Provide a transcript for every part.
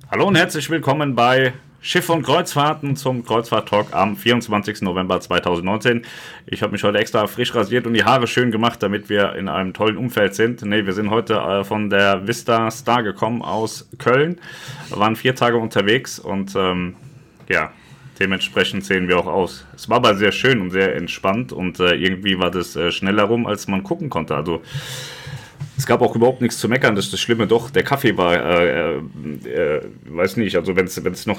Hallo und herzlich willkommen bei Schiff und Kreuzfahrten zum Kreuzfahrt-Talk am 24. November 2019. Ich habe mich heute extra frisch rasiert und die Haare schön gemacht, damit wir in einem tollen Umfeld sind. Wir sind heute von der Vista Star gekommen aus Köln. Wir waren 4 Tage unterwegs und dementsprechend sehen wir auch aus. Es war aber sehr schön und sehr entspannt und irgendwie war das schneller rum, als man gucken konnte. Also es gab auch überhaupt nichts zu meckern, das ist das Schlimme. Doch, der Kaffee war, weiß nicht, also wenn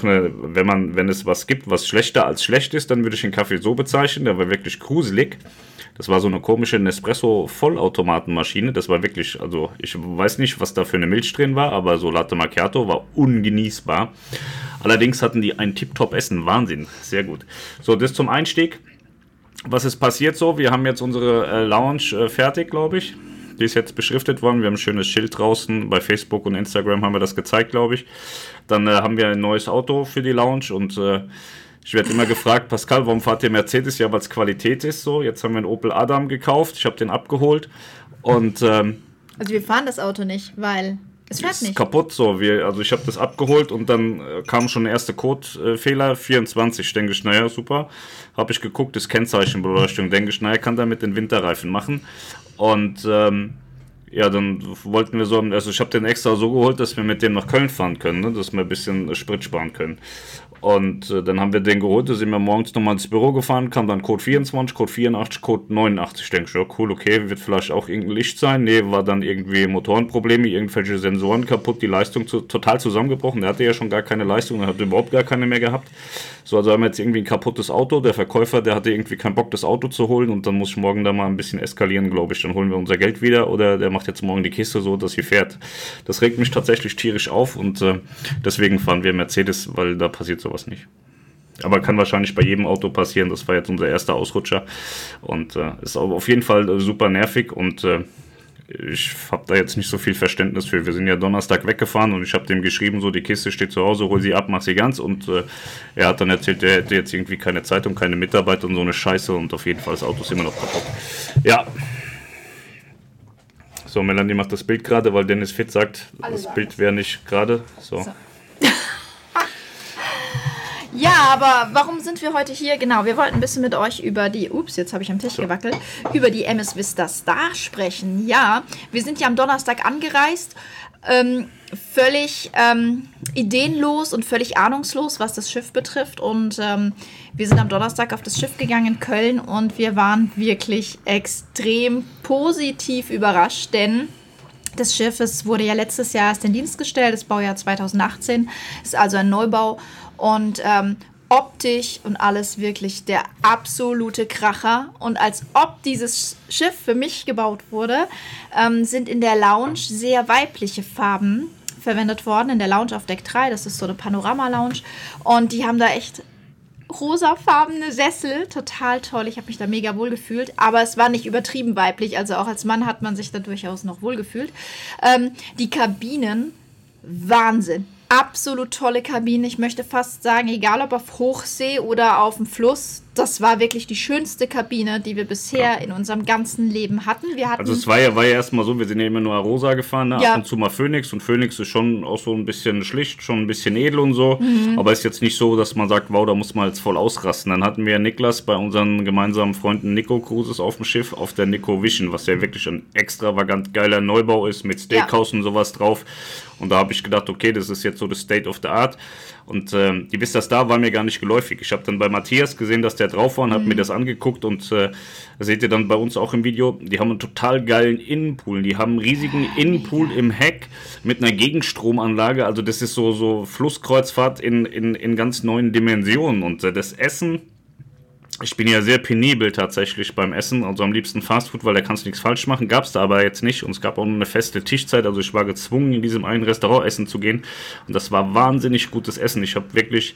es was gibt, was schlechter als schlecht ist, dann würde ich den Kaffee so bezeichnen, der war wirklich gruselig. Das war so eine komische Nespresso-Vollautomatenmaschine, das war wirklich, also ich weiß nicht, was da für eine Milch drin war, aber so Latte Macchiato war ungenießbar. Allerdings hatten die ein Tip-Top-Essen, Wahnsinn, sehr gut. So, das zum Einstieg. Was ist passiert so? Wir haben jetzt unsere Lounge fertig, glaube ich. Die ist jetzt beschriftet worden. Wir haben ein schönes Schild draußen. Bei Facebook und Instagram haben wir das gezeigt, glaube ich. Dann haben wir ein neues Auto für die Lounge und ich werde immer gefragt, Pascal, warum fahrt ihr Mercedes? Ja, weil es Qualität ist so. Jetzt haben wir einen Opel Adam gekauft. Ich habe den abgeholt und also wir fahren das Auto nicht, weil es fährt nicht. Ist kaputt so. Also ich habe das abgeholt und dann kam schon der erste Codefehler, 24. Denke ich, naja, super. Habe ich geguckt, das Kennzeichenbeleuchtung. Denke ich, naja, kann damit den Winterreifen machen. Und dann wollten wir so, also ich habe den extra so geholt, dass wir mit dem nach Köln fahren können, ne? Dass wir ein bisschen Sprit sparen können. Und dann haben wir den geholt, da sind wir morgens nochmal ins Büro gefahren, kam dann Code 24, Code 84, Code 89. Ich denke, ja cool, okay, wird vielleicht auch irgendein Licht sein. Nee, war dann irgendwie Motorenprobleme, irgendwelche Sensoren kaputt, die Leistung total zusammengebrochen. Der hatte ja schon gar keine Leistung, er hatte überhaupt gar keine mehr gehabt. So, also haben wir jetzt irgendwie ein kaputtes Auto. Der Verkäufer, der hatte irgendwie keinen Bock, das Auto zu holen und dann muss ich morgen da mal ein bisschen eskalieren, glaube ich. Dann holen wir unser Geld wieder oder der macht jetzt morgen die Kiste so, dass sie fährt. Das regt mich tatsächlich tierisch auf und deswegen fahren wir Mercedes, weil da passiert sowas nicht. Aber kann wahrscheinlich bei jedem Auto passieren. Das war jetzt unser erster Ausrutscher und ist aber auf jeden Fall super nervig und ich habe da jetzt nicht so viel Verständnis für. Wir sind ja Donnerstag weggefahren und ich habe dem geschrieben, so die Kiste steht zu Hause, hol sie ab, mach sie ganz und er hat dann erzählt, er hätte jetzt irgendwie keine Zeit und keine Mitarbeiter und so eine Scheiße und auf jeden Fall das Auto ist immer noch kaputt. Ja. So, Melanie macht das Bild gerade, weil Dennis Fit sagt, das Bild wäre nicht gerade. So. Ja, aber warum sind wir heute hier? Genau, wir wollten ein bisschen mit euch über die, jetzt habe ich am Tisch gewackelt, über die MS Vista Star sprechen. Ja, wir sind ja am Donnerstag angereist, völlig ideenlos und völlig ahnungslos, was das Schiff betrifft. Und wir sind am Donnerstag auf das Schiff gegangen in Köln und wir waren wirklich extrem positiv überrascht, denn das Schiff wurde ja letztes Jahr erst in Dienst gestellt, das Baujahr 2018, ist also ein Neubau. Und optisch und alles wirklich der absolute Kracher. Und als ob dieses Schiff für mich gebaut wurde, sind in der Lounge sehr weibliche Farben verwendet worden. In der Lounge auf Deck 3, das ist so eine Panorama-Lounge. Und die haben da echt rosafarbene Sessel, total toll. Ich habe mich da mega wohl gefühlt, aber es war nicht übertrieben weiblich. Also auch als Mann hat man sich da durchaus noch wohl gefühlt. Die Kabinen, Wahnsinn. Absolut tolle Kabine. Ich möchte fast sagen, egal ob auf Hochsee oder auf dem Fluss, das war wirklich die schönste Kabine, die wir bisher in unserem ganzen Leben hatten. Also es war ja erstmal so, wir sind ja immer nur Arosa gefahren, ne? Ja. Ab und zu mal Phoenix und Phoenix ist schon auch so ein bisschen schlicht, schon ein bisschen edel und so, aber ist jetzt nicht so, dass man sagt, wow, da muss man jetzt voll ausrasten. Dann hatten wir Niklas bei unseren gemeinsamen Freunden Nico Cruises auf dem Schiff, auf der Nico Vision, was ja wirklich ein extravagant geiler Neubau ist, mit Steakhouse und sowas drauf. Und da habe ich gedacht, okay, das ist jetzt so das State of the Art. Und die Vista Star war mir gar nicht geläufig. Ich habe dann bei Matthias gesehen, dass der drauf war und habe mir das angeguckt. Und seht ihr dann bei uns auch im Video, die haben einen total geilen Innenpool. Die haben einen riesigen Innenpool im Heck mit einer Gegenstromanlage. Also das ist so Flusskreuzfahrt in ganz neuen Dimensionen. Und das Essen... Ich bin ja sehr penibel tatsächlich beim Essen, also am liebsten Fastfood, weil da kannst du nichts falsch machen, gab es da aber jetzt nicht und es gab auch nur eine feste Tischzeit, also ich war gezwungen, in diesem einen Restaurant essen zu gehen und das war wahnsinnig gutes Essen. Ich habe wirklich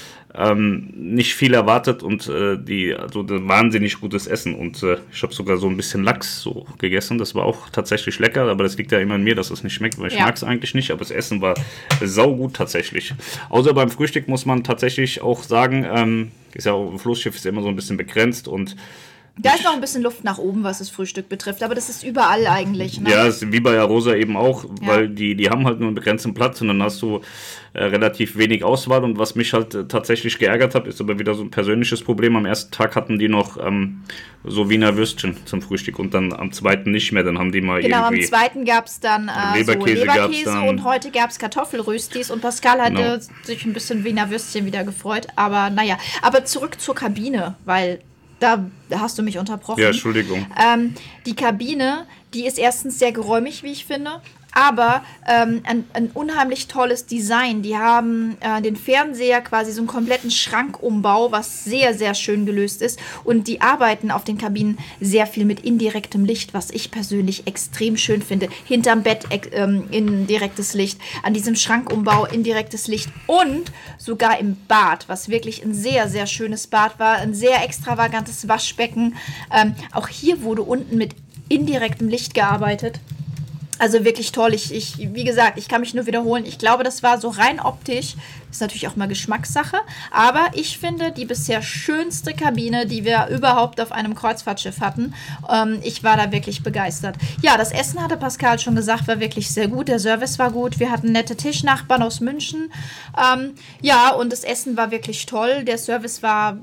nicht viel erwartet und wahnsinnig gutes Essen und ich habe sogar so ein bisschen Lachs so gegessen, das war auch tatsächlich lecker, aber das liegt ja immer an mir, dass es nicht schmeckt, weil ich mag es eigentlich nicht, aber das Essen war saugut tatsächlich. Außer beim Frühstück muss man tatsächlich auch sagen, ist ja auch ein Flussschiff ist ja immer so ein bisschen begrenzt und Da ist noch ein bisschen Luft nach oben, was das Frühstück betrifft, aber das ist überall eigentlich. Ne? Ja, ist wie bei Arosa eben auch, weil die haben halt nur einen begrenzten Platz und dann hast du relativ wenig Auswahl. Und was mich halt tatsächlich geärgert hat, ist aber wieder so ein persönliches Problem. Am ersten Tag hatten die noch so Wiener Würstchen zum Frühstück und dann am zweiten nicht mehr. Dann haben die mal genau, irgendwie... am zweiten gab es dann Leberkäse, Leberkäse dann, und heute gab es Kartoffelröstis und Pascal hatte sich ein bisschen Wiener Würstchen wieder gefreut. Aber naja, aber zurück zur Kabine, weil da hast du mich unterbrochen. Ja, Entschuldigung. Die Kabine, die ist erstens sehr geräumig, wie ich finde, aber ein unheimlich tolles Design. Die haben den Fernseher quasi so einen kompletten Schrankumbau, was sehr, sehr schön gelöst ist. Und die arbeiten auf den Kabinen sehr viel mit indirektem Licht, was ich persönlich extrem schön finde. Hinterm Bett indirektes Licht, an diesem Schrankumbau indirektes Licht und sogar im Bad, was wirklich ein sehr, sehr schönes Bad war. Ein sehr extravagantes Waschbecken. Auch hier wurde unten mit indirektem Licht gearbeitet. Also wirklich toll. Wie gesagt, ich kann mich nur wiederholen. Ich glaube, das war so rein optisch. Ist natürlich auch mal Geschmackssache. Aber ich finde die bisher schönste Kabine, die wir überhaupt auf einem Kreuzfahrtschiff hatten. Ich war da wirklich begeistert. Ja, das Essen, hatte Pascal schon gesagt, war wirklich sehr gut. Der Service war gut. Wir hatten nette Tischnachbarn aus München. Ja, und das Essen war wirklich toll. Der Service war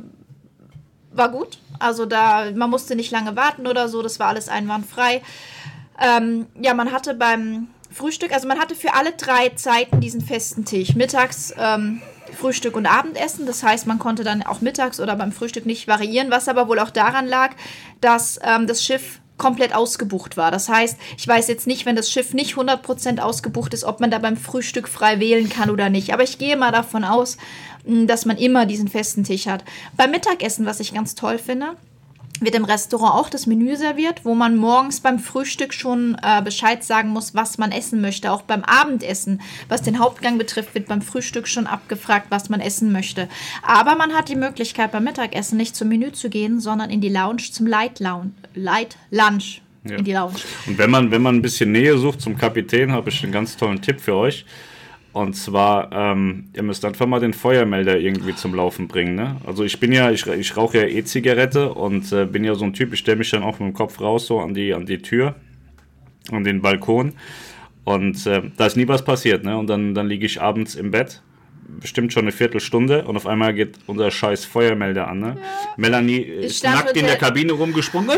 gut. Also man musste nicht lange warten oder so. Das war alles einwandfrei. Ja, man hatte beim Frühstück, also man hatte für alle 3 Zeiten diesen festen Tisch. Mittags Frühstück und Abendessen. Das heißt, man konnte dann auch mittags oder beim Frühstück nicht variieren, was aber wohl auch daran lag, dass das Schiff komplett ausgebucht war. Das heißt, ich weiß jetzt nicht, wenn das Schiff nicht 100% ausgebucht ist, ob man da beim Frühstück frei wählen kann oder nicht. Aber ich gehe mal davon aus, dass man immer diesen festen Tisch hat. Beim Mittagessen, was ich ganz toll finde, wird im Restaurant auch das Menü serviert, wo man morgens beim Frühstück schon Bescheid sagen muss, was man essen möchte. Auch beim Abendessen, was den Hauptgang betrifft, wird beim Frühstück schon abgefragt, was man essen möchte. Aber man hat die Möglichkeit, beim Mittagessen nicht zum Menü zu gehen, sondern in die Lounge zum Light Lunch. Ja. In die Lounge. Und wenn man ein bisschen Nähe sucht zum Kapitän, habe ich einen ganz tollen Tipp für euch. Und zwar, ihr müsst einfach mal den Feuermelder irgendwie zum Laufen bringen, ne? Also ich rauche ja E-Zigarette und bin ja so ein Typ, ich stelle mich dann auch mit dem Kopf raus, so an die Tür, an den Balkon. Und da ist nie was passiert, ne? Und dann liege ich abends im Bett, bestimmt schon eine Viertelstunde und auf einmal geht unser scheiß Feuermelder an, ne? Ja. Melanie ist nackt in der Kabine rumgesprungen.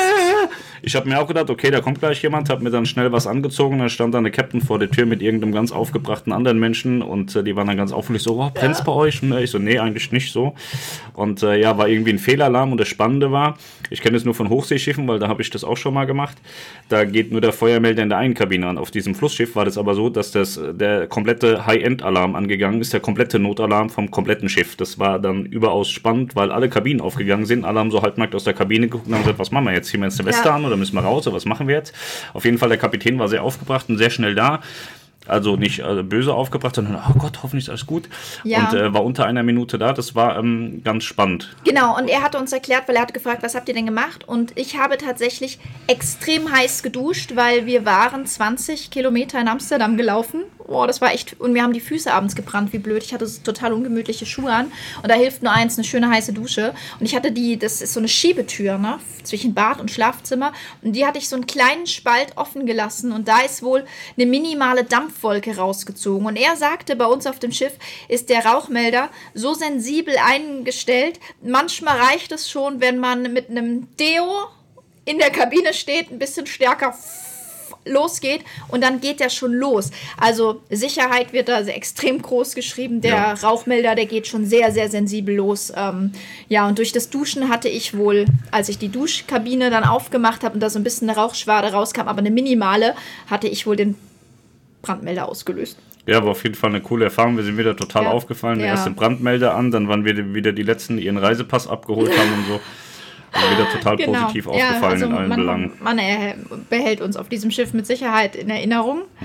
Ich habe mir auch gedacht, okay, da kommt gleich jemand, habe mir dann schnell was angezogen, dann stand da eine Captain vor der Tür mit irgendeinem ganz aufgebrachten anderen Menschen und die waren dann ganz aufgeregt, so, oh, brennt's bei euch? Und ich so, nee, eigentlich nicht so. Und ja, war irgendwie ein Fehlalarm und das Spannende war, ich kenne es nur von Hochseeschiffen, weil da habe ich das auch schon mal gemacht, da geht nur der Feuermelder in der einen Kabine an. Auf diesem Flussschiff war das aber so, dass der komplette High-End-Alarm angegangen ist, der komplette Notalarm vom kompletten Schiff. Das war dann überaus spannend, weil alle Kabinen aufgegangen sind, alle haben so halbnackt aus der Kabine geguckt und haben gesagt, was machen wir jetzt? Ziehen wir jetzt eine Weste an oder müssen wir raus, oder was machen wir jetzt? Auf jeden Fall, der Kapitän war sehr aufgebracht und sehr schnell da. Also nicht böse aufgebracht, sondern, oh Gott, hoffentlich ist alles gut. Ja. Und war unter einer Minute da. Das war ganz spannend. Genau, und er hatte uns erklärt, weil er hat gefragt, was habt ihr denn gemacht? Und ich habe tatsächlich extrem heiß geduscht, weil wir waren 20 Kilometer in Amsterdam gelaufen. Oh, das war echt, und mir haben die Füße abends gebrannt, wie blöd. Ich hatte so total ungemütliche Schuhe an und da hilft nur eins, eine schöne heiße Dusche. Und ich hatte das ist so eine Schiebetür, ne, zwischen Bad und Schlafzimmer und die hatte ich so einen kleinen Spalt offen gelassen und da ist wohl eine minimale Dampfwolke rausgezogen. Und er sagte, bei uns auf dem Schiff ist der Rauchmelder so sensibel eingestellt, manchmal reicht es schon, wenn man mit einem Deo in der Kabine steht, ein bisschen stärker losgeht und dann geht der schon los. Also Sicherheit wird da extrem groß geschrieben. Der Rauchmelder, der geht schon sehr, sehr sensibel los. Ja, und durch das Duschen hatte ich wohl, als ich die Duschkabine dann aufgemacht habe und da so ein bisschen eine Rauchschwade rauskam, aber eine minimale, hatte ich wohl den Brandmelder ausgelöst. Ja, war auf jeden Fall eine coole Erfahrung. Wir sind wieder total aufgefallen. Der erste Brandmelder an, dann waren wir wieder die Letzten, die ihren Reisepass abgeholt haben und so. Also wieder total positiv aufgefallen in allen Belangen. Man behält uns auf diesem Schiff mit Sicherheit in Erinnerung.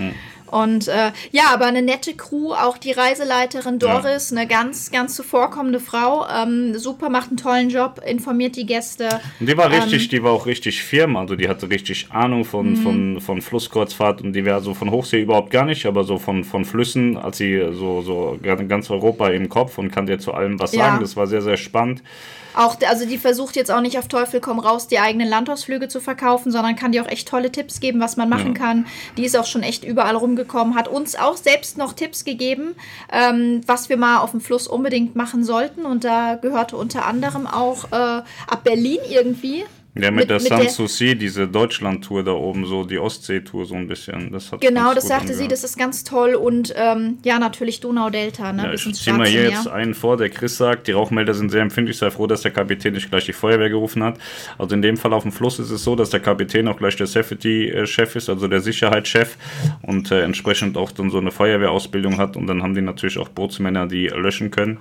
Und ja, aber eine nette Crew, auch die Reiseleiterin Doris, eine ganz, ganz zuvorkommende Frau, super, macht einen tollen Job, informiert die Gäste. Und die war auch richtig firm, also die hatte richtig Ahnung von Flusskreuzfahrt und die wäre so von Hochsee überhaupt gar nicht, aber so von Flüssen, als sie so ganz Europa im Kopf und kann dir zu allem was sagen, das war sehr, sehr spannend. Auch, also die versucht jetzt auch nicht auf Teufel komm raus, die eigenen Landausflüge zu verkaufen, sondern kann dir auch echt tolle Tipps geben, was man machen kann. Die ist auch schon echt überall rumgekommen, hat uns auch selbst noch Tipps gegeben, was wir mal auf dem Fluss unbedingt machen sollten. Und da gehörte unter anderem auch ab Berlin irgendwie. Ja, mit der Sanssouci, diese Deutschland-Tour da oben, so die Ostsee-Tour so ein bisschen. Das sagte sie, das ist ganz toll. Und ja, natürlich Donaudelta. Ne, ja, ich ziehe mal hier jetzt einen vor, der Chris sagt, die Rauchmelder sind sehr empfindlich, sei froh, dass der Kapitän nicht gleich die Feuerwehr gerufen hat. Also in dem Fall auf dem Fluss ist es so, dass der Kapitän auch gleich der Safety-Chef ist, also der Sicherheitschef und entsprechend auch dann so eine Feuerwehrausbildung hat. Und dann haben die natürlich auch Bootsmänner, die löschen können.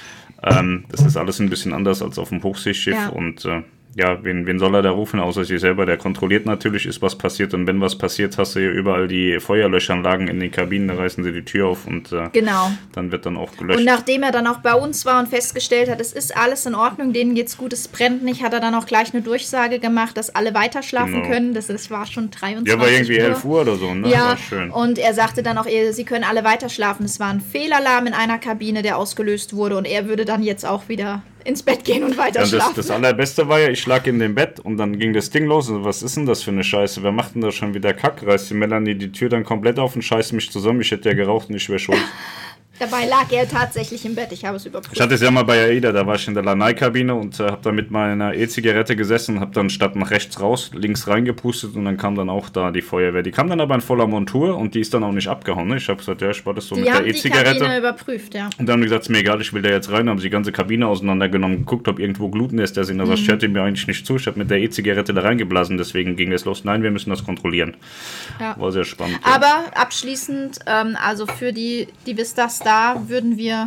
Das ist alles ein bisschen anders als auf dem Hochseeschiff und ja, wen soll er da rufen, außer sich selber? Der kontrolliert natürlich, ist was passiert. Und wenn was passiert, hast du hier überall die Feuerlöschanlagen in den Kabinen, da reißen sie die Tür auf und dann wird dann auch gelöscht. Und nachdem er dann auch bei uns war und festgestellt hat, es ist alles in Ordnung, denen geht's gut, es brennt nicht, hat er dann auch gleich eine Durchsage gemacht, dass alle weiter schlafen können. Das war schon 23 Uhr. Ja, war irgendwie 11 Uhr oder so, ne? Ja, war schön. Und er sagte dann auch, sie können alle weiter schlafen. Es war ein Fehlalarm in einer Kabine, der ausgelöst wurde und er würde dann jetzt auch wieder ins Bett gehen und weiter schlafen. Das Allerbeste war ja, ich lag in dem Bett und dann ging das Ding los. Also, was ist denn das für eine Scheiße? Wer macht denn da schon wieder Kack? Reißt die Melanie die Tür dann komplett auf und scheißt mich zusammen. Ich hätte ja geraucht und ich wäre schuld. Dabei lag er tatsächlich im Bett, ich habe es überprüft. Ich hatte es ja mal bei AIDA, da war ich in der Lanai-Kabine und habe da mit meiner E-Zigarette gesessen und habe dann statt nach rechts raus, links reingepustet und dann kam dann auch da die Feuerwehr. Die kam dann aber in voller Montur und die ist dann auch nicht abgehauen. Ne? Ich habe gesagt, ja, ich war das so mit der E-Zigarette. Die Kabine überprüft, ja. Und dann haben die gesagt, ist mir egal, ich will da jetzt rein, haben sie die ganze Kabine auseinandergenommen, geguckt, ob irgendwo Gluten ist, der sind. Das hörte mir eigentlich nicht zu. Ich habe mit der E-Zigarette da reingeblasen, deswegen ging das los. Nein, wir müssen das kontrollieren. Ja. War sehr spannend. Aber abschließend, also für die Vista Star würden wir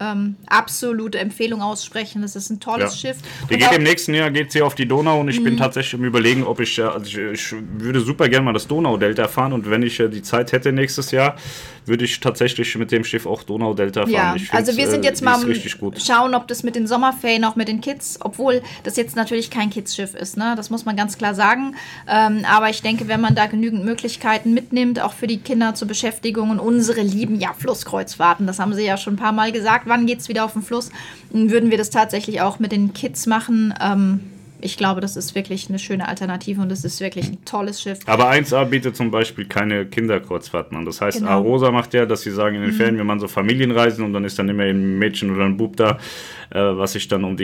absolute Empfehlung aussprechen. Das ist ein tolles Schiff. Die geht im nächsten Jahr geht sie auf die Donau und ich bin tatsächlich im Überlegen, ob ich würde super gerne mal das Donaudelta fahren und wenn ich die Zeit hätte nächstes Jahr, würde ich tatsächlich mit dem Schiff auch Donaudelta fahren. Ja, also wir sind jetzt mal schauen, ob das mit den Sommerferien auch mit den Kids, obwohl das jetzt natürlich kein Kids-Schiff ist, ne? Das muss man ganz klar sagen. Aber ich denke, wenn man da genügend Möglichkeiten mitnimmt, auch für die Kinder zur Beschäftigung und unsere lieben Flusskreuzfahrten, das haben sie ja schon ein paar Mal gesagt, wann geht's wieder auf den Fluss, würden wir das tatsächlich auch mit den Kids machen. Ich glaube, das ist wirklich eine schöne Alternative und es ist wirklich ein tolles Schiff. Aber 1A bietet zum Beispiel keine Kinderkreuzfahrten an. Das heißt, Arosa macht ja, dass sie sagen, in den Ferien, wir machen so Familienreisen und dann ist dann immer ein Mädchen oder ein Bub da, was sich dann um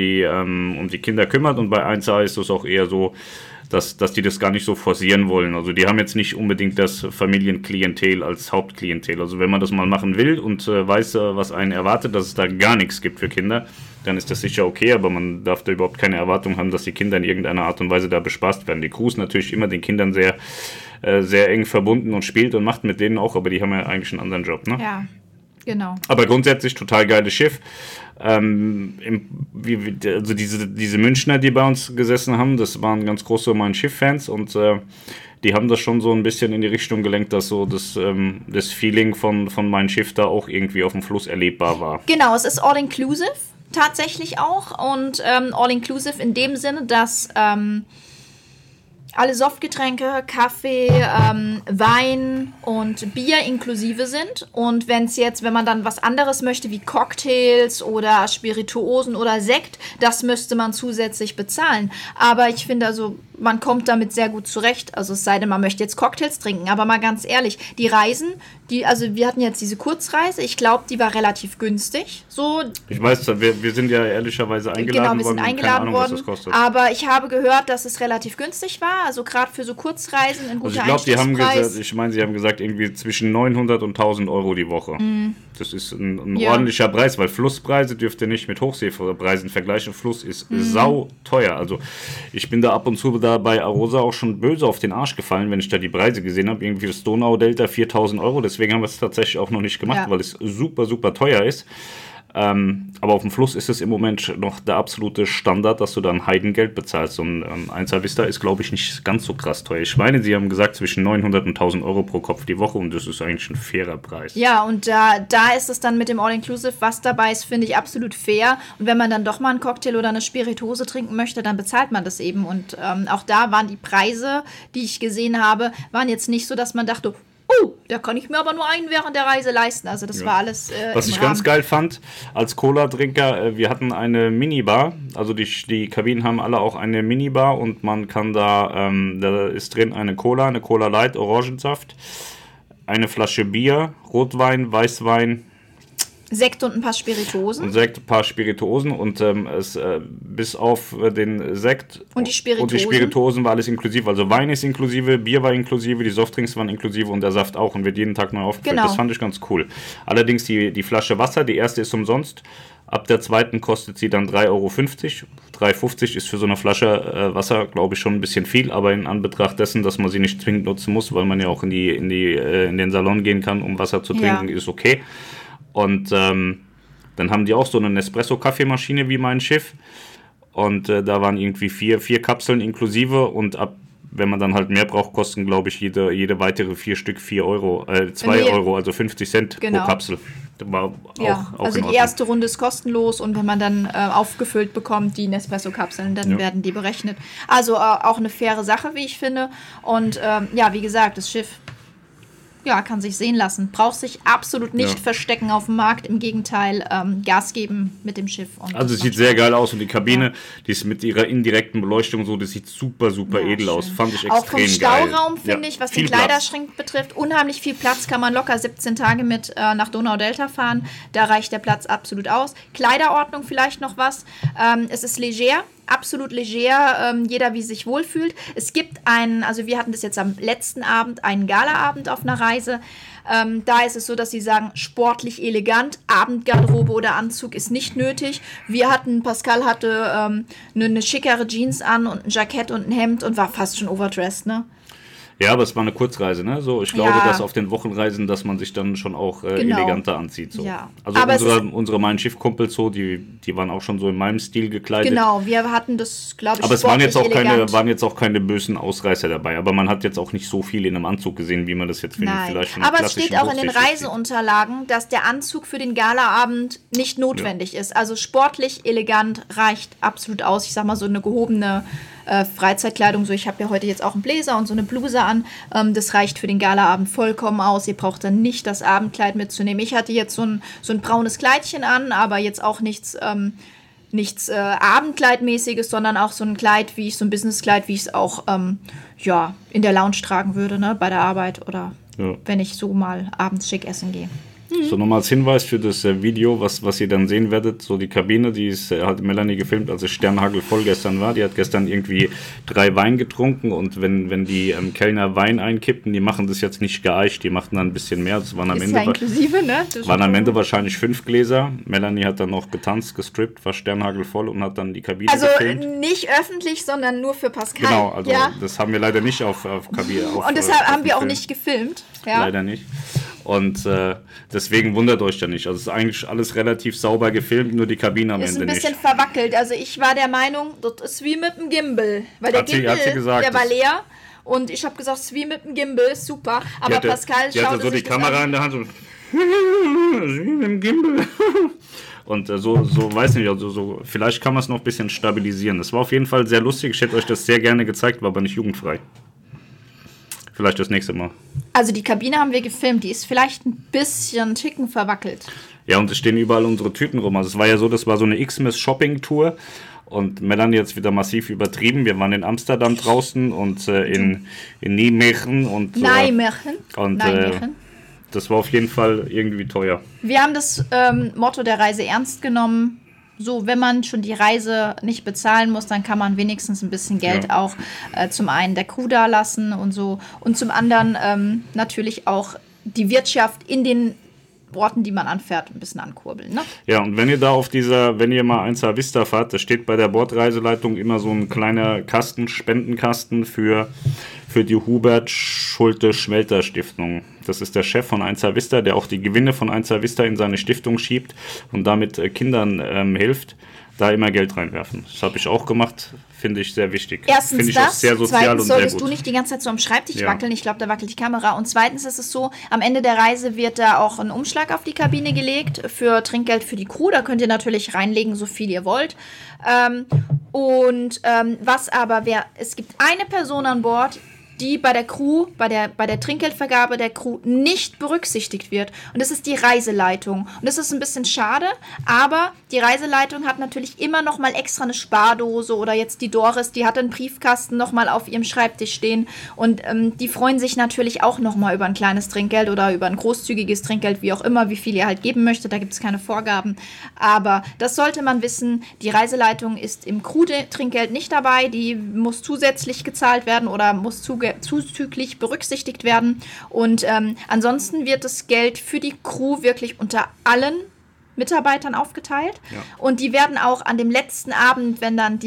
die Kinder kümmert. Und bei 1A ist es auch eher so, dass die das gar nicht so forcieren wollen. Also die haben jetzt nicht unbedingt das Familienklientel als Hauptklientel. Also wenn man das mal machen will und weiß, was einen erwartet, dass es da gar nichts gibt für Kinder, dann ist das sicher okay, aber man darf da überhaupt keine Erwartung haben, dass die Kinder in irgendeiner Art und Weise da bespaßt werden. Die Crew ist natürlich immer den Kindern sehr, sehr eng verbunden und spielt und macht mit denen auch, aber die haben ja eigentlich einen anderen Job, ne? Ja, genau. Aber grundsätzlich total geiles Schiff. Also diese Münchner, die bei uns gesessen haben, das waren ganz große Mein Schiff-Fans und die haben das schon so ein bisschen in die Richtung gelenkt, dass so das Feeling von Mein Schiff da auch irgendwie auf dem Fluss erlebbar war. Genau, es ist all-inclusive tatsächlich auch und all-inclusive in dem Sinne, dass alle Softgetränke, Kaffee, Wein und Bier inklusive sind. Und wenn man dann was anderes möchte, wie Cocktails oder Spirituosen oder Sekt, das müsste man zusätzlich bezahlen. Aber ich finde also, man kommt damit sehr gut zurecht. Also es sei denn, man möchte jetzt Cocktails trinken. Aber mal ganz ehrlich, die Reisen, also wir hatten jetzt diese Kurzreise, ich glaube, die war relativ günstig. So. Ich weiß, wir sind ja ehrlicherweise eingeladen worden. Genau, wir sind eingeladen worden. Was das kostet. Aber ich habe gehört, dass es relativ günstig war. Also gerade für so Kurzreisen ein guter Einstiegspreis. Ich glaube, sie haben gesagt, irgendwie zwischen 900 und 1000 Euro die Woche. Das ist ein ordentlicher Preis, weil Flusspreise dürft ihr nicht mit Hochseepreisen vergleichen. Fluss ist sau teuer. Also ich bin da ab und zu bei Arosa auch schon böse auf den Arsch gefallen, wenn ich da die Preise gesehen habe. Irgendwie das Donaudelta 4000 Euro. Deswegen haben wir es tatsächlich auch noch nicht gemacht, weil es super, super teuer ist. Aber auf dem Fluss ist es im Moment noch der absolute Standard, dass du dann Heidengeld bezahlst. Und Einser Vista ist, glaube ich, nicht ganz so krass teuer. Ich meine, sie haben gesagt, zwischen 900 und 1000 Euro pro Kopf die Woche und das ist eigentlich ein fairer Preis. Ja, und da ist es dann mit dem All-Inclusive, was dabei ist, finde ich absolut fair. Und wenn man dann doch mal einen Cocktail oder eine Spirituose trinken möchte, dann bezahlt man das eben. Und auch da waren die Preise, die ich gesehen habe, waren jetzt nicht so, dass man dachte, oh, da kann ich mir aber nur einen während der Reise leisten. Also das war alles was ich ganz geil fand, als Cola-Trinker, wir hatten eine Minibar. Also die Kabinen haben alle auch eine Minibar und man kann da ist drin eine Cola Light, Orangensaft, eine Flasche Bier, Rotwein, Weißwein, Sekt und ein paar Spirituosen. Und bis auf den Sekt und die Spirituosen war alles inklusive. Also Wein ist inklusive, Bier war inklusive, die Softdrinks waren inklusive und der Saft auch und wird jeden Tag neu aufgefüllt. Genau. Das fand ich ganz cool. Allerdings die Flasche Wasser, die erste ist umsonst. Ab der zweiten kostet sie dann 3,50 Euro. 3,50 ist für so eine Flasche Wasser, glaube ich, schon ein bisschen viel, aber in Anbetracht dessen, dass man sie nicht zwingend nutzen muss, weil man ja auch in den Salon gehen kann, um Wasser zu trinken, ist okay. Und dann haben die auch so eine Nespresso-Kaffeemaschine wie mein Schiff. Und da waren irgendwie vier Kapseln inklusive. Und wenn man dann halt mehr braucht, kosten, glaube ich, jede weitere 4 Stück 2 Euro, also 50 Cent pro Kapsel. War auch also die erste Runde ist kostenlos und wenn man dann aufgefüllt bekommt, die Nespresso-Kapseln, dann werden die berechnet. Also auch eine faire Sache, wie ich finde. Und wie gesagt, das Schiff kann sich sehen lassen. Braucht sich absolut nicht verstecken auf dem Markt. Im Gegenteil, Gas geben mit dem Schiff. Und also es sieht sehr geil aus und die Kabine, die ist mit ihrer indirekten Beleuchtung so, das sieht super, super edel aus. Fand ich extrem geil. Auch vom Stauraum, finde ich, was den Kleiderschrank betrifft, unheimlich viel Platz. Kann man locker 17 Tage mit nach Donau-Delta fahren. Da reicht der Platz absolut aus. Kleiderordnung vielleicht noch was. Es ist leger. Absolut leger, jeder wie sich wohlfühlt. Es gibt also wir hatten das jetzt am letzten Abend, einen Galaabend auf einer Reise. Da ist es so, dass sie sagen, sportlich elegant, Abendgarderobe oder Anzug ist nicht nötig. Pascal hatte eine schickere Jeans an und ein Jackett und ein Hemd und war fast schon overdressed, ne? Ja, aber es war eine Kurzreise, ne? So, ich glaube, dass auf den Wochenreisen, dass man sich dann schon auch eleganter anzieht. So. Ja. Also unsere Mein Schiff-Kumpels so, die waren auch schon so in meinem Stil gekleidet. Genau, wir hatten das, glaube ich, aber es waren jetzt auch keine bösen Ausreißer dabei. Aber man hat jetzt auch nicht so viel in einem Anzug gesehen, wie man das jetzt vielleicht von aber es steht auch in den Reiseunterlagen, dass der Anzug für den Galaabend nicht notwendig ist. Also sportlich, elegant reicht absolut aus. Ich sag mal, so eine gehobene Freizeitkleidung, so ich habe ja heute jetzt auch einen Bläser und so eine Bluse an, das reicht für den Galaabend vollkommen aus. Ihr braucht dann nicht das Abendkleid mitzunehmen. Ich hatte jetzt so ein braunes Kleidchen an, aber jetzt auch nichts Abendkleidmäßiges, sondern auch so ein Kleid, so ein Businesskleid, wie ich es auch in der Lounge tragen würde, ne, bei der Arbeit oder wenn ich so mal abends schick essen gehe. So nochmal als Hinweis für das Video, was ihr dann sehen werdet, so die Kabine, hat Melanie gefilmt, als es Sternhagel voll gestern war. Die hat gestern irgendwie 3 Wein getrunken und wenn die Kellner Wein einkippten, die machen das jetzt nicht geeicht, die machten dann ein bisschen mehr. Das waren am Ende inklusive, ne? Waren am Ende wahrscheinlich 5 Gläser. Melanie hat dann noch getanzt, gestrippt, war Sternhagel voll und hat dann die Kabine gefilmt. Also nicht öffentlich, sondern nur für Pascal. Genau, also das haben wir leider nicht auf Kabine. Und deshalb haben wir auch nicht gefilmt. Ja? Leider nicht. Und deswegen wundert euch da nicht. Also es ist eigentlich alles relativ sauber gefilmt, nur die Kabine am Ende nicht. Ist ein bisschen verwackelt. Also ich war der Meinung, das ist wie mit dem Gimbal. Weil der Gimbal, der war leer. Und ich habe gesagt, es ist wie mit dem Gimbal, super. Aber Pascal schaut hatte so die Kamera in der Hand und wie mit dem Gimbal. Und so weiß nicht, also so, vielleicht kann man es noch ein bisschen stabilisieren. Das war auf jeden Fall sehr lustig. Ich hätte euch das sehr gerne gezeigt, war aber nicht jugendfrei. Vielleicht das nächste Mal. Also die Kabine haben wir gefilmt, die ist vielleicht ein bisschen Ticken verwackelt. Ja, und es stehen überall unsere Tüten rum. Also es war ja so, das war so eine Xmas-Shopping-Tour und Melanie jetzt wieder massiv übertrieben. Wir waren in Amsterdam draußen und in Nijmegen und Nijmegen. Das war auf jeden Fall irgendwie teuer. Wir haben das Motto der Reise ernst genommen. So, wenn man schon die Reise nicht bezahlen muss, dann kann man wenigstens ein bisschen Geld auch zum einen der Crew da lassen und so. Und zum anderen natürlich auch die Wirtschaft in den Orten, die man anfährt, ein bisschen ankurbeln. Ne? Ja, und wenn ihr da wenn ihr mal Einser Vista fahrt, da steht bei der Bordreiseleitung immer so ein kleiner Spendenkasten für für die Hubert-Schulte-Schmelter-Stiftung. Das ist der Chef von 1A Vista, der auch die Gewinne von 1A Vista in seine Stiftung schiebt und damit Kindern hilft, da immer Geld reinwerfen. Das habe ich auch gemacht, finde ich sehr wichtig. Erstens finde ich das, auch sehr sozial zweitens und sehr solltest gut. du nicht die ganze Zeit so am Schreibtisch wackeln. Ich glaube, da wackelt die Kamera. Und zweitens ist es so, am Ende der Reise wird da auch ein Umschlag auf die Kabine gelegt für Trinkgeld für die Crew. Da könnt ihr natürlich reinlegen, so viel ihr wollt. Es gibt eine Person an Bord, die bei der Crew, bei der Trinkgeldvergabe der Crew nicht berücksichtigt wird. Und das ist die Reiseleitung. Und das ist ein bisschen schade, aber die Reiseleitung hat natürlich immer noch mal extra eine Spardose oder jetzt die Doris, die hat einen Briefkasten noch mal auf ihrem Schreibtisch stehen und die freuen sich natürlich auch noch mal über ein kleines Trinkgeld oder über ein großzügiges Trinkgeld, wie auch immer, wie viel ihr halt geben möchtet. Da gibt es keine Vorgaben. Aber das sollte man wissen. Die Reiseleitung ist im Crew-Trinkgeld nicht dabei. Die muss zusätzlich gezahlt werden oder muss zuzüglich berücksichtigt werden. Und ansonsten wird das Geld für die Crew wirklich unter allen Mitarbeitern aufgeteilt. Ja. Und die werden auch an dem letzten Abend, wenn dann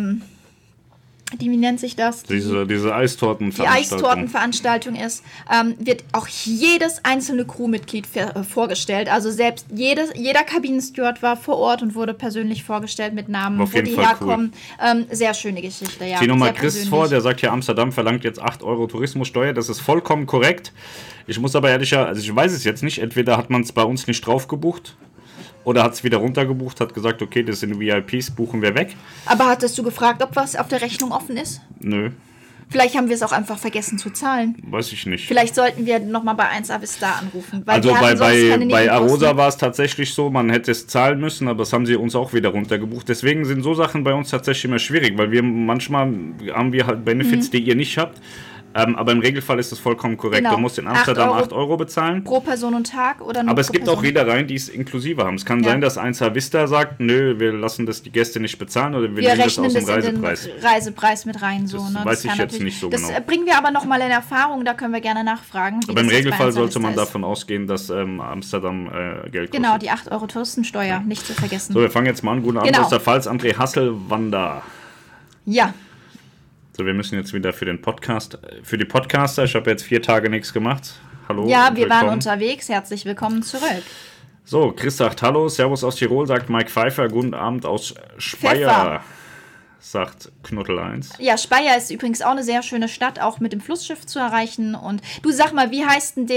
wie nennt sich das? Diese Eistortenveranstaltung. Die Eistortenveranstaltung ist, wird auch jedes einzelne Crewmitglied vorgestellt. Also selbst jeder Kabinensteward war vor Ort und wurde persönlich vorgestellt mit Namen, wo die herkommen. Cool. Sehr schöne Geschichte, ja. Ich ziehe nochmal Chris vor, der sagt hier, Amsterdam verlangt jetzt 8 Euro Tourismussteuer. Das ist vollkommen korrekt. Ich muss aber ich weiß es jetzt nicht, entweder hat man es bei uns nicht drauf gebucht, oder hat es wieder runtergebucht, hat gesagt, okay, das sind VIPs, buchen wir weg. Aber hattest du gefragt, ob was auf der Rechnung offen ist? Nö. Vielleicht haben wir es auch einfach vergessen zu zahlen. Weiß ich nicht. Vielleicht sollten wir nochmal bei 1A Vista anrufen. Weil also bei Arosa war es tatsächlich so, man hätte es zahlen müssen, aber das haben sie uns auch wieder runtergebucht. Deswegen sind so Sachen bei uns tatsächlich immer schwierig, weil manchmal haben wir halt Benefits, die ihr nicht habt. Aber im Regelfall ist das vollkommen korrekt. Genau. Du musst in Amsterdam 8 Euro bezahlen. Pro Person und Tag oder nur Aber es gibt Person? Auch Reedereien, die es inklusive haben. Es kann sein, dass 1A Vista sagt, nö, wir lassen das die Gäste nicht bezahlen oder wir nehmen das aus dem Reisepreis. In den Reisepreis mit rein. So, das weiß ich jetzt nicht so genau. Das bringen wir aber nochmal in Erfahrung, da können wir gerne nachfragen. Aber im Regelfall sollte man davon ausgehen, dass Amsterdam Geld kostet. Genau, die 8 Euro Touristensteuer, nicht zu vergessen. So, wir fangen jetzt mal an. Guten Abend aus der Pfalz, André Hasselwander. Ja. So, wir müssen jetzt wieder für die Podcaster, ich habe jetzt 4 Tage nichts gemacht. Hallo. Ja, wir waren unterwegs. Herzlich willkommen zurück. So, Chris sagt Hallo, Servus aus Tirol, sagt Mike Pfeiffer, guten Abend aus Speyer, sagt Knuddel 1. Ja, Speyer ist übrigens auch eine sehr schöne Stadt, auch mit dem Flussschiff zu erreichen. Und du sag mal, wie heißt denn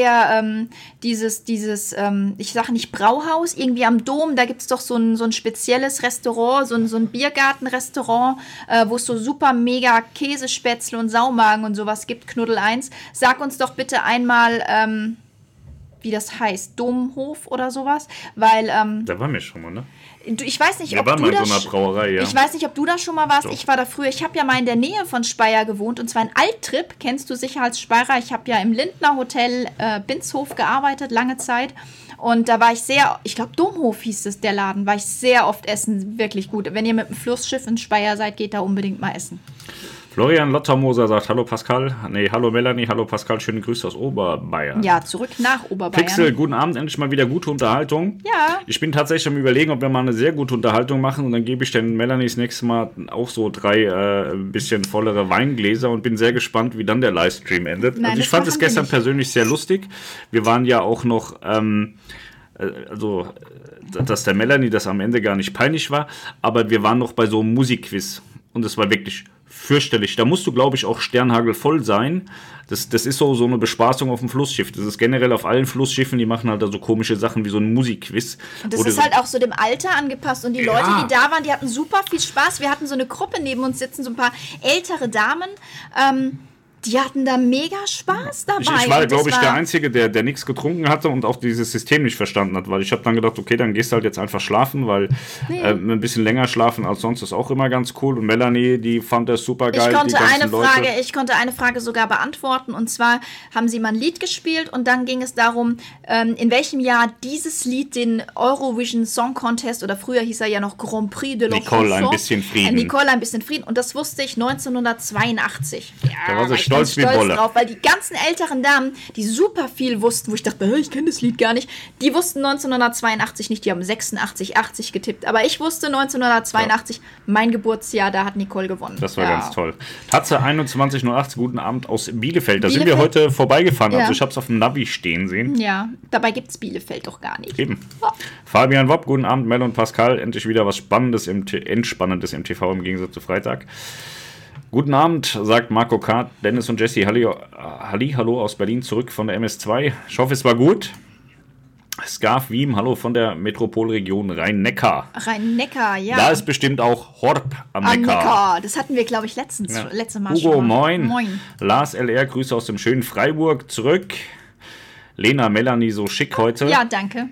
dieses ich sage nicht Brauhaus, irgendwie am Dom, da gibt es doch so ein spezielles Restaurant, so ein Biergartenrestaurant, wo es so super mega Käsespätzle und Saumagen und sowas gibt, Knuddel 1. Sag uns doch bitte einmal, wie das heißt, Domhof oder sowas, weil... da waren wir schon mal, ne? Ich weiß nicht, ob du da... so einer Brauerei, ja. Ich weiß nicht, ob du da schon mal warst. Doch. Ich war da früher. Ich habe ja mal in der Nähe von Speyer gewohnt, und zwar in Alttrip. Kennst du sicher als Speyerer. Ich habe ja im Lindner Hotel Binshof gearbeitet, lange Zeit. Und da war ich ich glaube Domhof hieß es, der Laden, war ich sehr oft essen. Wirklich gut. Wenn ihr mit dem Flussschiff in Speyer seid, geht da unbedingt mal essen. Florian Lottermoser sagt, hallo Pascal, hallo Melanie, hallo Pascal, schöne Grüße aus Oberbayern. Ja, zurück nach Oberbayern. Pixel, guten Abend, endlich mal wieder gute Unterhaltung. Ja. Ich bin tatsächlich am Überlegen, ob wir mal eine sehr gute Unterhaltung machen und dann gebe ich dann Melanie das nächste Mal auch so 3 bisschen vollere Weingläser und bin sehr gespannt, wie dann der Livestream endet. Nein, also ich fand es gestern persönlich sehr lustig. Wir waren ja auch noch... dass der Melanie das am Ende gar nicht peinlich war, aber wir waren noch bei so einem Musikquiz und es war wirklich fürchterlich. Da musst du, glaube ich, auch sternhagelvoll sein. Das ist so eine Bespaßung auf dem Flussschiff. Das ist generell auf allen Flussschiffen, die machen halt da so komische Sachen wie so ein Musikquiz. Und das ist halt auch so dem Alter angepasst. Und die Leute, die da waren, die hatten super viel Spaß. Wir hatten so eine Gruppe neben uns sitzen, so ein paar ältere Damen, die hatten da mega Spaß dabei. Ich war, glaube ich, der Einzige, der nichts getrunken hatte und auch dieses System nicht verstanden hat, weil ich habe dann gedacht, okay, dann gehst du halt jetzt einfach schlafen, weil ein bisschen länger schlafen als sonst ist auch immer ganz cool. Und Melanie, die fand das super geil. Ich konnte eine Frage sogar beantworten, und zwar haben sie mal ein Lied gespielt und dann ging es darum, in welchem Jahr dieses Lied den Eurovision Song Contest, oder früher hieß er ja noch Grand Prix de la Chanson. Nicole, ein bisschen Frieden. Nicole, ein bisschen Frieden. Und das wusste ich 1982. Da war sie stolz wie Bolle. Drauf, weil die ganzen älteren Damen, die super viel wussten, wo ich dachte, ich kenne das Lied gar nicht, die wussten 1982 nicht, die haben 86, 80 getippt. Aber ich wusste 1982, mein Geburtsjahr, da hat Nicole gewonnen. Das war ganz toll. Tatze 2108, guten Abend aus Bielefeld. Da sind wir heute vorbeigefahren. Also ich habe es auf dem Navi stehen sehen. Ja, dabei gibt es Bielefeld doch gar nicht. Eben. Fabian Wopp, guten Abend. Mel und Pascal, endlich wieder was Entspannendes im TV im Gegensatz zu Freitag. Guten Abend, sagt Marco K., Dennis und Jesse. Hallo aus Berlin, zurück von der MS2. Ich hoffe, es war gut. Scarf Wiem, hallo von der Metropolregion Rhein-Neckar. Rhein-Neckar, ja. Da ist bestimmt auch Horb am Neckar. Das hatten wir, glaube ich, letzte Mal Hugo, schon. Moin. Lars LR, Grüße aus dem schönen Freiburg, zurück. Lena, Melanie, so schick heute. Ja, danke.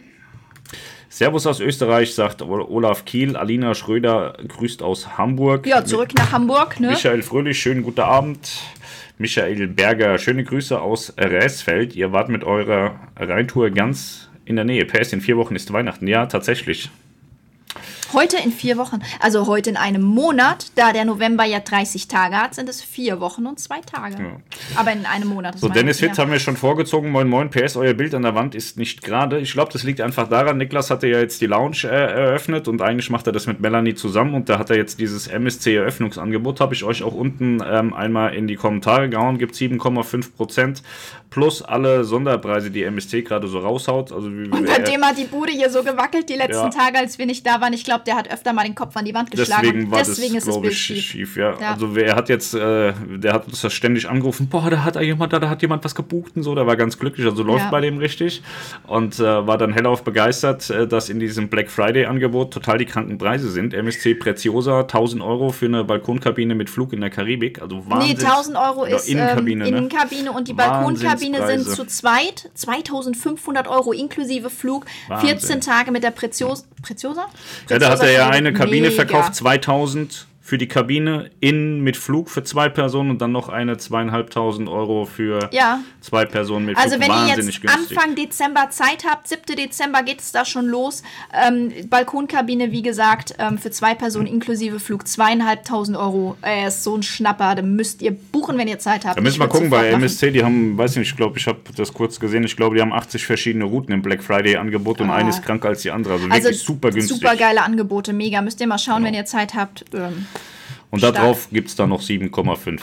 Servus aus Österreich, sagt Olaf Kiel. Alina Schröder grüßt aus Hamburg. Ja, zurück nach Hamburg, ne? Michael Fröhlich, schönen guten Abend. Michael Berger, schöne Grüße aus Räsfeld. Ihr wart mit eurer Rheintour ganz in der Nähe. PS, in 4 Wochen ist Weihnachten. Ja, tatsächlich. Heute in 4 Wochen, also heute in einem Monat, da der November ja 30 Tage hat, sind es 4 Wochen und 2 Tage. Ja. Aber in einem Monat ist so, Dennis Fitz haben wir schon vorgezogen. Moin Moin, PS, euer Bild an der Wand ist nicht gerade. Ich glaube, das liegt einfach daran, Niklas hatte ja jetzt die Lounge eröffnet und eigentlich macht er das mit Melanie zusammen und da hat er jetzt dieses MSC-Eröffnungsangebot, habe ich euch auch unten einmal in die Kommentare gehauen, gibt 7,5% plus alle Sonderpreise, die MSC gerade so raushaut. Also und bei dem hat die Bude hier so gewackelt die letzten Tage, als wir nicht da waren. Ich glaube, der hat öfter mal den Kopf an die Wand geschlagen. Deswegen ist das Bild schief. Ja. Also er hat jetzt, der hat uns das ständig angerufen, da hat jemand was gebucht und so, der war ganz glücklich, also läuft bei dem richtig und war dann hellauf begeistert, dass in diesem Black Friday Angebot total die kranken Preise sind. MSC Preziosa, 1.000 € für eine Balkonkabine mit Flug in der Karibik, also Wahnsinn. Nee, 1.000 € ist Innenkabine, ne? Und die Balkonkabine sind zu zweit, 2.500 € inklusive Flug, Wahnsinn. 14 Tage mit der Preziosa? Ja, da hat er ja eine Kabine verkauft, 2.000 für die Kabine, innen mit Flug für 2 Personen und dann noch eine 2.500 € für 2 Personen mit Flug. Also wenn ihr jetzt Anfang Dezember Zeit habt, 7. Dezember geht es da schon los. Balkonkabine, wie gesagt, für 2 Personen inklusive Flug 2.500 €. Ist so ein Schnapper, da müsst ihr buchen, wenn ihr Zeit habt. Da müssen wir mal gucken, bei MSC, die haben, weiß nicht, ich habe das kurz gesehen, ich glaube, die haben 80 verschiedene Routen im Black Friday Angebot und eine ist kranker als die andere. Also wirklich super günstig. Super geile Angebote, mega. Müsst ihr mal schauen, wenn ihr Zeit habt. Und darauf gibt es dann noch 7,5%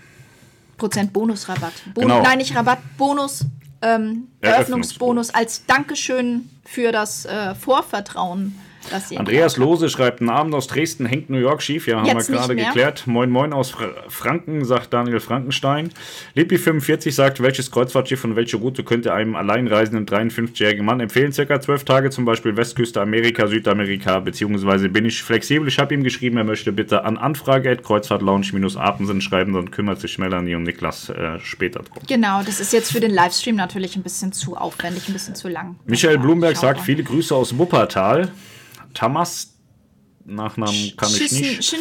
Bonusrabatt. Nein, nicht Rabatt, Bonus, Eröffnungsbonus als Dankeschön für das Vorvertrauen. Andreas Lose schreibt, einen Abend aus Dresden hängt New York schief. Ja, haben wir gerade geklärt. Moin Moin aus Franken, sagt Daniel Frankenstein. Lipi45 sagt, welches Kreuzfahrtschiff und welche Route könnte einem alleinreisenden 53-jährigen Mann empfehlen? Circa 12 Tage, zum Beispiel Westküste Amerika, Südamerika, beziehungsweise bin ich flexibel. Ich habe ihm geschrieben, er möchte bitte an Anfrage@kreuzfahrtlounge-Apensen schreiben, dann kümmert sich Melanie und Niklas später drum. Genau, das ist jetzt für den Livestream natürlich ein bisschen zu aufwendig, ein bisschen zu lang. Michael Blumberg sagt, viele Grüße aus Wuppertal. Tamas, Nachnamen kann ich nicht.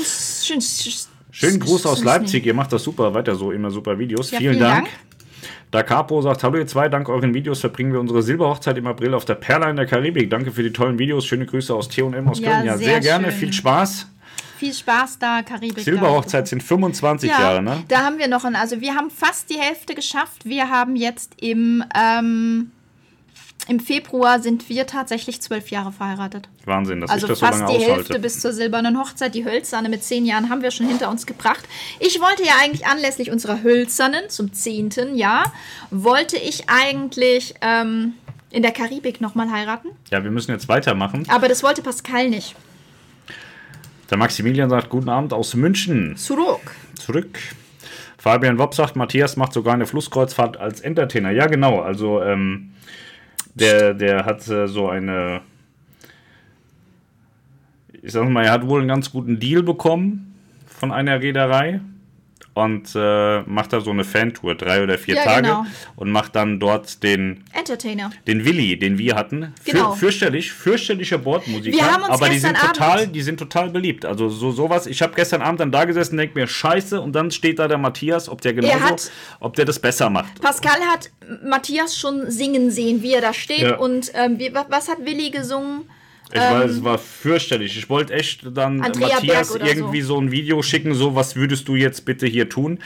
Schönen Gruß aus Leipzig, ihr macht das super, weiter so, immer super Videos. Ja, vielen Dank. Da Capo sagt, hallo ihr zwei, dank euren Videos verbringen wir unsere Silberhochzeit im April auf der Perla in der Karibik. Danke für die tollen Videos, schöne Grüße aus T&M aus Köln. Ja, sehr gerne, schön. Viel Spaß. Viel Spaß da, Karibik. Silberhochzeit sind 25 Jahre, ne? Da haben wir noch also wir haben fast die Hälfte geschafft. Wir haben jetzt im Februar sind wir tatsächlich 12 Jahre verheiratet. Wahnsinn, dass also ich das so lange aushalte. Also fast die Hälfte bis zur silbernen Hochzeit. Die hölzerne mit 10 Jahren haben wir schon hinter uns gebracht. Ich wollte ja eigentlich anlässlich unserer hölzernen, zum 10. Jahr, wollte ich eigentlich in der Karibik nochmal heiraten. Ja, wir müssen jetzt weitermachen. Aber das wollte Pascal nicht. Der Maximilian sagt, guten Abend aus München. Zurück. Fabian Wopp sagt, Matthias macht sogar eine Flusskreuzfahrt als Entertainer. Ja, genau, also der hat so eine, ich sag mal, er hat wohl einen ganz guten Deal bekommen von einer Reederei und macht da so eine Fantour, 3 oder 4 Tage und macht dann dort den Entertainer, den Willi, den wir hatten. Genau. Fürchterlicher Bordmusiker, aber die sind total beliebt. Also sowas, ich habe gestern Abend dann da gesessen und denke mir, scheiße, und dann steht da der Matthias, ob der ob der das besser macht. Pascal hat Matthias schon singen sehen, wie er da steht und was hat Willi gesungen? Ich weiß, es war fürchterlich. Ich wollte echt dann Andrea Matthias irgendwie so ein Video schicken, so, was würdest du jetzt bitte hier tun?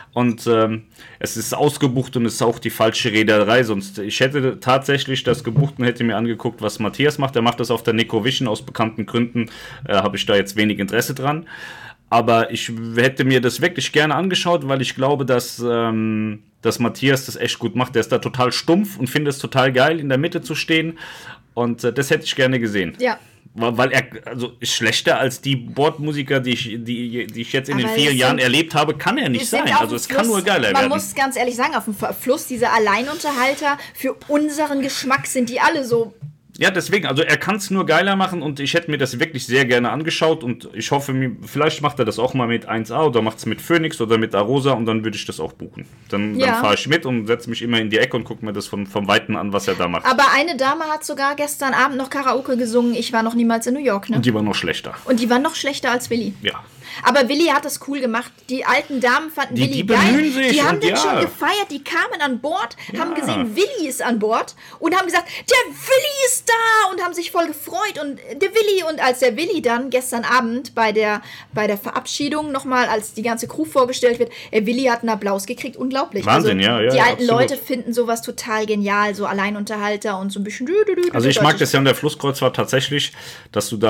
Und es ist ausgebucht und es ist auch die falsche Reederei. Sonst, ich hätte tatsächlich das gebucht und hätte mir angeguckt, was Matthias macht. Er macht das auf der Necovision aus bekannten Gründen. Habe ich da jetzt wenig Interesse dran. Aber ich hätte mir das wirklich gerne angeschaut, weil ich glaube, dass Matthias das echt gut macht. Der ist da total stumpf und findet es total geil, in der Mitte zu stehen. Und das hätte ich gerne gesehen. Ja. Weil er also ist schlechter als die Bordmusiker, die ich jetzt in den Aber 4 es Jahren sind- erlebt habe, kann er nicht sein. Also es kann nur geiler Man werden. muss ganz ehrlich sagen, auf dem Fluss, diese Alleinunterhalter, für unseren Geschmack sind die alle so. Ja, deswegen, also er kann es nur geiler machen und ich hätte mir das wirklich sehr gerne angeschaut und ich hoffe, vielleicht macht er das auch mal mit 1A oder macht es mit Phoenix oder mit Arosa und dann würde ich das auch buchen. Dann fahre ich mit und setze mich immer in die Ecke und gucke mir das vom Weiten an, was er da macht. Aber eine Dame hat sogar gestern Abend noch Karaoke gesungen. Ich war noch niemals in New York, ne? Und die war noch schlechter. Und die war noch schlechter als Willi. Ja. Aber Willi hat es cool gemacht. Die alten Damen fanden Die Willi bemühen geil. sich Die haben und den ja. schon gefeiert. Die kamen an Bord, haben Ja. gesehen, Willi ist an Bord und haben gesagt, der Willi ist da und haben sich voll gefreut. Und der Willi, und als der Willi dann gestern Abend bei der Verabschiedung nochmal, als die ganze Crew vorgestellt wird, Willi hat einen Applaus gekriegt. Unglaublich. Wahnsinn, also, ja, die alten absolut. Leute finden sowas total genial, so Alleinunterhalter und so ein bisschen. Also ich mag das ja an der Flusskreuzfahrt tatsächlich, dass du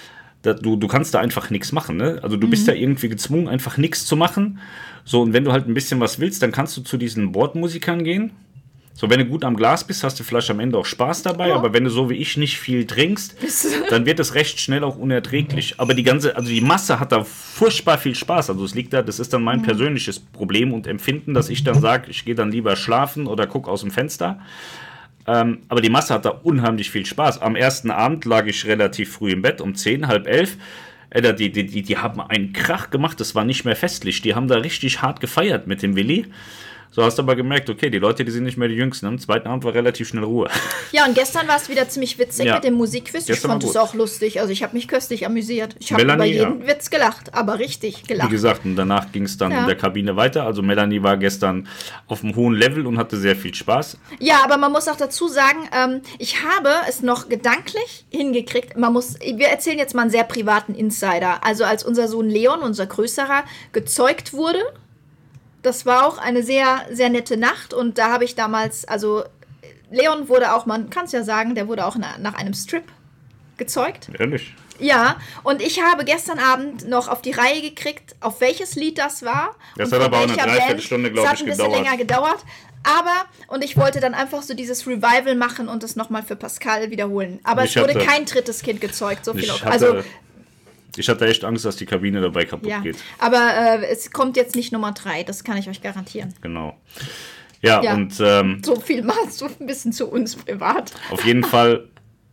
du kannst da einfach nichts machen, ne? Also du bist da irgendwie gezwungen, einfach nichts zu machen. So, und wenn du halt ein bisschen was willst, dann kannst du zu diesen Bordmusikern gehen. So, wenn du gut am Glas bist, hast du vielleicht am Ende auch Spaß dabei, aber wenn du so wie ich nicht viel trinkst, dann wird es recht schnell auch unerträglich. Aber die Masse hat da furchtbar viel Spaß. Also es liegt da, das ist dann mein persönliches Problem und Empfinden, dass ich dann sage, ich gehe dann lieber schlafen oder gucke aus dem Fenster. Aber die Masse hat da unheimlich viel Spaß. Am ersten Abend lag ich relativ früh im Bett, um 10, halb 11. Die haben einen Krach gemacht, das war nicht mehr festlich. Die haben da richtig hart gefeiert mit dem Willi. So hast du aber gemerkt, okay, die Leute, die sind nicht mehr die Jüngsten. Am zweiten Abend war relativ schnell Ruhe. Ja, und gestern war es wieder ziemlich witzig Ja. mit dem Musikquiz. Ich Gestern war fand es gut. auch lustig. Also ich habe mich köstlich amüsiert. Ich habe über Melanie, jeden Witz gelacht, aber richtig Wie gelacht. gesagt, und danach ging es dann Ja. in der Kabine weiter. Also Melanie war gestern auf einem hohen Level und hatte sehr viel Spaß. Ja, aber man muss auch dazu sagen, ich habe es noch gedanklich hingekriegt. Wir erzählen jetzt mal einen sehr privaten Insider. Also als unser Sohn Leon, unser Größerer, gezeugt wurde, das war auch eine sehr, sehr nette Nacht. Und da habe ich damals, also Leon wurde auch, man kann es ja sagen, der wurde auch nach einem Strip gezeugt. Ehrlich. Ja, und ich habe gestern Abend noch auf die Reihe gekriegt, auf welches Lied das war. Das und hat von aber auch eine welcher Dreiviertelstunde, Band. glaube Es ich, hat ein bisschen gedauert. länger gedauert. Und ich wollte dann einfach so dieses Revival machen und das nochmal für Pascal wiederholen. Aber es wurde kein drittes Kind gezeugt. So viel Ich hatte echt Angst, dass die Kabine dabei kaputt ja. geht. Aber es kommt jetzt nicht Nummer 3, das kann ich euch garantieren. Genau. Ja, Ja. und So viel mal so ein bisschen zu uns privat. auf jeden Fall,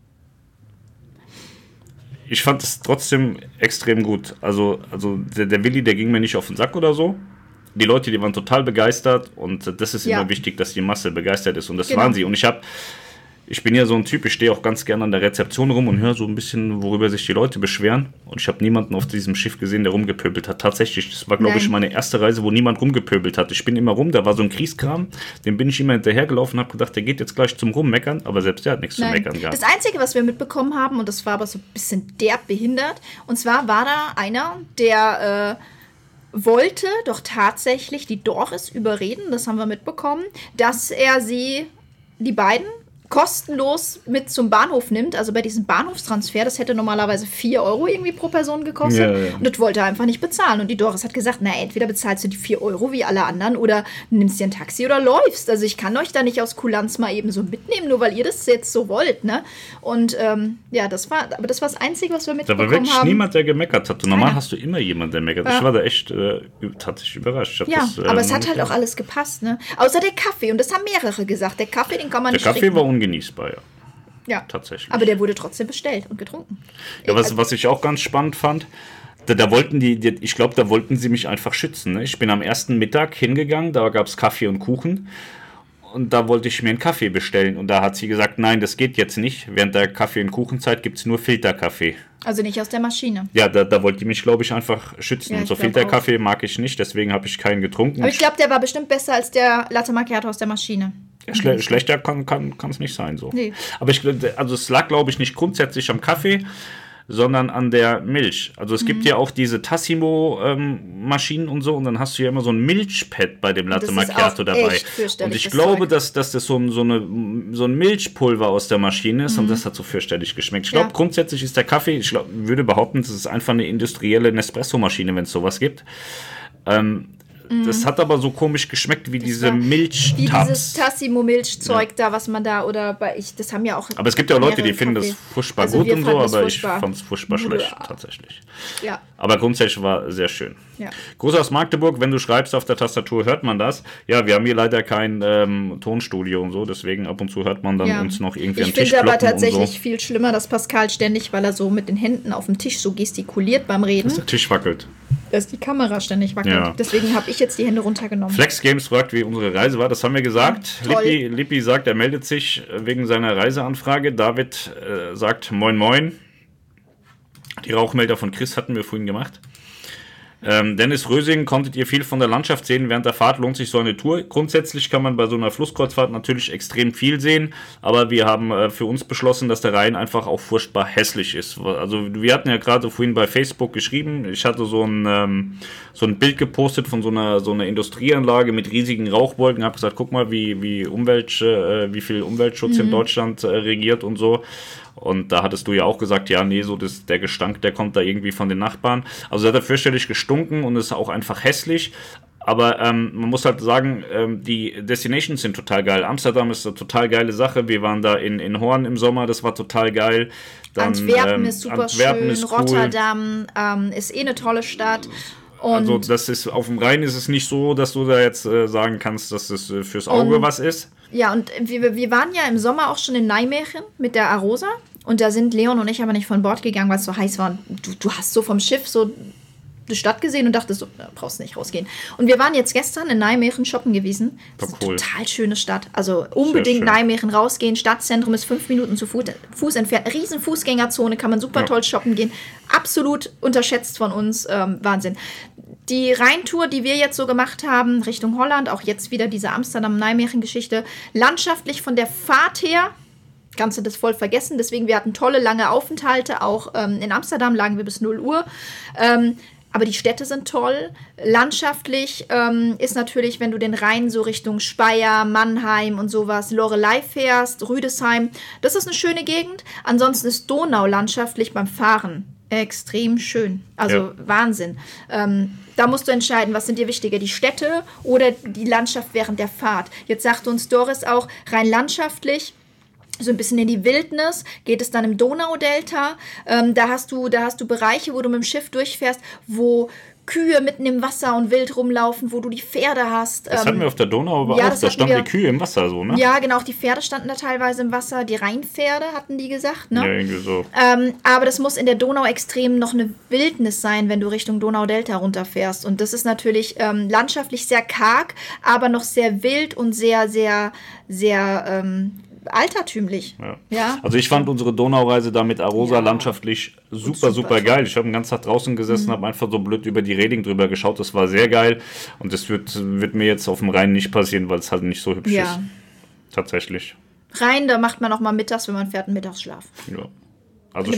ich fand es trotzdem extrem gut. Also der Willi, der ging mir nicht auf den Sack oder so. Die Leute, die waren total begeistert und das ist Ja. immer wichtig, dass die Masse begeistert ist und das Genau. waren sie. Und ich bin ja so ein Typ, ich stehe auch ganz gerne an der Rezeption rum und höre so ein bisschen, worüber sich die Leute beschweren. Und ich habe niemanden auf diesem Schiff gesehen, der rumgepöbelt hat. Tatsächlich, das war, glaube ich, Nein. meine erste Reise, wo niemand rumgepöbelt hat. Ich bin immer rum, da war so ein Kriegskram, dem bin ich immer hinterhergelaufen und habe gedacht, der geht jetzt gleich zum Rummeckern, aber selbst der hat nichts zu meckern gehabt. Das Einzige, was wir mitbekommen haben, und das war aber so ein bisschen derb behindert, und zwar war da einer, der wollte doch tatsächlich die Doris überreden, das haben wir mitbekommen, dass er die beiden, kostenlos mit zum Bahnhof nimmt, also bei diesem Bahnhofstransfer, das hätte normalerweise 4 Euro irgendwie pro Person gekostet. Ja, ja. Und das wollte er einfach nicht bezahlen. Und die Doris hat gesagt, na, entweder bezahlst du die 4 Euro wie alle anderen oder nimmst dir ein Taxi oder läufst. Also ich kann euch da nicht aus Kulanz mal eben so mitnehmen, nur weil ihr das jetzt so wollt, ne? Und ja, das war das Einzige, was wir Da mitbekommen war wirklich haben. niemand, der gemeckert hat. Normal Keiner. hast du immer jemanden, der meckert. Ja. Ich war da echt tatsächlich überrascht. Ich hab Ja, das, aber es noch hat nicht halt auch gedacht. alles gepasst, ne? Außer der Kaffee. Und das haben mehrere gesagt. Der Kaffee, den kann man Der nicht Kaffee trinken. war ungenießbar, ja. Ja, Tatsächlich. aber der wurde trotzdem bestellt und getrunken. Ja, was ich auch ganz spannend fand, da wollten ich glaube, da wollten sie mich einfach schützen. Ne? Ich bin am ersten Mittag hingegangen, da gab es Kaffee und Kuchen und da wollte ich mir einen Kaffee bestellen und da hat sie gesagt, nein, das geht jetzt nicht. Während der Kaffee- und Kuchenzeit gibt es nur Filterkaffee. Also nicht aus der Maschine. Ja, da wollte die mich, glaube ich, einfach schützen. Ja, und so ich glaub Filterkaffee mag ich nicht, deswegen habe ich keinen getrunken. Aber ich glaube, der war bestimmt besser als der Latte Macchiato aus der Maschine. Schlechter kann es nicht sein. So. Nee. Aber also es lag, glaube ich, nicht grundsätzlich am Kaffee. sondern an der Milch. Also es gibt ja auch diese Tassimo-Maschinen und so, und dann hast du ja immer so ein Milchpad bei dem Latte Macchiato dabei. Und ich glaube, dass das so ein Milchpulver aus der Maschine ist, und das hat so fürchterlich geschmeckt. Ich glaube, grundsätzlich ist der Kaffee, würde behaupten, das ist einfach eine industrielle Nespresso-Maschine, wenn es sowas gibt. Das hat aber so komisch geschmeckt wie diese Milchtabs. Wie dieses Tassimo-Milchzeug da, was man da, das haben ja auch... Aber es gibt ja auch Leute, die finden das furchtbar gut und so, aber ich fand es furchtbar schlecht, tatsächlich. Ja. Aber grundsätzlich war sehr schön. Ja. Gruß aus Magdeburg, wenn du schreibst auf der Tastatur, hört man das. Ja, wir haben hier leider kein Tonstudio und so, deswegen ab und zu hört man dann uns noch irgendwie am Tisch kloppen. Ich finde aber tatsächlich viel schlimmer, dass Pascal ständig, weil er so mit den Händen auf dem Tisch so gestikuliert beim Reden. Dass der Tisch wackelt. Dass die Kamera ständig wackelt. Ja. Deswegen habe ich jetzt die Hände runtergenommen. Flex Games fragt, wie unsere Reise war. Das haben wir gesagt. Ja, Lippi sagt, er meldet sich wegen seiner Reiseanfrage. David sagt, moin moin. Die Rauchmelder von Chris hatten wir vorhin gemacht. Dennis Rösing, konntet ihr viel von der Landschaft sehen während der Fahrt? Lohnt sich so eine Tour? Grundsätzlich kann man bei so einer Flusskreuzfahrt natürlich extrem viel sehen, aber wir haben für uns beschlossen, dass der Rhein einfach auch furchtbar hässlich ist. Also wir hatten ja gerade vorhin bei Facebook geschrieben, ich hatte so ein Bild gepostet von so einer Industrieanlage mit riesigen Rauchwolken, habe gesagt, guck mal, wie viel Umweltschutz in Deutschland regiert und so. Und da hattest du ja auch gesagt, ja, nee, so der Gestank, der kommt da irgendwie von den Nachbarn. Also hat er fürchterlich gestunken und ist auch einfach hässlich. Aber man muss halt sagen, die Destinations sind total geil. Amsterdam ist eine total geile Sache. Wir waren da in Horn im Sommer, das war total geil. Dann, Antwerpen ist super schön, ist cool. Rotterdam ist eine tolle Stadt. Und also das ist auf dem Rhein ist es nicht so, dass du da jetzt sagen kannst, dass es fürs Auge was ist. Ja, und wir waren ja im Sommer auch schon in Nijmegen mit der Arosa. Und da sind Leon und ich aber nicht von Bord gegangen, weil es so heiß war. Und du hast so vom Schiff so die Stadt gesehen und dachtest so, brauchst nicht rausgehen. Und wir waren jetzt gestern in Nijmegen shoppen gewesen. Das ist eine total schöne Stadt. Also unbedingt Nijmegen rausgehen. Stadtzentrum ist 5 Minuten zu Fuß entfernt. Riesen Fußgängerzone, kann man super toll shoppen gehen. Absolut unterschätzt von uns. Wahnsinn. Die Rheintour, die wir jetzt so gemacht haben, Richtung Holland, auch jetzt wieder diese Amsterdam-Nijmegen-Geschichte, landschaftlich von der Fahrt her, kannst du das voll vergessen. Deswegen, wir hatten tolle, lange Aufenthalte. Auch in Amsterdam lagen wir bis 0 Uhr. Aber die Städte sind toll. Landschaftlich ist natürlich, wenn du den Rhein so Richtung Speyer, Mannheim und sowas, Loreley fährst, Rüdesheim, das ist eine schöne Gegend. Ansonsten ist Donau landschaftlich beim Fahren extrem schön. Also Wahnsinn. Da musst du entscheiden, was sind dir wichtiger, die Städte oder die Landschaft während der Fahrt. Jetzt sagt uns Doris auch, rein landschaftlich, so ein bisschen in die Wildnis, geht es dann im Donaudelta. Da hast du Bereiche, wo du mit dem Schiff durchfährst, wo Kühe mitten im Wasser und wild rumlaufen, wo du die Pferde hast. Das hatten wir auf der Donau aber auch, da standen die Kühe im Wasser so, ne? Ja, genau, auch die Pferde standen da teilweise im Wasser, die Rheinpferde hatten die gesagt, ne? Ja, irgendwie so. Aber das muss in der Donau extrem noch eine Wildnis sein, wenn du Richtung Donaudelta runterfährst. Und das ist natürlich landschaftlich sehr karg, aber noch sehr wild und sehr, sehr, sehr altertümlich. Ja. Also ich fand unsere Donaureise da mit Arosa landschaftlich super geil. Ich habe den ganzen Tag draußen gesessen, habe einfach so blöd über die Reling drüber geschaut. Das war sehr geil. Und das wird mir jetzt auf dem Rhein nicht passieren, weil es halt nicht so hübsch ist. Tatsächlich. Rhein, da macht man auch mal mittags, wenn man fährt, einen Mittagsschlaf. Ja. Also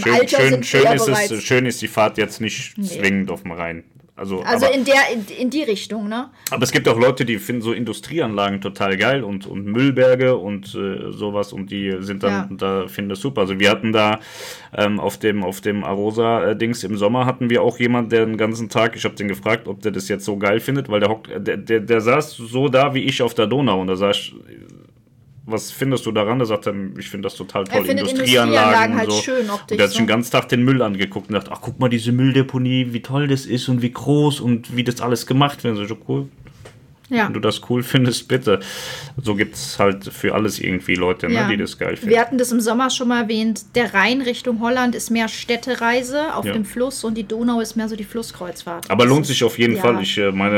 schön ist die Fahrt jetzt nicht zwingend auf dem Rhein. Also in die Richtung, ne? Aber es gibt auch Leute, die finden so Industrieanlagen total geil und Müllberge und sowas und die sind dann da finden das super. Also wir hatten da auf dem Arosa-Dings im Sommer hatten wir auch jemanden, der den ganzen Tag, ich habe den gefragt, ob der das jetzt so geil findet, weil der saß so da wie ich auf der Donau und da saß ich, was findest du daran? Da sagt er, ich finde das total toll. Industrieanlagen halt und so. Schön optisch. Und der hat sich den ganzen Tag den Müll angeguckt und dachte, ach, guck mal, diese Mülldeponie, wie toll das ist und wie groß und wie das alles gemacht wird. So cool. Ja. Wenn du das cool findest, bitte. So gibt es halt für alles irgendwie Leute, die das geil finden. Wir hatten das im Sommer schon mal erwähnt. Der Rhein Richtung Holland ist mehr Städtereise auf dem Fluss und die Donau ist mehr so die Flusskreuzfahrt. Aber lohnt sich auf jeden Fall.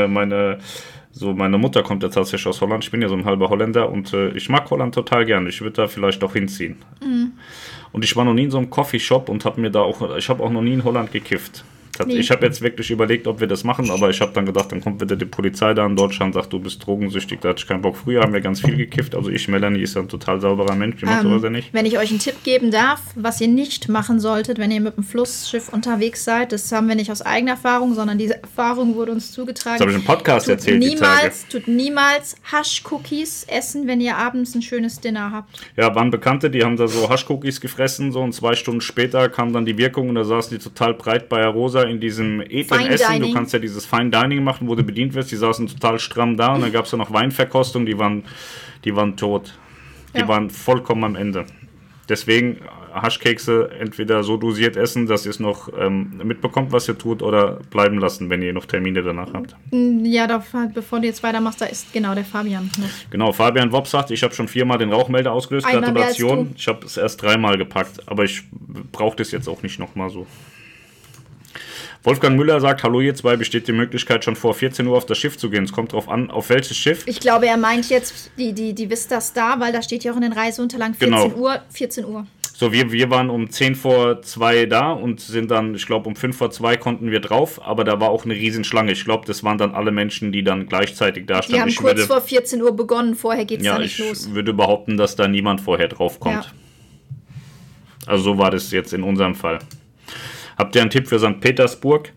Meine Mutter kommt ja tatsächlich aus Holland. Ich bin ja so ein halber Holländer und ich mag Holland total gerne. Ich würde da vielleicht auch hinziehen. Und ich war noch nie in so einem Coffeeshop und ich habe auch noch nie in Holland gekifft. Nee. Ich habe jetzt wirklich überlegt, ob wir das machen, aber ich habe dann gedacht, dann kommt wieder die Polizei da in Deutschland, sagt, du bist drogensüchtig, da hatte ich keinen Bock. Früher haben wir ganz viel gekifft, also Melanie ist ja ein total sauberer Mensch, die macht sowas ja nicht. Wenn ich euch einen Tipp geben darf, was ihr nicht machen solltet, wenn ihr mit dem Flussschiff unterwegs seid, das haben wir nicht aus eigener Erfahrung, sondern diese Erfahrung wurde uns zugetragen. Das habe ich im Podcast erzählt, Tut niemals Hasch-Cookies essen, wenn ihr abends ein schönes Dinner habt. Ja, waren Bekannte, die haben da so Hasch-Cookies gefressen, so, und 2 Stunden später kam dann die Wirkung und da saßen die total breit bei Rosa in diesem edlen Essen. Du kannst ja dieses Fine Dining machen, wo du bedient wirst. Die saßen total stramm da und dann gab es ja noch Weinverkostung, die waren tot. Die waren vollkommen am Ende. Deswegen Haschkekse entweder so dosiert essen, dass ihr es noch mitbekommt, was ihr tut, oder bleiben lassen, wenn ihr noch Termine danach habt. Ja, bevor du jetzt weitermachst, da ist genau der Fabian noch. Genau, Fabian Wopp sagt, ich habe schon 4-mal den Rauchmelder ausgelöst. Gratulation. Ich habe es erst 3-mal gepackt, aber ich brauche das jetzt auch nicht nochmal so. Wolfgang Müller sagt, hallo ihr zwei, besteht die Möglichkeit, schon vor 14 Uhr auf das Schiff zu gehen? Es kommt drauf an, auf welches Schiff. Ich glaube, er meint jetzt die Vista Star, weil da steht ja auch in den Reiseunterlagen 14 Uhr. So, wir waren um 10 vor 2 da und sind dann, ich glaube, um 5 vor 2 konnten wir drauf, aber da war auch eine Riesenschlange. Ich glaube, das waren dann alle Menschen, die dann gleichzeitig da standen. Die haben kurz vor 14 Uhr begonnen, vorher geht es da nicht los. Ich würde behaupten, dass da niemand vorher drauf kommt. Ja. Also so war das jetzt in unserem Fall. Habt ihr einen Tipp für St. Petersburg?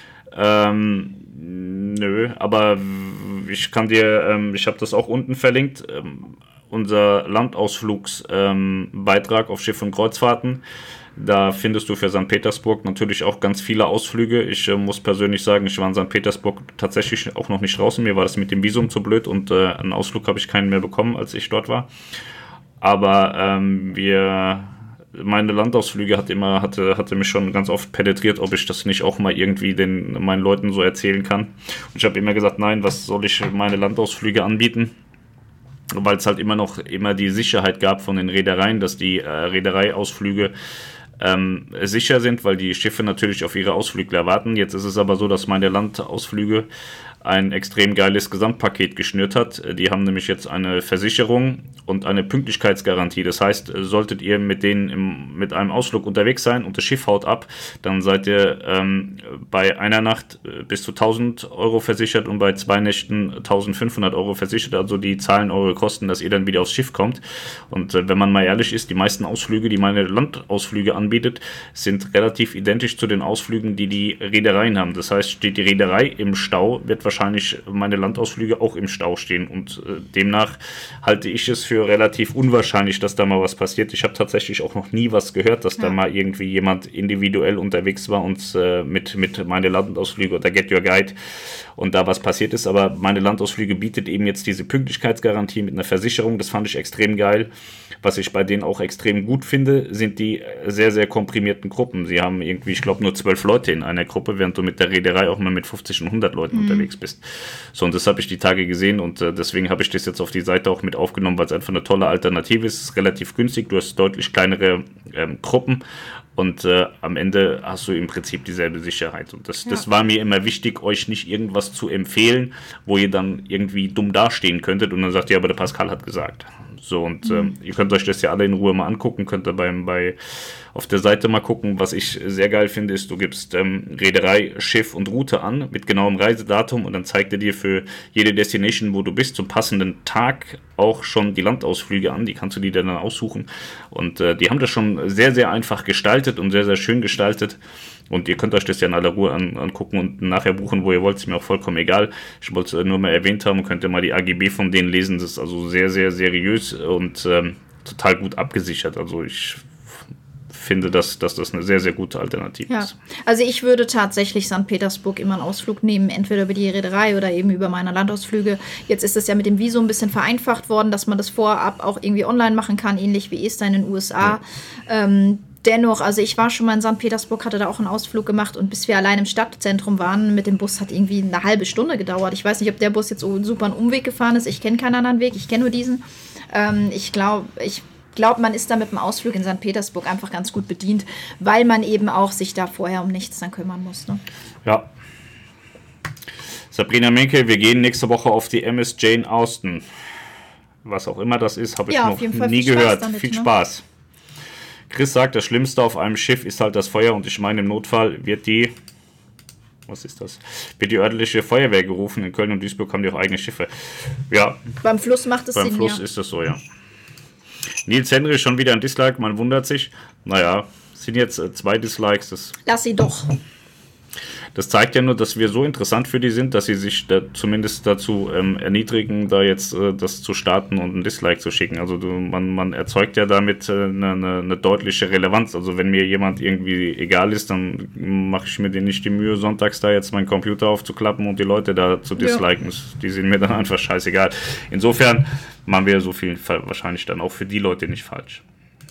Nö, aber ich kann dir, ich habe das auch unten verlinkt, unser Landausflugsbeitrag auf Schiff- und Kreuzfahrten. Da findest du für St. Petersburg natürlich auch ganz viele Ausflüge. Ich muss persönlich sagen, ich war in St. Petersburg tatsächlich auch noch nicht draußen. Mir war das mit dem Visum zu blöd und einen Ausflug habe ich keinen mehr bekommen, als ich dort war. Aber meine Landausflüge hatte mich schon ganz oft penetriert, ob ich das nicht auch mal irgendwie meinen Leuten so erzählen kann. Und ich habe immer gesagt, nein, was soll ich meine Landausflüge anbieten? Weil es halt immer die Sicherheit gab von den Reedereien, dass die Reedereiausflüge sicher sind, weil die Schiffe natürlich auf ihre Ausflügler warten. Jetzt ist es aber so, dass meine Landausflüge ein extrem geiles Gesamtpaket geschnürt hat. Die haben nämlich jetzt eine Versicherung und eine Pünktlichkeitsgarantie. Das heißt, solltet ihr mit mit einem Ausflug unterwegs sein und das Schiff haut ab, dann seid ihr bei einer Nacht bis zu 1.000 Euro versichert und bei 2 Nächten 1.500 Euro versichert. Also die zahlen eure Kosten, dass ihr dann wieder aufs Schiff kommt. Und wenn man mal ehrlich ist, die meisten Ausflüge, die meine Landausflüge anbietet, sind relativ identisch zu den Ausflügen, die Reedereien haben. Das heißt, steht die Reederei im Stau, wird wahrscheinlich meine Landausflüge auch im Stau stehen und demnach halte ich es für relativ unwahrscheinlich, dass da mal was passiert. Ich habe tatsächlich auch noch nie was gehört, dass da mal irgendwie jemand individuell unterwegs war und mit meine Landausflüge oder Get Your Guide und da was passiert ist, aber meine Landausflüge bietet eben jetzt diese Pünktlichkeitsgarantie mit einer Versicherung, das fand ich extrem geil. Was ich bei denen auch extrem gut finde, sind die sehr, sehr komprimierten Gruppen. Sie haben irgendwie, ich glaube, nur 12 Leute in einer Gruppe, während du mit der Reederei auch mal mit 50 und 100 Leuten unterwegs bist. So, und das habe ich die Tage gesehen und deswegen habe ich das jetzt auf die Seite auch mit aufgenommen, weil es einfach eine tolle Alternative ist. Es ist relativ günstig, du hast deutlich kleinere Gruppen und am Ende hast du im Prinzip dieselbe Sicherheit. Und das war mir immer wichtig, euch nicht irgendwas zu empfehlen, wo ihr dann irgendwie dumm dastehen könntet und dann sagt ihr, aber der Pascal hat gesagt. So, und ihr könnt euch das ja alle in Ruhe mal angucken, könnt ihr auf der Seite mal gucken. Was ich sehr geil finde, ist, du gibst Reederei, Schiff und Route an mit genauem Reisedatum und dann zeigt er dir für jede Destination, wo du bist, zum passenden Tag auch schon die Landausflüge an. Die kannst du dir dann aussuchen. Und die haben das schon sehr, sehr einfach gestaltet und sehr, sehr schön gestaltet. Und ihr könnt euch das ja in aller Ruhe angucken und nachher buchen, wo ihr wollt. Ist mir auch vollkommen egal. Ich wollte es nur mal erwähnt haben. Könnt ihr mal die AGB von denen lesen. Das ist also sehr, sehr seriös und total gut abgesichert. Also ich finde, dass das eine sehr, sehr gute Alternative ist. Also ich würde tatsächlich St. Petersburg immer einen Ausflug nehmen, entweder über die Reederei oder eben über meine Landausflüge. Jetzt ist es ja mit dem Visum ein bisschen vereinfacht worden, dass man das vorab auch irgendwie online machen kann, ähnlich wie Esther in den USA. Ja. Dennoch, also ich war schon mal in St. Petersburg, hatte da auch einen Ausflug gemacht und bis wir allein im Stadtzentrum waren, mit dem Bus hat irgendwie eine halbe Stunde gedauert. Ich weiß nicht, ob der Bus jetzt so super einen Umweg gefahren ist. Ich kenne keinen anderen Weg, ich kenne nur diesen. Ich glaube, man ist da mit dem Ausflug in St. Petersburg einfach ganz gut bedient, weil man eben auch sich da vorher um nichts dann kümmern muss. Ne? Ja. Sabrina Menke, wir gehen nächste Woche auf die MS Jane Austen. Was auch immer das ist, habe ich noch nie gehört. Damit, viel Spaß. Chris sagt, das Schlimmste auf einem Schiff ist halt das Feuer und ich meine, im Notfall wird die Was ist das? Wird die örtliche Feuerwehr gerufen. In Köln und Duisburg haben die auch eigene Schiffe. Ja. Beim Fluss macht es Sinn, Beim Fluss ist das so, ja. Nils Henry schon wieder ein Dislike, man wundert sich. Naja, sind jetzt 2 Dislikes. Lass sie doch. Das zeigt ja nur, dass wir so interessant für die sind, dass sie sich da zumindest dazu erniedrigen, da jetzt das zu starten und ein Dislike zu schicken. Also man erzeugt ja damit eine deutliche Relevanz. Also wenn mir jemand irgendwie egal ist, dann mache ich mir nicht die Mühe, sonntags da jetzt meinen Computer aufzuklappen und die Leute da zu disliken. Ja. Die sind mir dann einfach scheißegal. Insofern machen wir so viel wahrscheinlich dann auch für die Leute nicht falsch.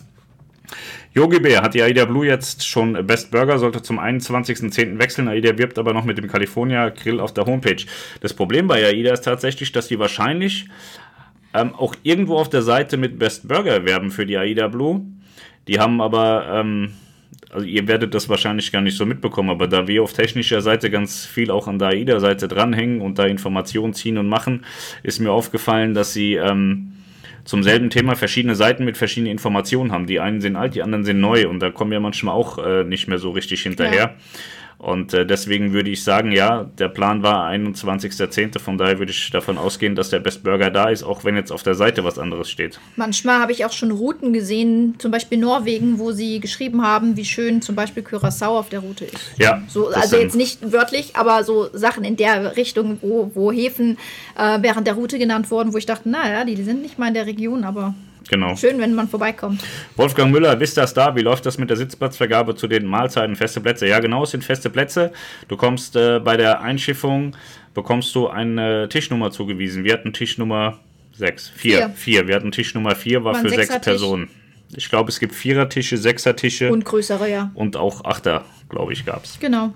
Yogi Bär hat die AIDA Blue jetzt schon Best Burger, sollte zum 21.10. wechseln. AIDA wirbt aber noch mit dem California Grill auf der Homepage. Das Problem bei AIDA ist tatsächlich, dass die wahrscheinlich auch irgendwo auf der Seite mit Best Burger werben für die AIDA Blue. Die haben aber, also ihr werdet das wahrscheinlich gar nicht so mitbekommen, aber da wir auf technischer Seite ganz viel auch an der AIDA-Seite dranhängen und da Informationen ziehen und machen, ist mir aufgefallen, dass sie zum selben Thema verschiedene Seiten mit verschiedenen Informationen haben. Die einen sind alt, die anderen sind neu und da kommen wir manchmal auch nicht mehr so richtig hinterher. Ja. Und deswegen würde ich sagen, ja, der Plan war 21.10., von daher würde ich davon ausgehen, dass der Best Burger da ist, auch wenn jetzt auf der Seite was anderes steht. Manchmal habe ich auch schon Routen gesehen, zum Beispiel Norwegen, wo sie geschrieben haben, wie schön zum Beispiel Curaçao auf der Route ist. Ja. So, also jetzt nicht wörtlich, aber so Sachen in der Richtung, wo Häfen während der Route genannt wurden, wo ich dachte, naja, die sind nicht mal in der Region, aber... Genau. Schön, wenn man vorbeikommt. Wolfgang Müller, Vista Star, wie läuft das mit der Sitzplatzvergabe zu den Mahlzeiten, feste Plätze? Ja, genau, es sind feste Plätze. Du kommst bei der Einschiffung, bekommst du eine Tischnummer zugewiesen. Wir hatten Tischnummer 4. Wir hatten Tischnummer 4, war für 6 Personen. Ich glaube, es gibt 4er-Tische, 6er-Tische. Und größere, ja. Und auch 8er, glaube ich, gab es. Genau.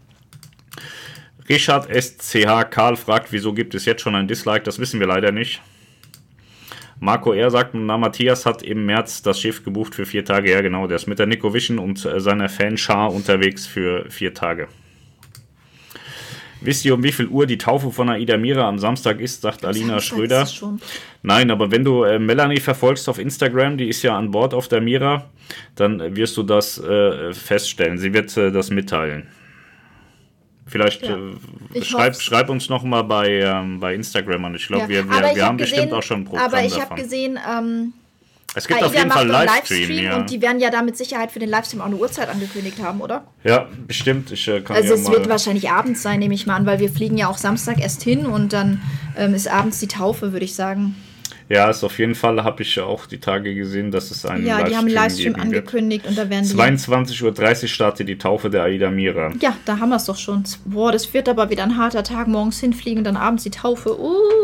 Richard SCH Karl fragt, wieso gibt es jetzt schon ein Dislike? Das wissen wir leider nicht. Marco R. sagt, na, Matthias hat im März das Schiff gebucht für 4 Tage. Ja, genau, der ist mit der Nico Vision und seiner Fanschar unterwegs für 4 Tage. Wisst ihr, um wie viel Uhr die Taufe von Aida Mira am Samstag ist, sagt Alina Schröder. Ist schon. Nein, aber wenn du Melanie verfolgst auf Instagram, die ist ja an Bord auf der Mira, dann wirst du das feststellen. Sie wird das mitteilen. Vielleicht schreib uns noch mal bei Instagram an. Ich glaube, wir haben bestimmt auch schon ein Programm davon. Aber ich habe gesehen, es gibt auf jeden Fall einen Livestream. Ja. Und die werden ja da mit Sicherheit für den Livestream auch eine Uhrzeit angekündigt haben, oder? Ja, bestimmt. Also es wird wahrscheinlich abends sein, nehme ich mal an, weil wir fliegen ja auch Samstag erst hin und dann ist abends die Taufe, würde ich sagen. Ja, ist auf jeden Fall, habe ich auch die Tage gesehen, dass es einen Livestream die haben einen Livestream angekündigt und da werden 22.30 Uhr startet die Taufe der Aida Mira. Ja, da haben wir es doch schon. Boah, das wird aber wieder ein harter Tag, morgens hinfliegen und dann abends die Taufe.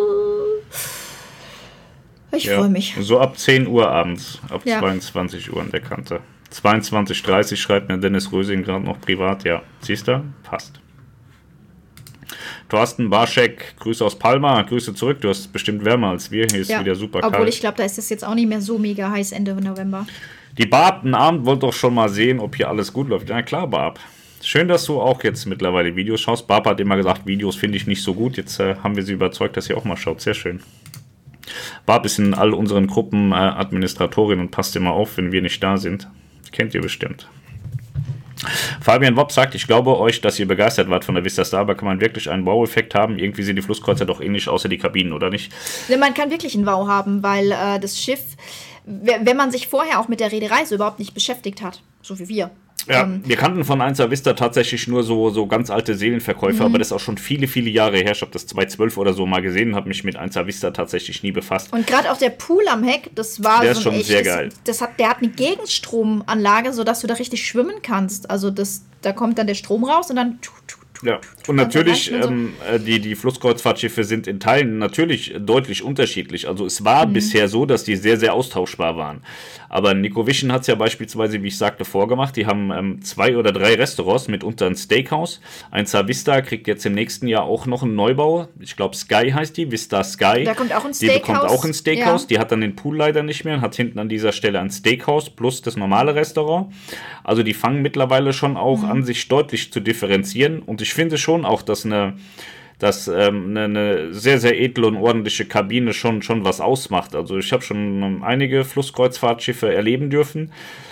Ich freue mich. So ab 10 Uhr abends, ab 22 Uhr an der Kante. 22.30 Uhr schreibt mir Dennis Rösing gerade noch privat. Ja, siehst du? Passt. Thorsten Barschek, Grüße aus Palma, Grüße zurück. Du hast bestimmt wärmer als wir. Hier ist wieder super kalt. Obwohl ich glaube, da ist es jetzt auch nicht mehr so mega heiß Ende November. Die Barb, einen Abend, wollte doch schon mal sehen, ob hier alles gut läuft. Ja klar, Barb. Schön, dass du auch jetzt mittlerweile Videos schaust. Barb hat immer gesagt, Videos finde ich nicht so gut. Jetzt haben wir sie überzeugt, dass sie auch mal schaut. Sehr schön. Barb ist in all unseren Gruppen Administratorin und passt immer auf, wenn wir nicht da sind. Kennt ihr bestimmt. Fabian Wopp sagt, ich glaube euch, dass ihr begeistert wart von der Vista Star, aber kann man wirklich einen Wow-Effekt haben? Irgendwie sehen die Flusskreuzer doch ähnlich außer die Kabinen, oder nicht? Ja, man kann wirklich einen Wow haben, weil das Schiff, wenn man sich vorher auch mit der Reederei so überhaupt nicht beschäftigt hat, so wie wir. Ja, wir kannten von 1 Vista tatsächlich nur so ganz alte Seelenverkäufer, aber das ist auch schon viele, viele Jahre her. Ich habe das 2012 oder so mal gesehen, habe mich mit 1 Vista tatsächlich nie befasst. Und gerade auch der Pool am Heck, das war der ist schon sehr geil. Der hat eine Gegenstromanlage, sodass du da richtig schwimmen kannst. Also da kommt dann der Strom raus und dann... Ja, und natürlich, die Flusskreuzfahrtschiffe sind in Teilen natürlich deutlich unterschiedlich. Also es war bisher so, dass die sehr, sehr austauschbar waren. Aber Nico Vision hat es ja beispielsweise, wie ich sagte, vorgemacht. Die haben 2 oder 3 Restaurants, mitunter ein Steakhouse. 1 Vista kriegt jetzt im nächsten Jahr auch noch einen Neubau. Ich glaube Sky heißt die, Vista Sky. Da kommt auch ein Steakhouse. Die bekommt auch ein Steakhouse. Ja. Die hat dann den Pool leider nicht mehr und hat hinten an dieser Stelle ein Steakhouse plus das normale Restaurant. Also die fangen mittlerweile schon auch an, sich deutlich zu differenzieren. Und ich finde schon auch, dass eine sehr, sehr edle und ordentliche Kabine schon was ausmacht. Also ich habe schon einige Flusskreuzfahrtschiffe erleben dürfen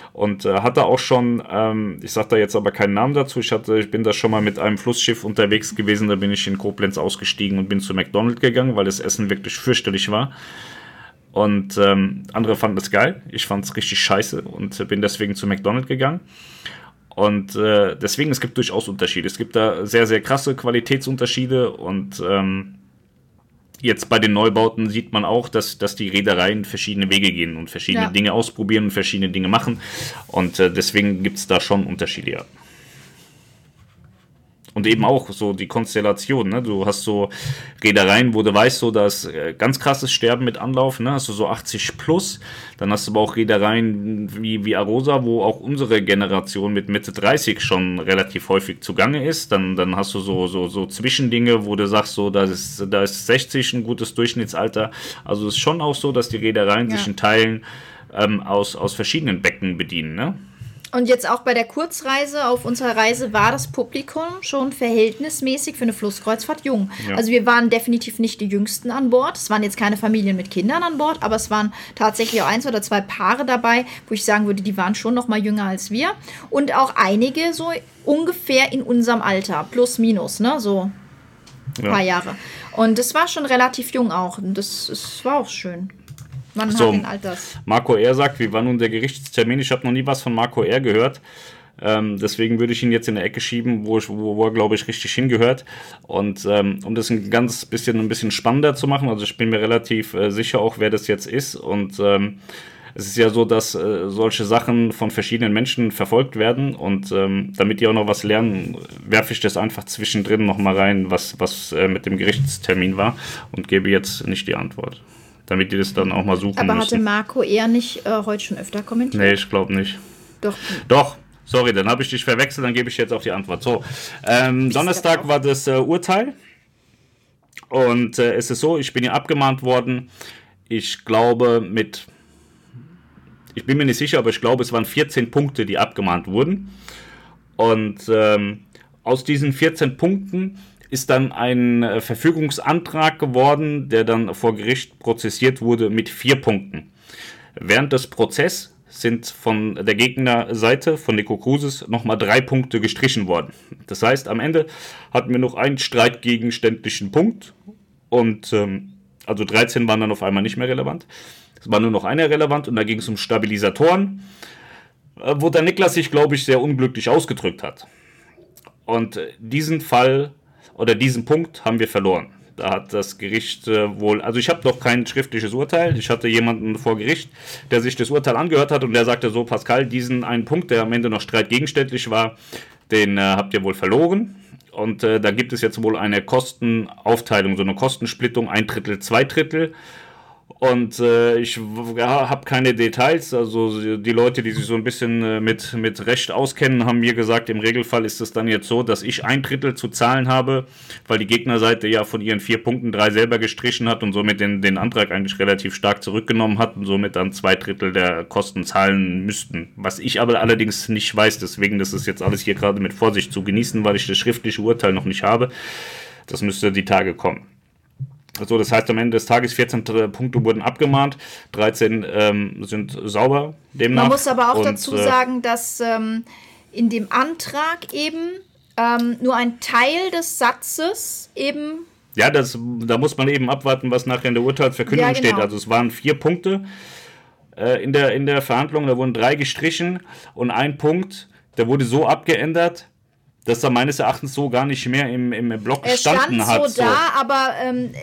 und hatte auch schon, ich sage da jetzt aber keinen Namen dazu, ich bin da schon mal mit einem Flussschiff unterwegs gewesen, da bin ich in Koblenz ausgestiegen und bin zu McDonald's gegangen, weil das Essen wirklich fürchterlich war. Und andere fanden es geil, ich fand es richtig scheiße und bin deswegen zu McDonald's gegangen. Und deswegen, es gibt durchaus Unterschiede. Es gibt da sehr, sehr krasse Qualitätsunterschiede und jetzt bei den Neubauten sieht man auch, dass die Reedereien verschiedene Wege gehen und verschiedene Dinge ausprobieren und verschiedene Dinge machen. Und deswegen gibt es da schon Unterschiede, ja. Und eben auch so die Konstellation, ne? Du hast so Reedereien, wo du weißt, so, da ist ganz krasses Sterben mit Anlauf, ne? Hast du so 80 plus. Dann hast du aber auch Reedereien wie Arosa, wo auch unsere Generation mit Mitte 30 schon relativ häufig zugange ist. Dann hast du so Zwischendinge, wo du sagst, so, da ist 60 ein gutes Durchschnittsalter. Also es ist schon auch so, dass die Reedereien sich in Teilen aus verschiedenen Becken bedienen, ne? Und jetzt auch bei der Kurzreise auf unserer Reise war das Publikum schon verhältnismäßig für eine Flusskreuzfahrt jung. Ja. Also wir waren definitiv nicht die Jüngsten an Bord. Es waren jetzt keine Familien mit Kindern an Bord, aber es waren tatsächlich auch 1 oder 2 Paare dabei, wo ich sagen würde, die waren schon noch mal jünger als wir. Und auch einige so ungefähr in unserem Alter, plus minus, ne, so ein paar Jahre. Und das war schon relativ jung auch. Und das war auch schön. Man hat den Alters. Marco R. sagt, wie war nun der Gerichtstermin? Ich habe noch nie was von Marco R. gehört. Deswegen würde ich ihn jetzt in der Ecke schieben, wo er, glaube ich, richtig hingehört. Und um das ein bisschen spannender zu machen, also ich bin mir relativ sicher auch, wer das jetzt ist. Und es ist ja so, dass solche Sachen von verschiedenen Menschen verfolgt werden. Und damit die auch noch was lernen, werfe ich das einfach zwischendrin nochmal rein, was mit dem Gerichtstermin war. Und gebe jetzt nicht die Antwort. Damit die das dann auch mal suchen müssen. Aber hatte Marco eher nicht heute schon öfter kommentiert? Nee, ich glaube nicht. Doch, sorry, dann habe ich dich verwechselt, dann gebe ich jetzt auch die Antwort. So, Donnerstag war das Urteil und es ist so, ich bin ja abgemahnt worden, ich glaube ich bin mir nicht sicher, aber ich glaube, es waren 14 Punkte, die abgemahnt wurden und aus diesen 14 Punkten ist dann ein Verfügungsantrag geworden, der dann vor Gericht prozessiert wurde mit 4 Punkten. Während des Prozesses sind von der Gegnerseite, von Nico Cruises, nochmal 3 Punkte gestrichen worden. Das heißt, am Ende hatten wir noch einen streitgegenständlichen Punkt und also 13 waren dann auf einmal nicht mehr relevant. Es war nur noch einer relevant und da ging es um Stabilisatoren, wo der Niklas sich, glaube ich, sehr unglücklich ausgedrückt hat. Und diesen Punkt haben wir verloren. Da hat das Gericht also ich habe noch kein schriftliches Urteil. Ich hatte jemanden vor Gericht, der sich das Urteil angehört hat und der sagte so, Pascal, diesen einen Punkt, der am Ende noch streitgegenständlich war, den habt ihr wohl verloren. Und da gibt es jetzt wohl eine Kostenaufteilung, so eine Kostensplittung, 1/3, 2/3. Und ich habe keine Details, also die Leute, die sich so ein bisschen mit Recht auskennen, haben mir gesagt, im Regelfall ist es dann jetzt so, dass ich 1/3 zu zahlen habe, weil die Gegnerseite ja von ihren 4 Punkten 3 selber gestrichen hat und somit den Antrag eigentlich relativ stark zurückgenommen hat und somit dann 2/3 der Kosten zahlen müssten. Was ich aber allerdings nicht weiß, deswegen das ist jetzt alles hier gerade mit Vorsicht zu genießen, weil ich das schriftliche Urteil noch nicht habe. Das müsste die Tage kommen. Also das heißt, am Ende des Tages 14 Punkte wurden abgemahnt, 13 sind sauber demnach. Man muss aber auch dazu sagen, dass in dem Antrag eben nur ein Teil des Satzes eben... Ja, da muss man eben abwarten, was nachher in der Urteilsverkündung steht. Also es waren 4 Punkte in der Verhandlung, da wurden 3 gestrichen und ein Punkt, der wurde so abgeändert, dass er meines Erachtens so gar nicht mehr im Block gestanden hat. Es stand so da, aber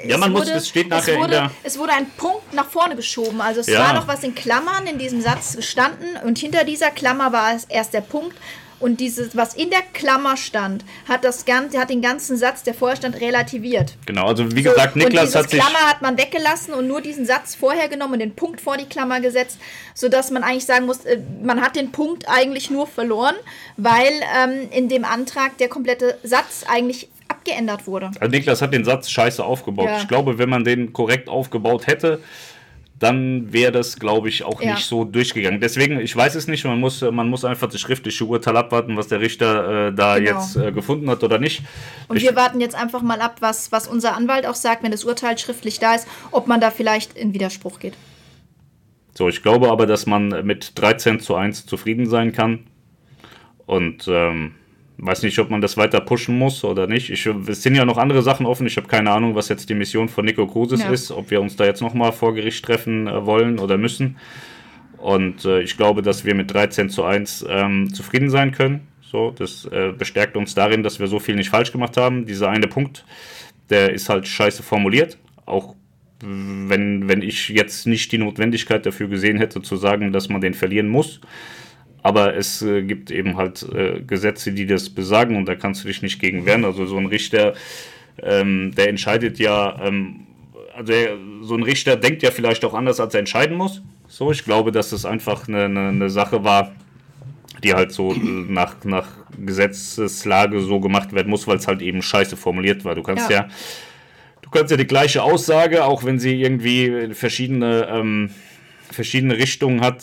es wurde ein Punkt nach vorne geschoben. Also es war noch was in Klammern in diesem Satz gestanden und hinter dieser Klammer war es erst der Punkt. Und dieses, was in der Klammer stand, hat den ganzen Satz, der vorher stand, relativiert. Genau, also wie gesagt, Niklas hat sich... Und diese Klammer hat man weggelassen und nur diesen Satz vorher genommen und den Punkt vor die Klammer gesetzt, sodass man eigentlich sagen muss, man hat den Punkt eigentlich nur verloren, weil in dem Antrag der komplette Satz eigentlich abgeändert wurde. Also Niklas hat den Satz scheiße aufgebaut. Ja. Ich glaube, wenn man den korrekt aufgebaut hätte, dann wäre das, glaube ich, auch nicht so durchgegangen. Deswegen, ich weiß es nicht, man muss einfach das schriftliche Urteil abwarten, was der Richter jetzt gefunden hat oder nicht. Und wir warten jetzt einfach mal ab, was unser Anwalt auch sagt, wenn das Urteil schriftlich da ist, ob man da vielleicht in Widerspruch geht. So, ich glaube aber, dass man mit 13:1 zufrieden sein kann. Und weiß nicht, ob man das weiter pushen muss oder nicht. Es sind ja noch andere Sachen offen. Ich habe keine Ahnung, was jetzt die Mission von Nico Kruse ist. Ob wir uns da jetzt nochmal vor Gericht treffen wollen oder müssen. Und ich glaube, dass wir mit 13:1 zufrieden sein können. So, das bestärkt uns darin, dass wir so viel nicht falsch gemacht haben. Dieser eine Punkt, der ist halt scheiße formuliert. Auch wenn ich jetzt nicht die Notwendigkeit dafür gesehen hätte, zu sagen, dass man den verlieren muss. Aber es gibt eben halt Gesetze, die das besagen und da kannst du dich nicht gegen wehren. Also so ein Richter, der entscheidet ja, so ein Richter denkt ja vielleicht auch anders, als er entscheiden muss. So, ich glaube, dass das einfach eine Sache war, die halt so nach Gesetzeslage so gemacht werden muss, weil es halt eben scheiße formuliert war. Du kannst ja die gleiche Aussage, auch wenn sie irgendwie verschiedene Richtungen hat,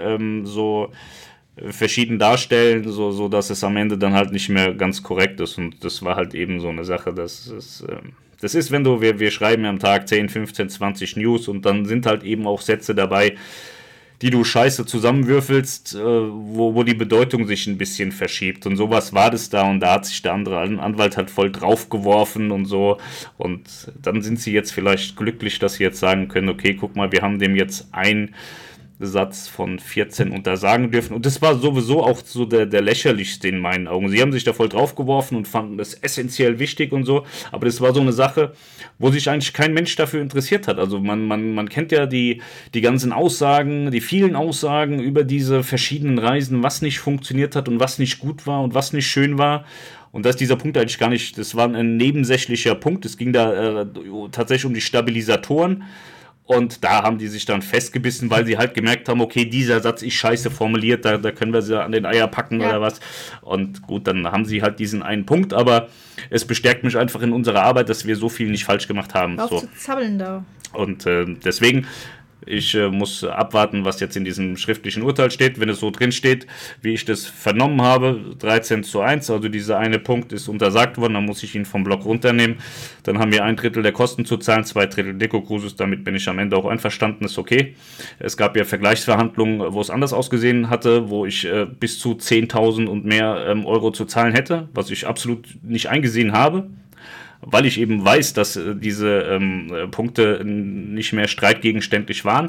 so verschieden darstellen, so dass es am Ende dann halt nicht mehr ganz korrekt ist. Und das war halt eben so eine Sache, das ist, wenn wir schreiben ja am Tag 10, 15, 20 News und dann sind halt eben auch Sätze dabei, die du scheiße zusammenwürfelst, wo die Bedeutung sich ein bisschen verschiebt. Und sowas war das da und da hat sich der andere Anwalt halt voll draufgeworfen und so. Und dann sind sie jetzt vielleicht glücklich, dass sie jetzt sagen können, okay, guck mal, wir haben dem jetzt ein Satz von 14 untersagen dürfen. Und das war sowieso auch so der lächerlichste in meinen Augen. Sie haben sich da voll draufgeworfen und fanden das essentiell wichtig und so. Aber das war so eine Sache, wo sich eigentlich kein Mensch dafür interessiert hat. Also man kennt ja die ganzen Aussagen, die vielen Aussagen über diese verschiedenen Reisen, was nicht funktioniert hat und was nicht gut war und was nicht schön war. Und da ist dieser Punkt eigentlich gar nicht, das war ein nebensächlicher Punkt. Es ging da tatsächlich um die Stabilisatoren. Und da haben die sich dann festgebissen, weil sie halt gemerkt haben, okay, dieser Satz ist scheiße formuliert, da können wir sie an den Eier packen oder was. Und gut, dann haben sie halt diesen einen Punkt, aber es bestärkt mich einfach in unserer Arbeit, dass wir so viel nicht falsch gemacht haben. Auf zu zappeln da. Und deswegen, ich muss abwarten, was jetzt in diesem schriftlichen Urteil steht. Wenn es so drin steht, wie ich das vernommen habe, 13:1, also dieser eine Punkt ist untersagt worden, dann muss ich ihn vom Block runternehmen. Dann haben wir 1/3 der Kosten zu zahlen, 2/3 Nico Kruse, damit bin ich am Ende auch einverstanden, ist okay. Es gab ja Vergleichsverhandlungen, wo es anders ausgesehen hatte, wo ich bis zu 10.000 und mehr Euro zu zahlen hätte, was ich absolut nicht eingesehen habe. Weil ich eben weiß, dass diese Punkte nicht mehr streitgegenständlich waren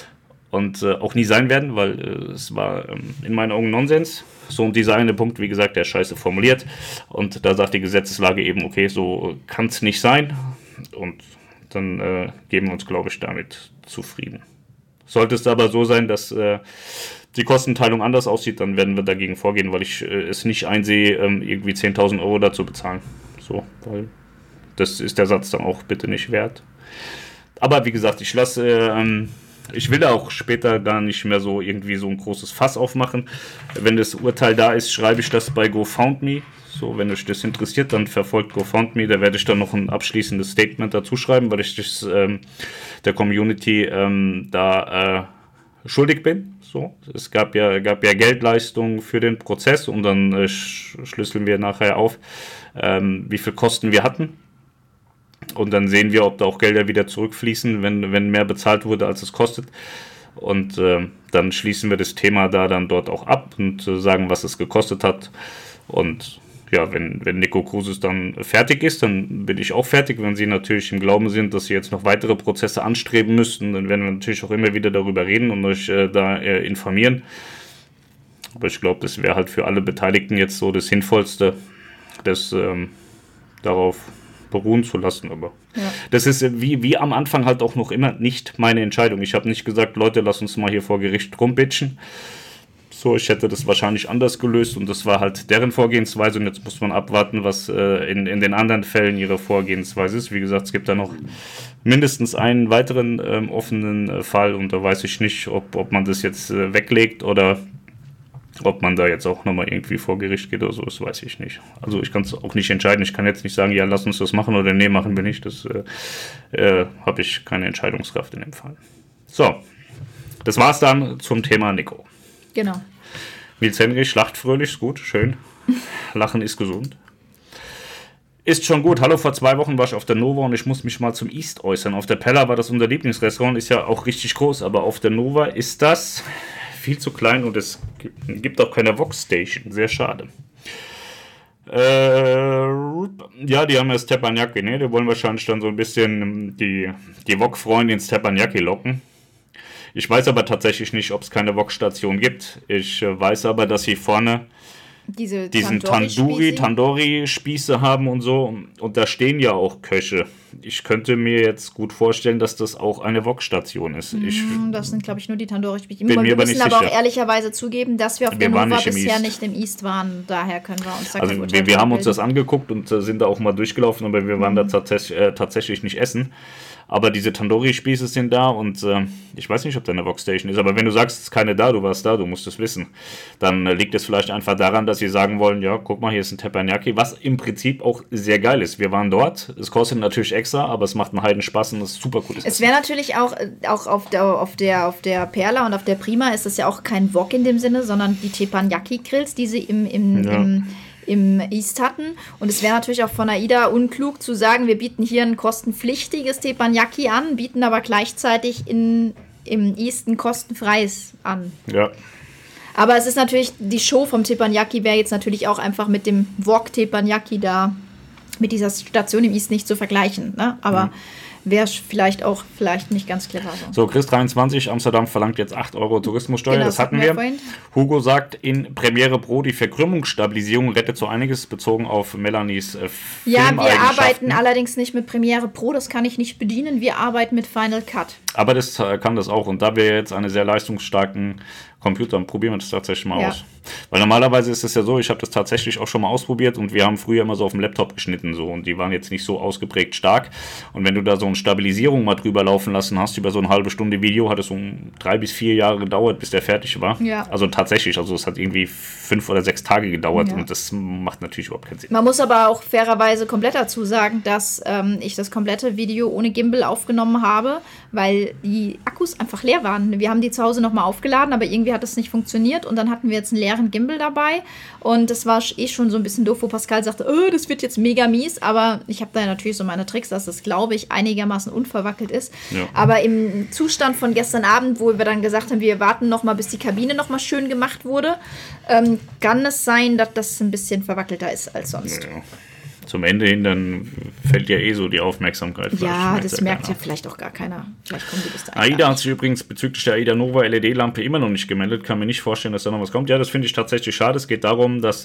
und auch nie sein werden, weil es war in meinen Augen Nonsens. So, und dieser eine Punkt, wie gesagt, der ist scheiße formuliert und da sagt die Gesetzeslage eben, okay, so kann es nicht sein und dann geben wir uns, glaube ich, damit zufrieden. Sollte es aber so sein, dass die Kostenteilung anders aussieht, dann werden wir dagegen vorgehen, weil ich es nicht einsehe, irgendwie 10.000 Euro dazu bezahlen. So, weil das ist der Satz dann auch bitte nicht wert. Aber wie gesagt, ich will da auch später gar nicht mehr so irgendwie so ein großes Fass aufmachen. Wenn das Urteil da ist, schreibe ich das bei GoFundMe. So, wenn euch das interessiert, dann verfolgt GoFundMe. Da werde ich dann noch ein abschließendes Statement dazu schreiben, weil ich das der Community schuldig bin. So, es gab ja Geldleistungen für den Prozess und dann schlüsseln wir nachher auf, wie viel Kosten wir hatten. Und dann sehen wir, ob da auch Gelder wieder zurückfließen, wenn mehr bezahlt wurde, als es kostet. Und dann schließen wir das Thema dann dort auch ab und sagen, was es gekostet hat. Und ja, wenn Nico Kruse dann fertig ist, dann bin ich auch fertig. Wenn sie natürlich im Glauben sind, dass sie jetzt noch weitere Prozesse anstreben müssten, dann werden wir natürlich auch immer wieder darüber reden und euch da informieren. Aber ich glaube, das wäre halt für alle Beteiligten jetzt so das Sinnvollste, das darauf beruhen zu lassen. Aber das ist wie am Anfang halt auch noch immer nicht meine Entscheidung. Ich habe nicht gesagt, Leute, lass uns mal hier vor Gericht rumbitchen. So, ich hätte das wahrscheinlich anders gelöst und das war halt deren Vorgehensweise und jetzt muss man abwarten, was in den anderen Fällen ihre Vorgehensweise ist. Wie gesagt, es gibt da noch mindestens einen weiteren offenen Fall und da weiß ich nicht, ob man das jetzt weglegt oder ob man da jetzt auch nochmal irgendwie vor Gericht geht oder so, das weiß ich nicht. Also ich kann es auch nicht entscheiden. Ich kann jetzt nicht sagen, ja, lass uns das machen oder nee, machen wir nicht. Das habe ich keine Entscheidungskraft in dem Fall. So, das war's dann zum Thema Nico. Genau. Nils Henrich lacht fröhlich, ist gut, schön. Lachen ist gesund. Ist schon gut. Hallo, vor 2 Wochen war ich auf der Nova und ich muss mich mal zum East äußern. Auf der Pella war das unser Lieblingsrestaurant, ist ja auch richtig groß, aber auf der Nova ist das viel zu klein und es gibt auch keine Wok-Station. Sehr schade. Ja, die haben ja Teppanyaki, ne? Die wollen wahrscheinlich dann so ein bisschen die Wok-Freunde ins Teppanyaki locken. Ich weiß aber tatsächlich nicht, ob es keine Wok-Station gibt. Ich weiß aber, dass sie vorne diesen Tandoori-Spieße haben und so. Und da stehen ja auch Köche. Ich könnte mir jetzt gut vorstellen, dass das auch eine Wok-Station ist. Das sind, glaube ich, nur die Tandoori-Spieße. Wir müssen aber auch ehrlicherweise zugeben, dass wir auf der Nova bisher nicht im East waren. Daher können wir uns da kein Urteil Also wir haben uns das angeguckt und sind da auch mal durchgelaufen, aber wir waren da tatsächlich nicht essen. Aber diese Tandoori-Spieße sind da und ich weiß nicht, ob da eine Wok-Station ist. Aber wenn du sagst, es ist keine da, du warst da, du musst es wissen, dann liegt es vielleicht einfach daran, dass sie sagen wollen, ja, guck mal, hier ist ein Teppanyaki, was im Prinzip auch sehr geil ist. Wir waren dort, es kostet natürlich extra, aber es macht einen Heidenspaß und es ist super cooles Es wäre natürlich auch auf der Perla und auf der Prima ist das ja auch kein Wok in dem Sinne, sondern die Teppanyaki-Grills, die sie im East hatten. Und es wäre natürlich auch von AIDA unklug zu sagen, wir bieten hier ein kostenpflichtiges Teppanyaki an, bieten aber gleichzeitig im East ein kostenfreies an. Ja. Aber es ist natürlich, die Show vom Teppanyaki wäre jetzt natürlich auch einfach mit dem Wok Teppanyaki da, mit dieser Station im East nicht zu vergleichen. Ne? Aber wäre vielleicht nicht ganz clever so. So, Chris23, Amsterdam verlangt jetzt 8 Euro Tourismussteuer, Genau, das hatten wir. Vorhin. Hugo sagt in Premiere Pro, die Verkrümmungsstabilisierung rettet so einiges, bezogen auf Melanies Ja, wir Filmeigenschaften. arbeiten allerdings nicht mit Premiere Pro, das kann ich nicht bedienen, wir arbeiten mit Final Cut. Aber das kann das auch. Und da wir jetzt einen sehr leistungsstarken Computer haben, probieren wir das tatsächlich mal aus. Weil normalerweise ist es ja so, ich habe das tatsächlich auch schon mal ausprobiert und wir haben früher immer so auf dem Laptop geschnitten so und die waren jetzt nicht so ausgeprägt stark. Und wenn du da so eine Stabilisierung mal drüber laufen lassen hast, über so eine halbe Stunde Video, hat es so 3 bis 4 Jahre gedauert, bis der fertig war. Ja. Also tatsächlich, also es hat irgendwie 5 oder 6 Tage gedauert und das macht natürlich überhaupt keinen Sinn. Man muss aber auch fairerweise komplett dazu sagen, dass ich das komplette Video ohne Gimbal aufgenommen habe, weil die Akkus einfach leer waren. Wir haben die zu Hause nochmal aufgeladen, aber irgendwie hat das nicht funktioniert und dann hatten wir jetzt einen leeren Gimbal dabei und das war schon so ein bisschen doof, wo Pascal sagte, das wird jetzt mega mies, aber ich habe da natürlich so meine Tricks, dass das, glaube ich, einigermaßen unverwackelt ist. Ja. Aber im Zustand von gestern Abend, wo wir dann gesagt haben, wir warten nochmal, bis die Kabine nochmal schön gemacht wurde, kann es sein, dass das ein bisschen verwackelter ist als sonst. Ja. Zum Ende hin, dann fällt ja so die Aufmerksamkeit. Ja, das merkt ja vielleicht auch gar keiner. Vielleicht kommen die bis da. AIDA hat sich übrigens bezüglich der AIDA Nova LED-Lampe immer noch nicht gemeldet. Kann mir nicht vorstellen, dass da noch was kommt. Ja, das finde ich tatsächlich schade. Es geht darum, dass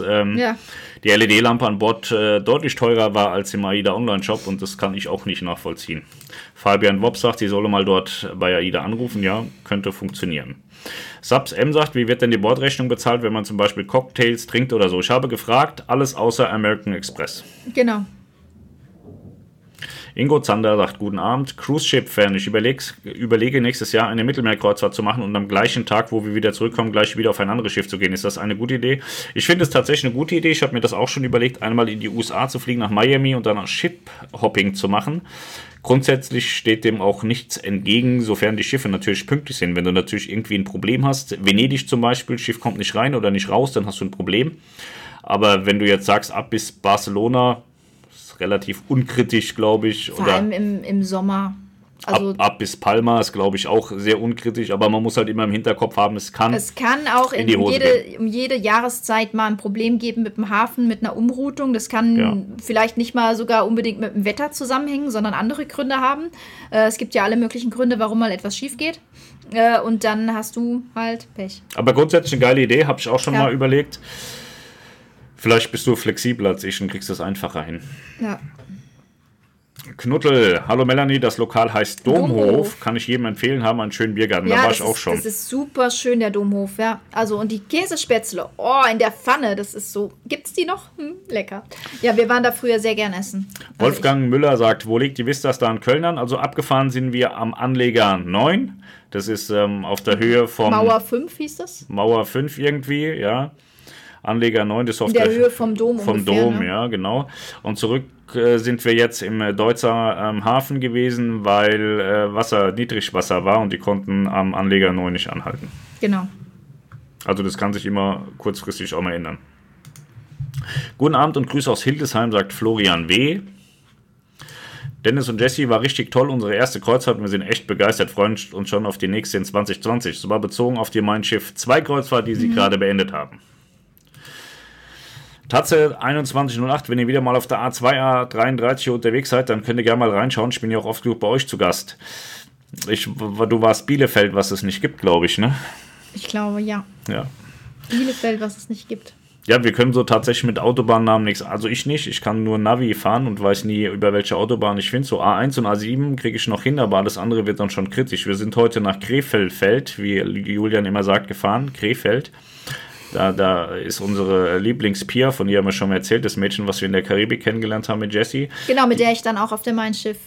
die LED-Lampe an Bord deutlich teurer war als im AIDA Online-Shop und das kann ich auch nicht nachvollziehen. Fabian Wob sagt, sie solle mal dort bei AIDA anrufen. Ja, könnte funktionieren. Subs M sagt, wie wird denn die Bordrechnung bezahlt, wenn man zum Beispiel Cocktails trinkt oder so? Ich habe gefragt, alles außer American Express. Genau. Ingo Zander sagt, guten Abend, Cruise-Ship-Fan, ich überlege nächstes Jahr eine Mittelmeerkreuzfahrt zu machen und am gleichen Tag, wo wir wieder zurückkommen, gleich wieder auf ein anderes Schiff zu gehen. Ist das eine gute Idee? Ich finde es tatsächlich eine gute Idee. Ich habe mir das auch schon überlegt, einmal in die USA zu fliegen, nach Miami und dann Ship-Hopping zu machen. Grundsätzlich steht dem auch nichts entgegen, sofern die Schiffe natürlich pünktlich sind. Wenn du natürlich irgendwie ein Problem hast, Venedig zum Beispiel, Schiff kommt nicht rein oder nicht raus, dann hast du ein Problem. Aber wenn du jetzt sagst, ab bis Barcelona, ist relativ unkritisch, glaube ich. Vor allem im Sommer. Also ab bis Palma ist, glaube ich, auch sehr unkritisch, aber man muss halt immer im Hinterkopf haben, es kann auch um jede Jahreszeit mal ein Problem geben mit dem Hafen, mit einer Umroutung. Das kann vielleicht nicht mal sogar unbedingt mit dem Wetter zusammenhängen, sondern andere Gründe haben. Es gibt ja alle möglichen Gründe, warum mal etwas schief geht. Und dann hast du halt Pech. Aber grundsätzlich eine geile Idee, habe ich auch schon mal überlegt. Vielleicht bist du flexibler als ich und kriegst das einfacher hin. Ja. Knuttel, hallo Melanie, das Lokal heißt Domhof. Kann ich jedem empfehlen, haben einen schönen Biergarten. Da war ich auch schon. Das ist super schön, der Domhof, ja. Also, und die Käsespätzle, in der Pfanne, das ist so. Gibt's die noch? Lecker. Ja, wir waren da früher sehr gern essen. Wolfgang Müller sagt, wo liegt die Vistas da in Köln? Also abgefahren sind wir am Anleger 9. Das ist auf der Höhe vom... Mauer 5 hieß das? Mauer 5 irgendwie, ja. Anleger 9 ist auf der Höhe vom Dom vom ungefähr, Dom, ne? Ja, genau. Und zurück sind wir jetzt im Deutzer Hafen gewesen, weil Niedrigwasser war und die konnten am Anleger 9 nicht anhalten. Genau. Also das kann sich immer kurzfristig auch mal ändern. Guten Abend und Grüße aus Hildesheim, sagt Florian W. Dennis und Jesse, war richtig toll, unsere erste Kreuzfahrt. Wir sind echt begeistert, freuen uns schon auf die nächste in 2020. So war bezogen auf die Mein Schiff 2 Kreuzfahrt, die sie gerade beendet haben. Tatze 2108, wenn ihr wieder mal auf der A2, A33 unterwegs seid, dann könnt ihr gerne mal reinschauen. Ich bin ja auch oft genug bei euch zu Gast. Du warst Bielefeld, was es nicht gibt, glaube ich, ne? Ich glaube, ja. Ja. Bielefeld, was es nicht gibt. Ja, wir können so tatsächlich mit Autobahnnamen nichts. Also ich nicht. Ich kann nur Navi fahren und weiß nie, über welche Autobahn ich finde. So A1 und A7 kriege ich noch hin, aber alles andere wird dann schon kritisch. Wir sind heute nach Krefeld, wie Julian immer sagt, gefahren. Krefeld. Da ist unsere Lieblingspia, von ihr haben wir schon mal erzählt, das Mädchen, was wir in der Karibik kennengelernt haben mit Jessie. Genau, mit der ich dann auch auf der Mein Schiff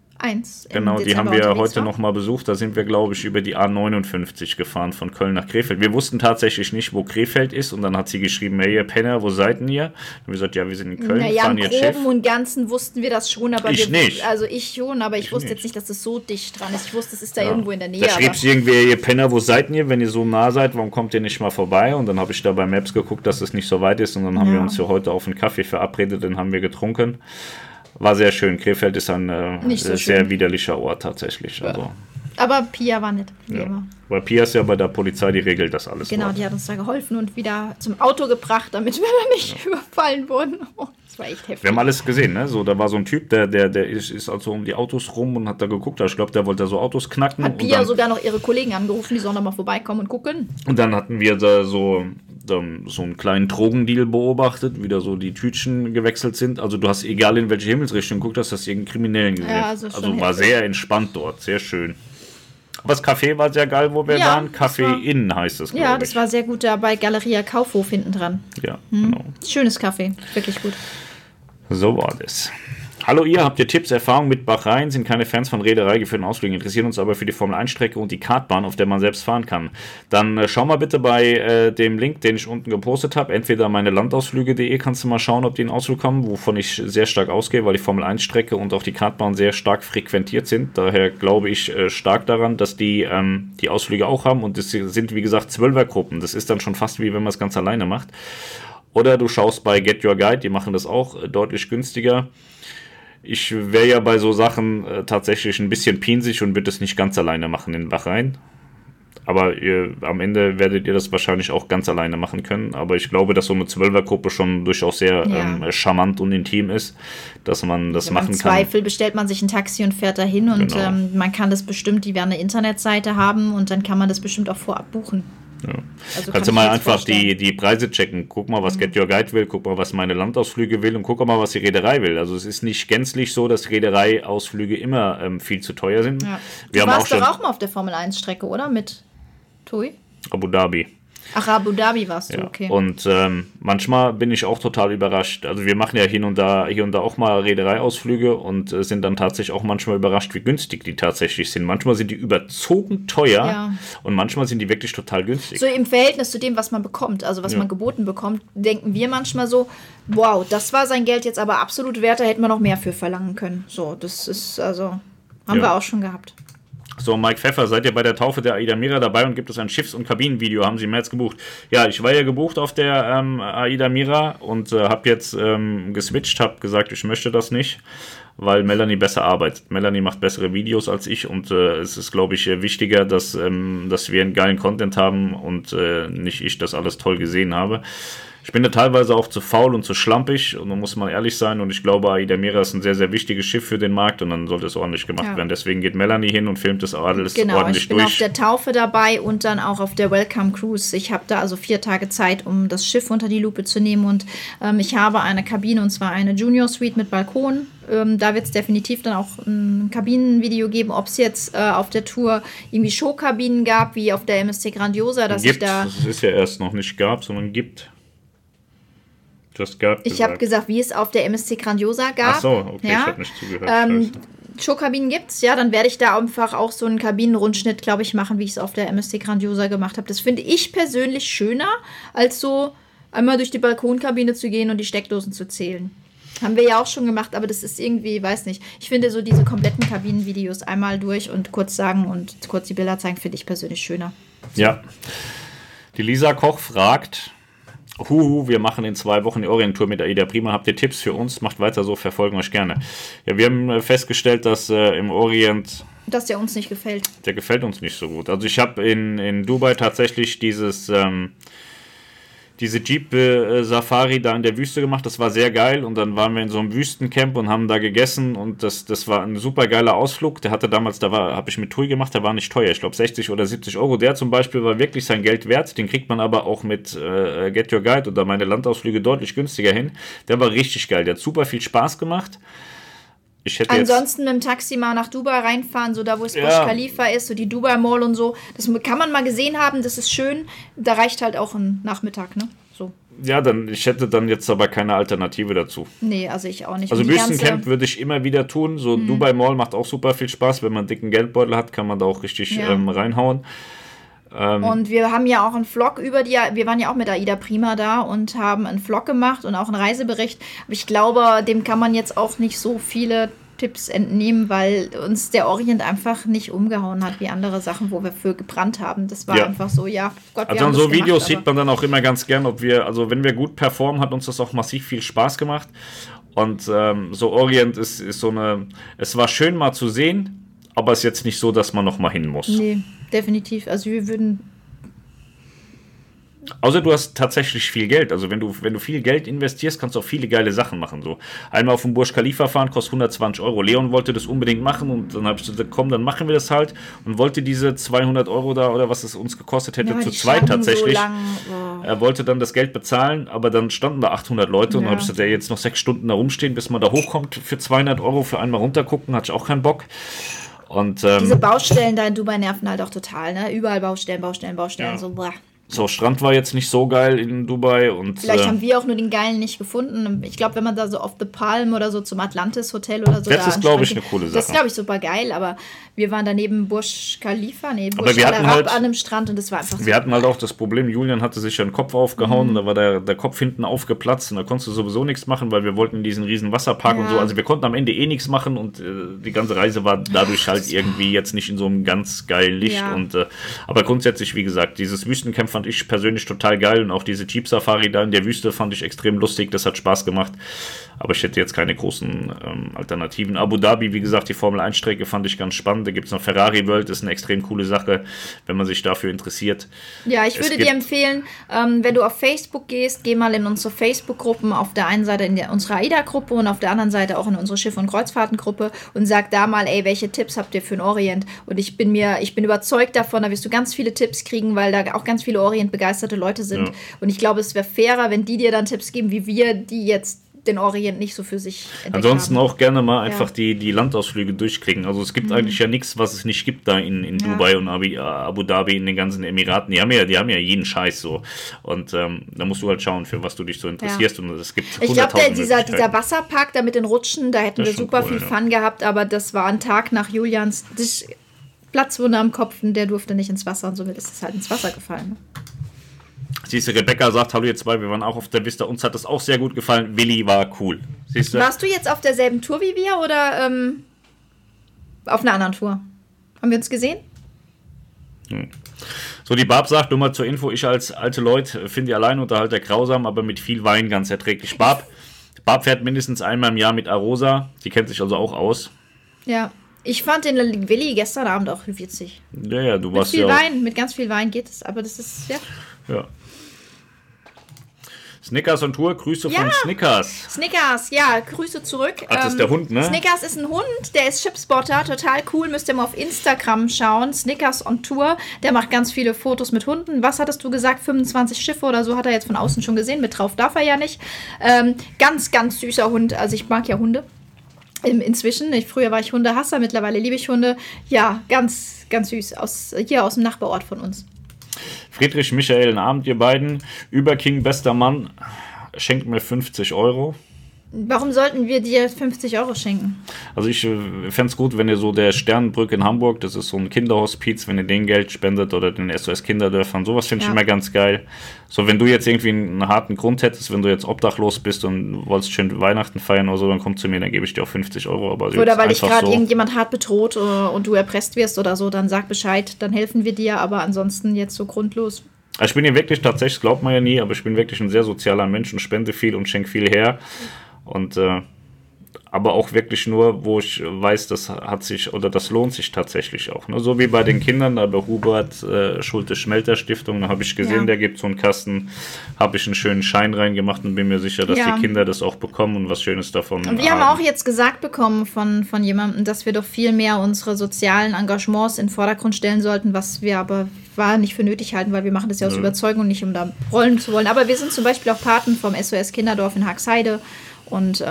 1 Genau, die haben wir heute nochmal besucht. Da sind wir, glaube ich, über die A59 gefahren von Köln nach Krefeld. Wir wussten tatsächlich nicht, wo Krefeld ist. Und dann hat sie geschrieben, hey, ihr Penner, wo seid ihr? Und wir gesagt, ja, wir sind in Köln, naja, fahren im jetzt Schiff. Groben und Ganzen wussten wir das schon, aber ich nicht. Also ich schon, aber ich wusste nicht. jetzt nicht, dass es so dicht dran ist. Ich wusste, es ist da irgendwo in der Nähe. Da schrieb sie irgendwie, ihr Penner, wo seid ihr? Wenn ihr so nah seid, warum kommt ihr nicht mal vorbei? Und dann habe ich da bei Maps geguckt, dass es nicht so weit ist. Und dann haben wir uns für heute auf einen Kaffee verabredet, den haben wir getrunken. War sehr schön. Krefeld ist ein sehr widerlicher Ort tatsächlich. Ja. Also, aber Pia war nett, wie ja. immer. Weil Pia ist ja bei der Polizei, die regelt das alles. Genau, die hat uns da geholfen und wieder zum Auto gebracht, damit wir da nicht überfallen wurden. Oh, das war echt heftig. Wir haben alles gesehen, ne? So, da war so ein Typ, der ist also um die Autos rum und hat da geguckt. Ich glaube, der wollte da so Autos knacken. Hat Pia sogar noch ihre Kollegen angerufen, die sollen da mal vorbeikommen und gucken. Und dann hatten wir da so einen kleinen Drogendeal beobachtet, wie da so die Tütchen gewechselt sind. Also du hast, egal in welche Himmelsrichtung geguckt hast, irgendeinen Kriminellen gesehen. Ja, also war sehr entspannt dort, sehr schön. Aber das Café war sehr geil, wo wir waren. Café Inn heißt es, ja, das war sehr gut da bei Galeria Kaufhof hinten dran. Ja, genau. Schönes Café, wirklich gut. So war das. Hallo ihr, habt ihr Tipps, Erfahrungen mit Bahrain? Sind keine Fans von reedereigeführten Ausflügen, interessieren uns aber für die Formel-1-Strecke und die Kartbahn, auf der man selbst fahren kann. Dann schau mal bitte bei dem Link, den ich unten gepostet habe, entweder meine landausflüge.de, kannst du mal schauen, ob die in Ausflug haben, wovon ich sehr stark ausgehe, weil die Formel-1-Strecke und auch die Kartbahn sehr stark frequentiert sind. Daher glaube ich stark daran, dass die die Ausflüge auch haben und das sind, wie gesagt, 12er-Gruppen. Das ist dann schon fast wie wenn man es ganz alleine macht. Oder du schaust bei Get Your Guide, die machen das auch deutlich günstiger. Ich wäre ja bei so Sachen tatsächlich ein bisschen pinsig und würde es nicht ganz alleine machen in Bahrain. Aber am Ende werdet ihr das wahrscheinlich auch ganz alleine machen können. Aber ich glaube, dass so eine 12er-Gruppe schon durchaus sehr charmant und intim ist, dass man das machen kann. Im Zweifel bestellt man sich ein Taxi und fährt dahin und man kann das bestimmt, die werden eine Internetseite haben und dann kann man das bestimmt auch vorab buchen. Ja. Also kannst du mal einfach die Preise checken. Guck mal, was Get Your Guide will, guck mal, was meine Landausflüge will und guck mal, was die Reederei will. Also es ist nicht gänzlich so, dass Reederei-Ausflüge immer viel zu teuer sind. Ja. Du warst doch auch mal auf der Formel-1-Strecke, oder? Mit Tui? Abu Dhabi. Ach, Abu Dhabi warst du, okay. Und manchmal bin ich auch total überrascht. Also wir machen ja hier und da auch mal Reedereiausflüge und sind dann tatsächlich auch manchmal überrascht, wie günstig die tatsächlich sind. Manchmal sind die überzogen teuer und manchmal sind die wirklich total günstig. So im Verhältnis zu dem, was man bekommt, also was man geboten bekommt, denken wir manchmal so, wow, das war sein Geld jetzt aber absolut wert, da hätten wir noch mehr für verlangen können. So, das ist, also, haben wir auch schon gehabt. So, Mike Pfeffer, seid ihr bei der Taufe der Aida Mira dabei und gibt es ein Schiffs- und Kabinenvideo? Haben Sie im März gebucht? Ja, ich war ja gebucht auf der Aida Mira und habe jetzt geswitcht, habe gesagt, ich möchte das nicht, weil Melanie besser arbeitet. Melanie macht bessere Videos als ich und es ist, glaube ich, wichtiger, dass wir einen geilen Content haben und nicht ich das alles toll gesehen habe. Ich bin da teilweise auch zu faul und zu schlampig und da muss man ehrlich sein und ich glaube, Aida Mira ist ein sehr, sehr wichtiges Schiff für den Markt und dann sollte es ordentlich gemacht werden. Deswegen geht Melanie hin und filmt das alles ordentlich durch. Ich bin auf der Taufe dabei und dann auch auf der Welcome Cruise. Ich habe da also 4 Tage Zeit, um das Schiff unter die Lupe zu nehmen und ich habe eine Kabine und zwar eine Junior Suite mit Balkon. Da wird es definitiv dann auch ein Kabinenvideo geben, ob es jetzt auf der Tour irgendwie Showkabinen gab, wie auf der MSC Grandiosa. Das ist ja erst noch nicht gab, sondern gibt. Ich habe gesagt, wie es auf der MSC Grandiosa gab. Ach so, okay, ich habe nicht zugehört. Showkabinen gibt's, ja, dann werde ich da einfach auch so einen Kabinenrundschnitt, glaube ich, machen, wie ich es auf der MSC Grandiosa gemacht habe. Das finde ich persönlich schöner, als so einmal durch die Balkonkabine zu gehen und die Steckdosen zu zählen. Haben wir ja auch schon gemacht, aber das ist irgendwie, weiß nicht. Ich finde so diese kompletten Kabinenvideos einmal durch und kurz sagen und kurz die Bilder zeigen, finde ich persönlich schöner. Ja. Die Lisa Koch fragt, Wir machen in 2 Wochen die Orient-Tour mit AIDA Prima. Habt ihr Tipps für uns? Macht weiter so, verfolgen euch gerne. Ja, wir haben festgestellt, dass im Orient... Dass der uns nicht gefällt. Der gefällt uns nicht so gut. Also ich habe in Dubai tatsächlich diese Jeep-Safari da in der Wüste gemacht. Das war sehr geil. Und dann waren wir in so einem Wüstencamp und haben da gegessen. Und das war ein super geiler Ausflug. Der hatte damals, habe ich mit TUI gemacht, der war nicht teuer. Ich glaube 60 oder 70 Euro. Der zum Beispiel war wirklich sein Geld wert. Den kriegt man aber auch mit Get Your Guide oder meine Landausflüge deutlich günstiger hin. Der war richtig geil. Der hat super viel Spaß gemacht. Ansonsten mit dem Taxi mal nach Dubai reinfahren, so da, wo es Burj Khalifa ist, so die Dubai Mall und so. Das kann man mal gesehen haben, das ist schön. Da reicht halt auch ein Nachmittag, ne? So. Ja, ich hätte dann jetzt aber keine Alternative dazu. Nee, also ich auch nicht. Also Wüstencamp würde ich immer wieder tun. So Dubai Mall macht auch super viel Spaß. Wenn man einen dicken Geldbeutel hat, kann man da auch richtig reinhauen. Und wir haben ja auch einen Vlog wir waren ja auch mit AIDA Prima da und haben einen Vlog gemacht und auch einen Reisebericht. Aber ich glaube, dem kann man jetzt auch nicht so viele Tipps entnehmen, weil uns der Orient einfach nicht umgehauen hat wie andere Sachen, wo wir für gebrannt haben. Das war einfach so, Gott, also an so Videos sieht man dann auch immer ganz gern, wenn wir gut performen, hat uns das auch massiv viel Spaß gemacht. Und so Orient ist es war schön mal zu sehen, aber es ist jetzt nicht so, dass man noch mal hin muss. Nee, definitiv. Also wir würden... Außer du hast tatsächlich viel Geld. Also wenn du viel Geld investierst, kannst du auch viele geile Sachen machen. So einmal auf dem Burj Khalifa fahren, kostet 120 Euro. Leon wollte das unbedingt machen und dann habe ich gesagt, komm, dann machen wir das halt. Und wollte diese 200 Euro da oder was es uns gekostet hätte, zu zweit tatsächlich. So er wollte dann das Geld bezahlen, aber dann standen da 800 Leute und dann habe ich gesagt, jetzt noch 6 Stunden da rumstehen, bis man da hochkommt für 200 Euro für einmal runtergucken, hatte ich auch keinen Bock. Und, diese Baustellen da in Dubai nerven halt auch total, ne? Überall Baustellen, so, boah. So, Strand war jetzt nicht so geil in Dubai. Und vielleicht haben wir auch nur den geilen nicht gefunden. Ich glaube, wenn man da so auf The Palm oder so zum Atlantis Hotel oder so... Das ist, glaube ich, eine coole Sache. Das ist, glaube ich, super geil, aber wir waren daneben Burj Al Arab an dem Strand und das war einfach so. Wir hatten halt auch das Problem, Julian hatte sich ja den Kopf aufgehauen und da war der Kopf hinten aufgeplatzt und da konntest du sowieso nichts machen, weil wir wollten in diesen riesen Wasserpark und so. Also wir konnten am Ende nichts machen und die ganze Reise war dadurch halt irgendwie jetzt nicht in so einem ganz geilen Licht. Und aber grundsätzlich, wie gesagt, dieses Wüstencamp fand ich persönlich total geil und auch diese Jeep-Safari da in der Wüste fand ich extrem lustig, das hat Spaß gemacht, aber ich hätte jetzt keine großen Alternativen. Abu Dhabi, wie gesagt, die Formel-1-Strecke fand ich ganz spannend, da gibt es noch Ferrari World, das ist eine extrem coole Sache, wenn man sich dafür interessiert. Ja, ich würde dir empfehlen, wenn du auf Facebook gehst, geh mal in unsere Facebook-Gruppen, auf der einen Seite in unsere AIDA-Gruppe und auf der anderen Seite auch in unsere Schiff- und Kreuzfahrten-Gruppe und sag da mal, welche Tipps habt ihr für den Orient? Und ich bin überzeugt davon, da wirst du ganz viele Tipps kriegen, weil da auch ganz viele Orient-begeisterte Leute sind. Ja. Und ich glaube, es wäre fairer, wenn die dir dann Tipps geben, wie wir, die jetzt den Orient nicht so für sich entdeckt Ansonsten haben. Auch gerne mal einfach die Landausflüge durchkriegen. Also es gibt eigentlich ja nichts, was es nicht gibt da in Dubai und Abu Dhabi, in den ganzen Emiraten. Die haben ja jeden Scheiß so. Und da musst du halt schauen, für was du dich so interessierst. Und es gibt ich glaube, dieser Wasserpark da mit den Rutschen, da hätten wir super viel Fun gehabt, aber das war ein Tag nach Julians Platzwunde am Kopf und der durfte nicht ins Wasser und somit ist es halt ins Wasser gefallen. Siehste, Rebecca sagt, hallo ihr zwei, wir waren auch auf der Vista, uns hat das auch sehr gut gefallen, Willi war cool. Siehste? Warst du jetzt auf derselben Tour wie wir oder auf einer anderen Tour? Haben wir uns gesehen? So, die Barb sagt, nur mal zur Info, ich als alte Leute finde die Alleinunterhalter grausam, aber mit viel Wein ganz erträglich. Barb fährt mindestens einmal im Jahr mit Arosa, die kennt sich also auch aus. Ja. Ich fand den Willi gestern Abend auch witzig. Ja, du warst ja mit ganz viel Wein geht es, aber das ist, Ja. Snickers on Tour, Grüße von Snickers. Snickers, Grüße zurück. Ach, das ist der Hund, ne? Snickers ist ein Hund, der ist Chipspotter, total cool, müsst ihr mal auf Instagram schauen. Snickers on Tour, der macht ganz viele Fotos mit Hunden. Was hattest du gesagt, 25 Schiffe oder so hat er jetzt von außen schon gesehen, mit drauf darf er ja nicht. Ganz, ganz süßer Hund, also ich mag ja Hunde. Inzwischen, früher war ich Hundehasser, mittlerweile liebe ich Hunde. Ja, ganz, ganz süß, hier aus dem Nachbarort von uns. Friedrich Michael, Abend, ihr beiden. Überking, bester Mann, schenkt mir 50 Euro. Warum sollten wir dir 50 Euro schenken? Also ich fände es gut, wenn ihr so der Sternenbrück in Hamburg, das ist so ein Kinderhospiz, wenn ihr den Geld spendet oder den SOS Kinderdörfern, sowas finde ich immer ganz geil. So, wenn du jetzt irgendwie einen harten Grund hättest, wenn du jetzt obdachlos bist und wolltest schön Weihnachten feiern oder so, dann komm zu mir, dann gebe ich dir auch 50 Euro. Aber oder weil dich gerade irgendjemand hart bedroht und du erpresst wirst oder so, dann sag Bescheid, dann helfen wir dir, aber ansonsten jetzt so grundlos. Ich bin hier wirklich tatsächlich, glaubt man ja nie, aber ich bin wirklich ein sehr sozialer Mensch und spende viel und schenke viel her. Und aber auch wirklich nur, wo ich weiß, das lohnt sich tatsächlich auch. Ne? So wie bei den Kindern, da bei Hubert Schulte-Schmelter-Stiftung, da habe ich gesehen, der gibt so einen Kasten, habe ich einen schönen Schein reingemacht und bin mir sicher, dass die Kinder das auch bekommen und was Schönes davon haben. Und wir haben auch jetzt gesagt bekommen von jemandem, dass wir doch viel mehr unsere sozialen Engagements in den Vordergrund stellen sollten, was wir aber nicht für nötig halten, weil wir machen das ja aus Überzeugung und nicht, um da rollen zu wollen. Aber wir sind zum Beispiel auch Paten vom SOS Kinderdorf in Haxheide und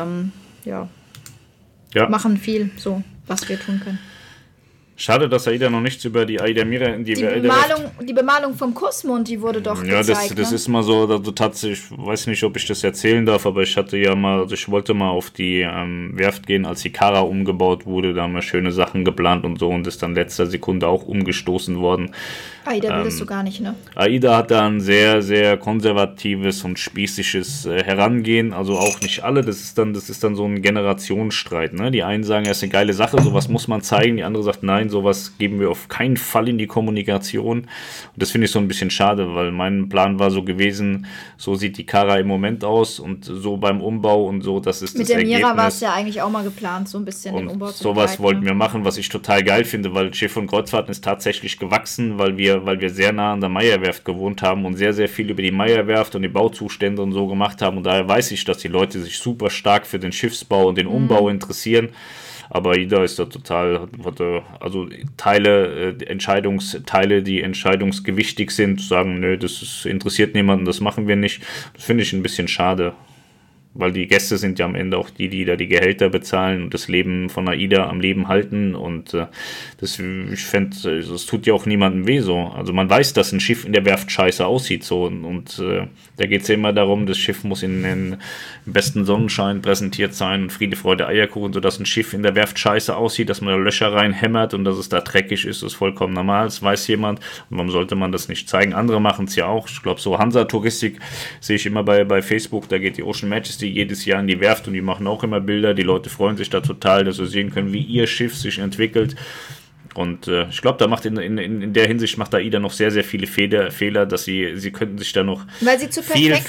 machen viel, so, was wir tun können. Schade, dass AIDA noch nichts über die AIDA Mira in die Bemalung vom Kussmund, die wurde doch gezeigt. Ja, das ist mal so, also tatsächlich, ich weiß nicht, ob ich das erzählen darf, aber ich wollte mal auf die Werft gehen, als die Kara umgebaut wurde, da haben wir schöne Sachen geplant und so und ist dann letzter Sekunde auch umgestoßen worden. AIDA will das so gar nicht, ne? AIDA hat da ein sehr, sehr konservatives und spießiges Herangehen, also auch nicht alle, das ist dann so ein Generationsstreit, ne? Die einen sagen, das ist eine geile Sache, sowas muss man zeigen, die andere sagt, nein, sowas geben wir auf keinen Fall in die Kommunikation. Und das finde ich so ein bisschen schade, weil mein Plan war so gewesen, so sieht die Kara im Moment aus und so beim Umbau und so, das ist das Ergebnis. Mit der Mira war es ja eigentlich auch mal geplant, so ein bisschen den Umbau zu begleiten. Sowas wollten wir machen, was ich total geil finde, weil Schiff und Kreuzfahrten ist tatsächlich gewachsen, weil wir sehr nah an der Meyer-Werft gewohnt haben und sehr, sehr viel über die Meyer-Werft und die Bauzustände und so gemacht haben. Und daher weiß ich, dass die Leute sich super stark für den Schiffsbau und den Umbau interessieren. Aber AIDA ist da total, also Entscheidungsteile, die entscheidungsgewichtig sind, sagen, nö, interessiert niemanden, das machen wir nicht. Das finde ich ein bisschen schade. Weil die Gäste sind ja am Ende auch die da die Gehälter bezahlen und das Leben von AIDA am Leben halten und ich fände, es tut ja auch niemandem weh so. Also man weiß, dass ein Schiff in der Werft scheiße aussieht so und da geht es ja immer darum, das Schiff muss im besten Sonnenschein präsentiert sein und Friede, Freude, Eierkuchen, sodass ein Schiff in der Werft scheiße aussieht, dass man da Löcher reinhämmert und dass es da dreckig ist vollkommen normal, das weiß jemand und warum sollte man das nicht zeigen? Andere machen es ja auch. Ich glaube, so Hansa-Touristik sehe ich immer bei Facebook, da geht die Ocean Majesty jedes Jahr in die Werft und die machen auch immer Bilder. Die Leute freuen sich da total, dass sie sehen können, wie ihr Schiff sich entwickelt. Und ich glaube, da macht in der Hinsicht macht AIDA noch sehr, sehr viele Fehler, dass sie könnten sich da noch weil sie zu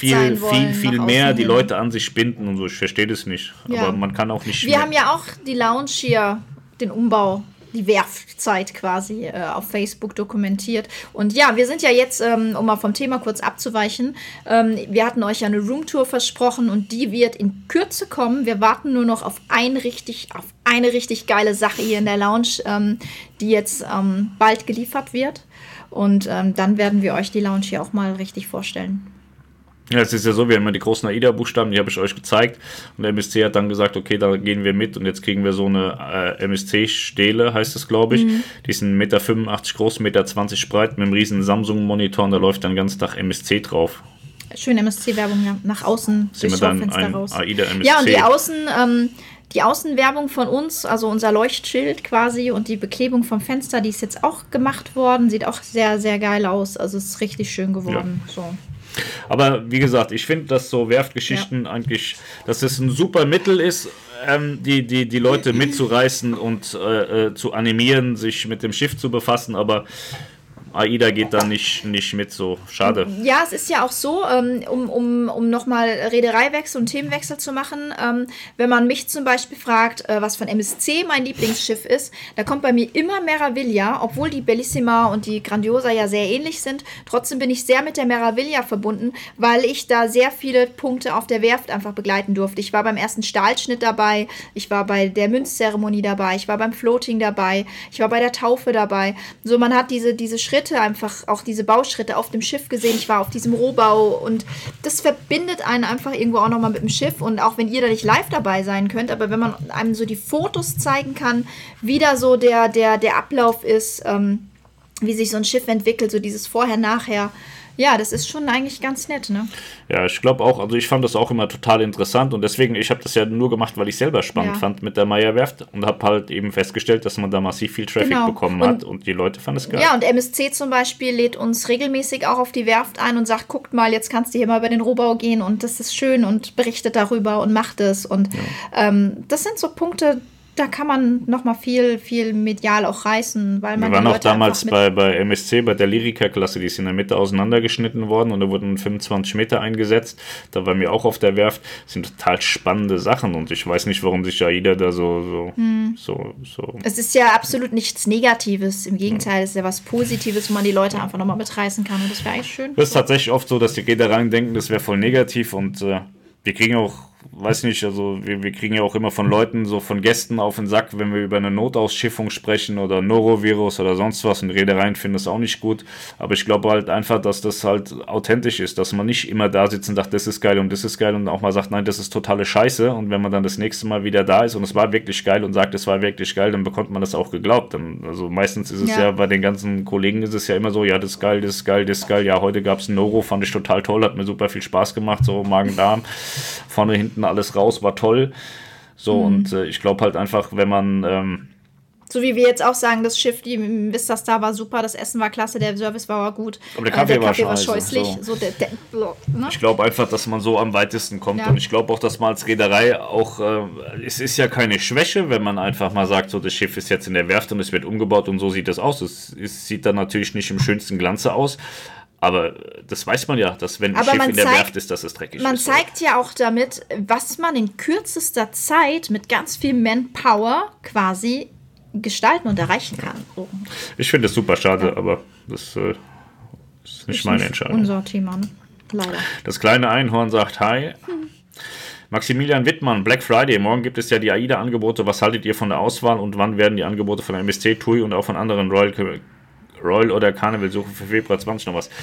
viel mehr die Leute an sich binden und so. Ich verstehe das nicht. Ja. Aber man kann auch nicht. Wir haben ja auch die Lounge hier, den Umbau, die Werftzeit quasi auf Facebook dokumentiert. Und ja, wir sind ja jetzt, um mal vom Thema kurz abzuweichen, wir hatten euch ja eine Roomtour versprochen und die wird in Kürze kommen. Wir warten nur noch auf eine richtig geile Sache hier in der Lounge, die jetzt bald geliefert wird. Und dann werden wir euch die Lounge hier auch mal richtig vorstellen. Ja, es ist ja so, wir haben ja die großen AIDA-Buchstaben, die habe ich euch gezeigt und der MSC hat dann gesagt, okay, da gehen wir mit und jetzt kriegen wir so eine MSC-Stele, heißt es, glaube ich. Die ist 1,85 Meter groß, 1,20 Meter breit mit einem riesen Samsung-Monitor und da läuft dann den ganzen Tag MSC drauf. Schöne MSC-Werbung, ja, nach außen durchs Schaufenster raus. AIDA-MSC. Ja, und die Außenwerbung von uns, also unser Leuchtschild quasi und die Beklebung vom Fenster, die ist jetzt auch gemacht worden, sieht auch sehr, sehr geil aus, also es ist richtig schön geworden, so. Aber wie gesagt, ich finde, dass so Werftgeschichten eigentlich, dass es ein super Mittel ist, die Leute mitzureißen und zu animieren, sich mit dem Schiff zu befassen, aber AIDA geht da nicht mit, so schade. Ja, es ist ja auch so, um nochmal Reedereiwechsel und Themenwechsel zu machen, wenn man mich zum Beispiel fragt, was von MSC mein Lieblingsschiff ist, da kommt bei mir immer Meraviglia, obwohl die Bellissima und die Grandiosa ja sehr ähnlich sind, trotzdem bin ich sehr mit der Meraviglia verbunden, weil ich da sehr viele Punkte auf der Werft einfach begleiten durfte. Ich war beim ersten Stahlschnitt dabei, ich war bei der Münzzeremonie dabei, ich war beim Floating dabei, ich war bei der Taufe dabei. So, man hat diese Schritte einfach, auch diese Bauschritte auf dem Schiff gesehen. Ich war auf diesem Rohbau und das verbindet einen einfach irgendwo auch nochmal mit dem Schiff und auch wenn ihr da nicht live dabei sein könnt, aber wenn man einem so die Fotos zeigen kann, wie da so der Ablauf ist, wie sich so ein Schiff entwickelt, so dieses Vorher-Nachher. Ja, das ist schon eigentlich ganz nett, ne? Ja, ich glaube auch, also ich fand das auch immer total interessant und deswegen, ich habe das ja nur gemacht, weil ich selber spannend fand mit der Meyer-Werft und habe halt eben festgestellt, dass man da massiv viel Traffic bekommen hat und die Leute fanden es geil. Ja, und MSC zum Beispiel lädt uns regelmäßig auch auf die Werft ein und sagt, guckt mal, jetzt kannst du hier mal über den Rohbau gehen und das ist schön und berichtet darüber und macht es und das sind so Punkte, da kann man nochmal viel, viel medial auch reißen, weil man Wir waren die auch Leute damals einfach bei MSC, bei der Lyrica-Klasse, die ist in der Mitte auseinandergeschnitten worden und da wurden 25 Meter eingesetzt. Da waren wir auch auf der Werft. Das sind total spannende Sachen und ich weiß nicht, warum sich AIDA da so. Es ist ja absolut nichts Negatives. Im Gegenteil, es ist ja was Positives, wo man die Leute einfach nochmal mitreißen kann und das wäre eigentlich schön. Das ist tatsächlich oft so, dass die Reedereien denken, das wäre voll negativ und wir kriegen auch, weiß nicht, also wir kriegen ja auch immer von Leuten, so von Gästen auf den Sack, wenn wir über eine Notausschiffung sprechen oder Norovirus oder sonst was und Reedereien finden das auch nicht gut, aber ich glaube halt einfach, dass das halt authentisch ist, dass man nicht immer da sitzt und sagt, das ist geil und auch mal sagt, nein, das ist totale Scheiße und wenn man dann das nächste Mal wieder da ist und es war wirklich geil und sagt, es war wirklich geil, dann bekommt man das auch geglaubt. Also meistens ist es ja bei den ganzen Kollegen ist es ja immer so, ja, das ist geil, das ist geil, das ist geil, ja, heute gab es ein Noro, fand ich total toll, hat mir super viel Spaß gemacht, so Magen-Darm, vorne, hinten alles raus, war toll. So, und ich glaube halt einfach, wenn man so wie wir jetzt auch sagen, das Schiff, die Vista Star war super, das Essen war klasse, der Service war gut. Aber der Kaffee war scheußlich. So. Ne? Ich glaube einfach, dass man so am weitesten kommt. Und ich glaube auch, dass man als Reederei auch, es ist ja keine Schwäche, wenn man einfach mal sagt, so das Schiff ist jetzt in der Werft und es wird umgebaut und so sieht das aus. Es sieht dann natürlich nicht im schönsten Glanze aus. Aber das weiß man ja, dass wenn ein Schiff in der Werft ist, dass es dreckig ist. Man zeigt ja auch damit, was man in kürzester Zeit mit ganz viel Manpower quasi gestalten und erreichen kann. So. Ich finde es super schade, aber das ist nicht meine Entscheidung. Unser Thema, ne? Leider. Das kleine Einhorn sagt Hi. Maximilian Wittmann, Black Friday. Morgen gibt es ja die AIDA-Angebote. Was haltet ihr von der Auswahl und wann werden die Angebote von MSC, TUI und auch von anderen Royal oder Carnival suchen für Februar 20 noch was.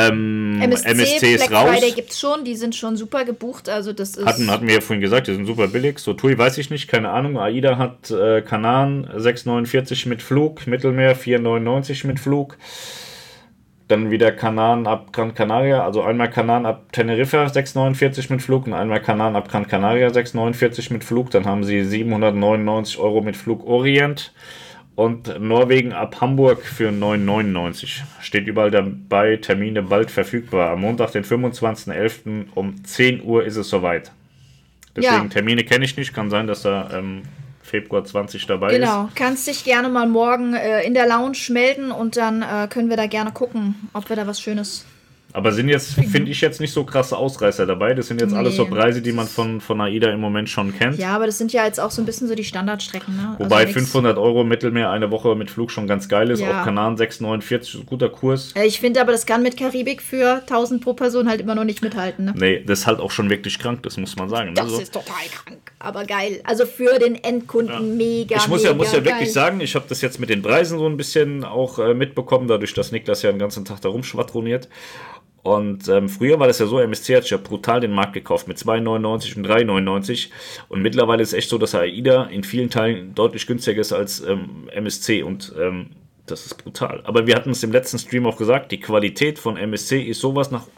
MSC ist Black raus. Friday gibt's schon, die sind schon super gebucht, also das ist... Hatten wir ja vorhin gesagt, die sind super billig. So TUI weiß ich nicht, keine Ahnung. AIDA hat Kanaren 6,49 mit Flug, Mittelmeer 4,99 mit Flug. Dann wieder Kanaren ab Gran Canaria, also einmal Kanaren ab Teneriffa 6,49 mit Flug und einmal Kanaren ab Gran Canaria 6,49 mit Flug. Dann haben sie 799 € mit Flug Orient. Und Norwegen ab Hamburg für 9,99. Steht überall dabei, Termine bald verfügbar. Am Montag, den 25.11. um 10 Uhr ist es soweit. Deswegen Termine kenne ich nicht. Kann sein, dass da Februar 20 dabei ist. Genau, kannst dich gerne mal morgen in der Lounge melden und dann können wir da gerne gucken, ob wir da was Schönes... Aber sind jetzt, finde ich, jetzt nicht so krasse Ausreißer dabei. Das sind jetzt alles so Preise, die man von AIDA im Moment schon kennt. Ja, aber das sind ja jetzt auch so ein bisschen so die Standardstrecken. Ne? Wobei also 500 € Mittelmeer eine Woche mit Flug schon ganz geil ist. Ja. Auf Kanaren 6,49, guter Kurs. Ich finde aber, das kann mit Karibik für 1000 pro Person halt immer noch nicht mithalten. Ne? Nee, das ist halt auch schon wirklich krank, das muss man sagen. Das ist total krank, aber geil. Also für den Endkunden mega, Ich muss mega ja geil. wirklich sagen, ich habe das jetzt mit den Preisen so ein bisschen auch mitbekommen, dadurch, dass Niklas ja den ganzen Tag da rumschwadroniert. Und früher war das ja so, MSC hat ja brutal den Markt gekauft mit 2,99 und 3,99 und mittlerweile ist es echt so, dass AIDA in vielen Teilen deutlich günstiger ist als MSC und das ist brutal. Aber wir hatten es im letzten Stream auch gesagt, die Qualität von MSC ist sowas nach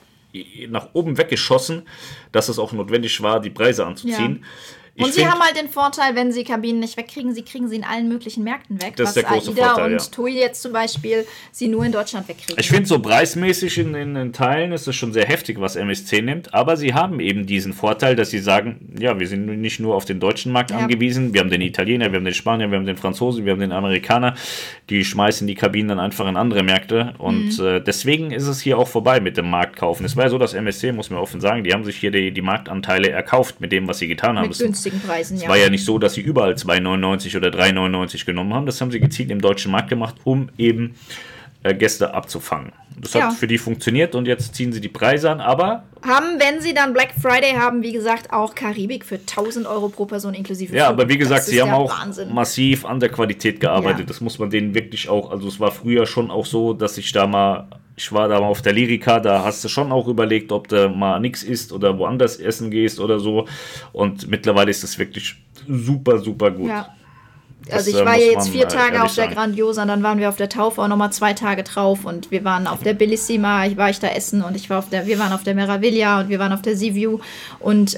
oben weggeschossen, dass es auch notwendig war, die Preise anzuziehen. Ja. Und sie haben halt den Vorteil, wenn sie Kabinen nicht wegkriegen, kriegen sie in allen möglichen Märkten weg. Das ist der große AIDA Vorteil, und TUI jetzt zum Beispiel sie nur in Deutschland wegkriegen. Ich finde so preismäßig in Teilen ist es schon sehr heftig, was MSC nimmt, aber sie haben eben diesen Vorteil, dass sie sagen, ja, wir sind nicht nur auf den deutschen Markt angewiesen, wir haben den Italiener, wir haben den Spanier, wir haben den Franzosen, wir haben den Amerikaner, die schmeißen die Kabinen dann einfach in andere Märkte und deswegen ist es hier auch vorbei mit dem Marktkaufen. Es war ja so, dass MSC, muss man offen sagen, die haben sich hier die Marktanteile erkauft mit dem, was sie getan haben. Mit günstigen Preisen, Es war ja nicht so, dass sie überall 2,99 oder 3,99 genommen haben. Das haben sie gezielt im deutschen Markt gemacht, um eben Gäste abzufangen. Das hat für die funktioniert und jetzt ziehen sie die Preise an, aber... Wenn sie dann Black Friday haben, wie gesagt, auch Karibik für 1.000 € pro Person inklusive Ja, Flug. aber wie gesagt, sie haben auch Wahnsinn. massiv an der Qualität gearbeitet. Ja. Das muss man denen wirklich auch... Also es war früher schon auch so, dass ich war da mal auf der Lyrica, da hast du schon auch überlegt, ob du mal nichts isst oder woanders essen gehst oder so. Und mittlerweile ist es wirklich super, super gut. Ja. Also ich war muss jetzt man 4 Tage ehrlich auf der sagen. Grandiosa und dann waren wir auf der Taufe auch nochmal 2 Tage drauf und wir waren auf der Bellissima, wir waren auf der Meraviglia und wir waren auf der Seaview und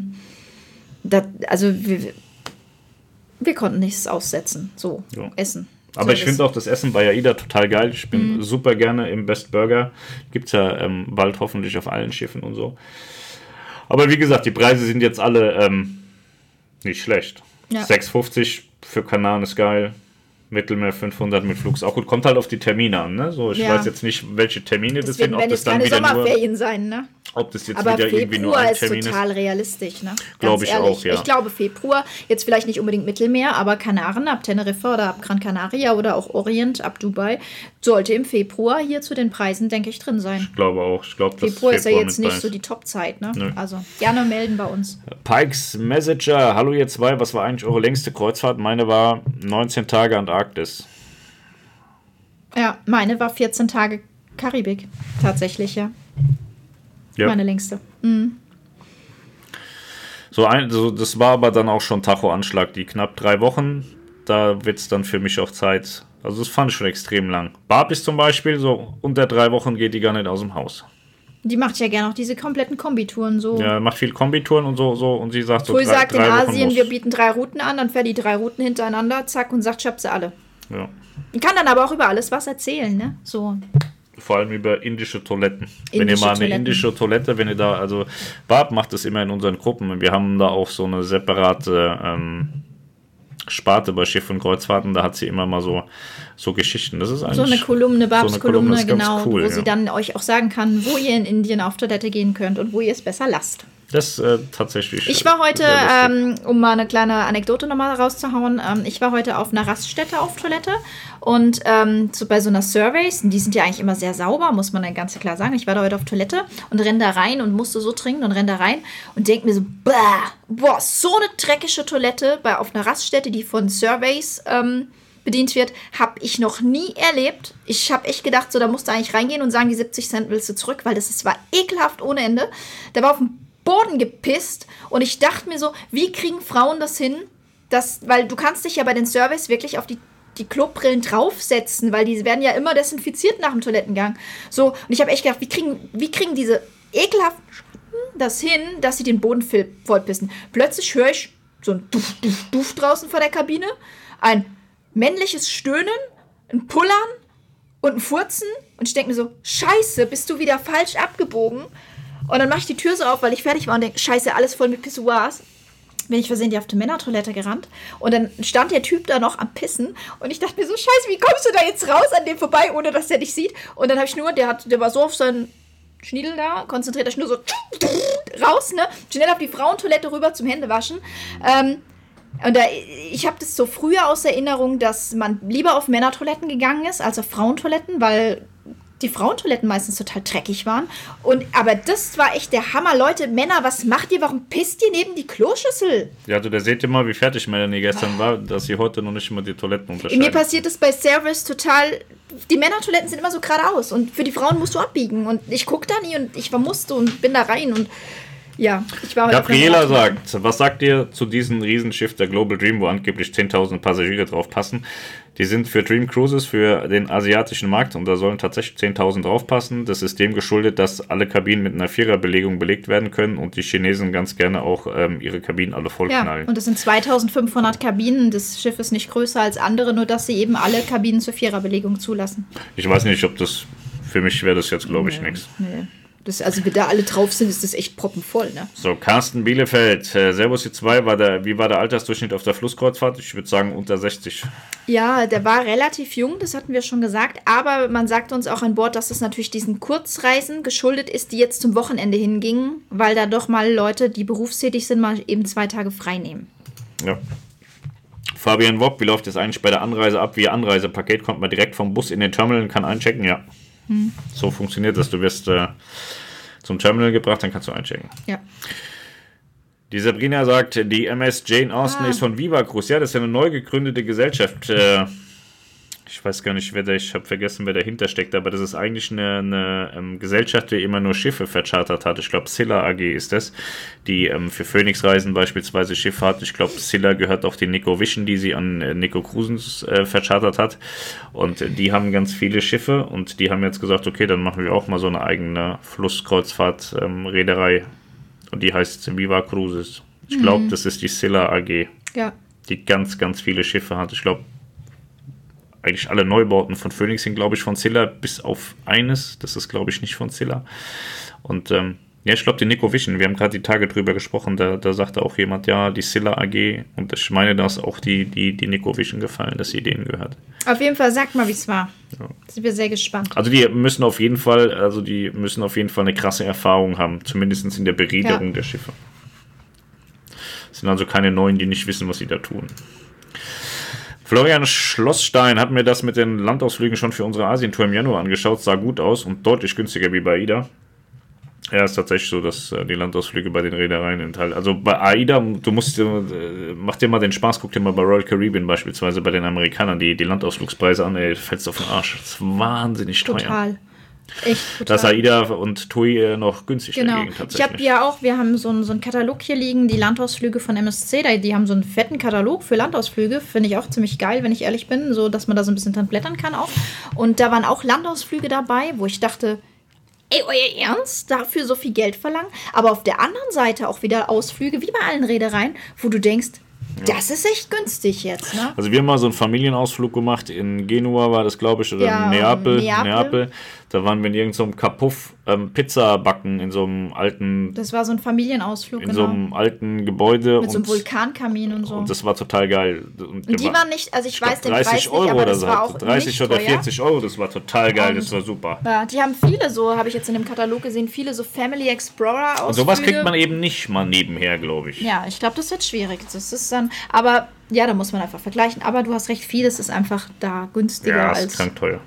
wir konnten nichts aussetzen, essen. Aber ich finde auch das Essen bei AIDA total geil. Ich bin super gerne im Best Burger. Gibt es ja bald hoffentlich auf allen Schiffen und so. Aber wie gesagt, die Preise sind jetzt alle nicht schlecht. Ja. 6,50 für Kanaren ist geil. Mittelmeer 500 mit Flug ist auch gut. Kommt halt auf die Termine an, ne? So, ich weiß jetzt nicht, welche Termine das sind. Ob das dann wieder Sommerferien sein, ne? Ob das jetzt aber wieder Februar irgendwie nur ein Termin ist. Aber Februar ist total realistisch, ne? Glaube ich auch, ja. Ich glaube Februar, jetzt vielleicht nicht unbedingt Mittelmeer, aber Kanaren ab Teneriffa oder ab Gran Canaria oder auch Orient ab Dubai sollte im Februar hier zu den Preisen, denke ich, drin sein. Ich glaube auch. Februar ist ja jetzt nicht so die Top-Zeit, ne? Nö. Also gerne melden bei uns. Pikes Messenger, hallo ihr zwei, was war eigentlich eure längste Kreuzfahrt? Meine war 19 Tage Antarktis. Ja, meine war 14 Tage Karibik. Tatsächlich, ja. Meine längste. Mhm. So, das war aber dann auch schon Tacho-Anschlag. Die knapp 3 Wochen, da wird es dann für mich auch Zeit. Also das fand ich schon extrem lang. Barbis zum Beispiel, so unter 3 Wochen geht die gar nicht aus dem Haus. Die macht ja gerne auch diese kompletten Kombitouren so. Ja, macht viel Kombitouren und so und sie sagt so. Früh sagt in Asien, wir bieten 3 Routen an, dann fährt die 3 Routen hintereinander, zack, und sagt, ich hab sie alle. Ja. Ich kann dann aber auch über alles was erzählen, ne? So. Vor allem über indische Toiletten. Wenn ihr mal eine indische Toilette, wenn ihr da, also Barb macht das immer in unseren Gruppen und wir haben da auch so eine separate Sparte bei Schiff- und Kreuzfahrten, da hat sie immer mal so Geschichten. Das ist eigentlich so eine Kolumne, Babs Kolumne, genau, cool, wo sie dann euch auch sagen kann, wo ihr in Indien auf Toilette gehen könnt und wo ihr es besser lasst. Das tatsächlich. Ich war heute, um mal eine kleine Anekdote nochmal rauszuhauen, ich war heute auf einer Raststätte auf Toilette und so bei so einer Surveys, die sind ja eigentlich immer sehr sauber, muss man dann ganz klar sagen. Ich war da heute auf Toilette und renn da rein und musste so trinken und renn da rein und denk mir so, boah, so eine dreckige Toilette auf einer Raststätte, die von Surveys bedient wird, habe ich noch nie erlebt. Ich habe echt gedacht, so da musst du eigentlich reingehen und sagen, die 70 Cent willst du zurück, weil das war ekelhaft ohne Ende. Da war auf dem Boden gepisst und ich dachte mir so, wie kriegen Frauen das hin, weil du kannst dich ja bei den Surveys wirklich auf die Klobrillen draufsetzen, weil die werden ja immer desinfiziert nach dem Toilettengang. So, und ich habe echt gedacht, wie kriegen diese ekelhaften das hin, dass sie den Boden vollpissen. Plötzlich höre ich so ein Duft draußen vor der Kabine, ein männliches Stöhnen, ein Pullern und ein Furzen und ich denke mir so, scheiße, bist du wieder falsch abgebogen? Und dann mache ich die Tür so auf, weil ich fertig war und denke, scheiße, alles voll mit Pissoirs. Bin ich versehentlich auf die Männertoilette gerannt. Und dann stand der Typ da noch am Pissen. Und ich dachte mir so, scheiße, wie kommst du da jetzt raus an dem vorbei, ohne dass der dich sieht? Und dann habe ich nur, der war so auf seinen Schniedel da, konzentriert er nur so raus, ne? Schnell auf die Frauentoilette rüber zum Händewaschen. Und ich habe das so früher aus Erinnerung, dass man lieber auf Männertoiletten gegangen ist, als auf Frauentoiletten, weil die Frauentoiletten meistens total dreckig waren. Aber das war echt der Hammer. Leute, Männer, was macht ihr? Warum pisst ihr neben die Kloschüssel? Ja, da seht ihr mal, wie fertig Melanie gestern war, dass sie heute noch nicht mal die Toiletten unterscheidet. Mir passiert das bei Service total. Die Männertoiletten sind immer so geradeaus und für die Frauen musst du abbiegen. Und ich gucke da nie und ich musste und bin da rein und ja, ich war heute. Gabriela sagt, was sagt ihr zu diesem Riesenschiff der Global Dream, wo angeblich 10.000 Passagiere drauf passen? Die sind für Dream Cruises für den asiatischen Markt und da sollen tatsächlich 10.000 drauf passen. Das ist dem geschuldet, dass alle Kabinen mit einer Viererbelegung belegt werden können und die Chinesen ganz gerne auch ihre Kabinen alle vollknallen. Ja, und es sind 2.500 Kabinen. Das Schiff ist nicht größer als andere, nur dass sie eben alle Kabinen zur Viererbelegung zulassen. Ich weiß nicht, ob das, für mich wäre das jetzt, glaube ich, nichts. Nee. Also, wenn da alle drauf sind, ist das echt proppenvoll, ne? So, Carsten Bielefeld. Servus, ihr zwei. Wie war der Altersdurchschnitt auf der Flusskreuzfahrt? Ich würde sagen, unter 60. Ja, der war relativ jung, das hatten wir schon gesagt. Aber man sagt uns auch an Bord, dass es natürlich diesen Kurzreisen geschuldet ist, die jetzt zum Wochenende hingingen, weil da doch mal Leute, die berufstätig sind, mal eben 2 Tage frei nehmen. Ja. Fabian Wopp, wie läuft es eigentlich bei der Anreise ab? Wie Anreisepaket kommt man direkt vom Bus in den Terminal und kann einchecken? Ja. So funktioniert das. Du wirst zum Terminal gebracht, dann kannst du einchecken. Ja. Die Sabrina sagt, die MS Jane Austen ist von Viva Cruise. Ja, das ist ja eine neu gegründete Gesellschaft. Ich weiß gar nicht, ich habe vergessen, wer dahinter steckt, aber das ist eigentlich eine Gesellschaft, die immer nur Schiffe verchartert hat. Ich glaube, Scylla AG ist das, die für Phoenix-Reisen beispielsweise Schiffe hat. Ich glaube, Scylla gehört auch die Nico Vision, die sie an Nico Cruises verchartert hat. Und die haben ganz viele Schiffe und die haben jetzt gesagt, okay, dann machen wir auch mal so eine eigene Flusskreuzfahrt-Reederei. Und die heißt Viva Cruises. Ich glaube, das ist die Scylla AG, die ganz, ganz viele Schiffe hat. Ich glaube, eigentlich alle Neubauten von Phoenix sind, glaube ich, von Scylla, bis auf eines. Das ist, glaube ich, nicht von Scylla. Und Ja, ich glaube, die Nico Wischen, wir haben gerade die Tage drüber gesprochen, da sagte auch jemand, ja, die Silla AG, und ich meine, dass auch die Nico Wischen gefallen, dass sie denen gehört. Auf jeden Fall, sag mal, wie es war. Ja. Sind wir sehr gespannt. Also die müssen auf jeden Fall eine krasse Erfahrung haben, zumindest in der Bereederung der Schiffe. Es sind also keine Neuen, die nicht wissen, was sie da tun. Florian Schlossstein hat mir das mit den Landausflügen schon für unsere Asientour im Januar angeschaut, sah gut aus und deutlich günstiger wie bei AIDA. Ja, ist tatsächlich so, dass die Landausflüge bei den Reedereien enthalten. Also bei AIDA, mach dir mal den Spaß, guck dir mal bei Royal Caribbean beispielsweise bei den Amerikanern die Landausflugspreise an, ey, fällst auf den Arsch. Das ist wahnsinnig teuer. Total. Echt total. Dass AIDA und TUI noch günstig dagegen tatsächlich. Wir haben so einen Katalog hier liegen, die Landausflüge von MSC, die haben so einen fetten Katalog für Landausflüge, finde ich auch ziemlich geil, wenn ich ehrlich bin, so dass man da so ein bisschen dran blättern kann auch. Und da waren auch Landausflüge dabei, wo ich dachte, ey, euer Ernst? Dafür so viel Geld verlangen? Aber auf der anderen Seite auch wieder Ausflüge, wie bei allen Reedereien, wo du denkst, das ist echt günstig jetzt, ne? Also wir haben mal so einen Familienausflug gemacht, in Genua war das, glaube ich, oder Neapel. Da waren wir in irgendeinem Kapuff Pizza backen in so einem alten... Das war so ein Familienausflug, so einem alten Gebäude. Mit so einem Vulkankamin und so. Und das war total geil. Und die waren nicht, also ich weiß den 30 Preis Euro nicht, aber oder das so. war auch 30 nicht oder teuer. 40 Euro, das war total geil, das war super. Ja, die haben viele so, habe ich jetzt in dem Katalog gesehen, viele so Family Explorer Ausflüge. Und sowas kriegt man eben nicht mal nebenher, glaube ich. Ja, ich glaube, das wird schwierig. Das ist dann, aber ja, da muss man einfach vergleichen. Aber du hast recht, vieles ist einfach da günstiger als... Ja, ist krank teuer.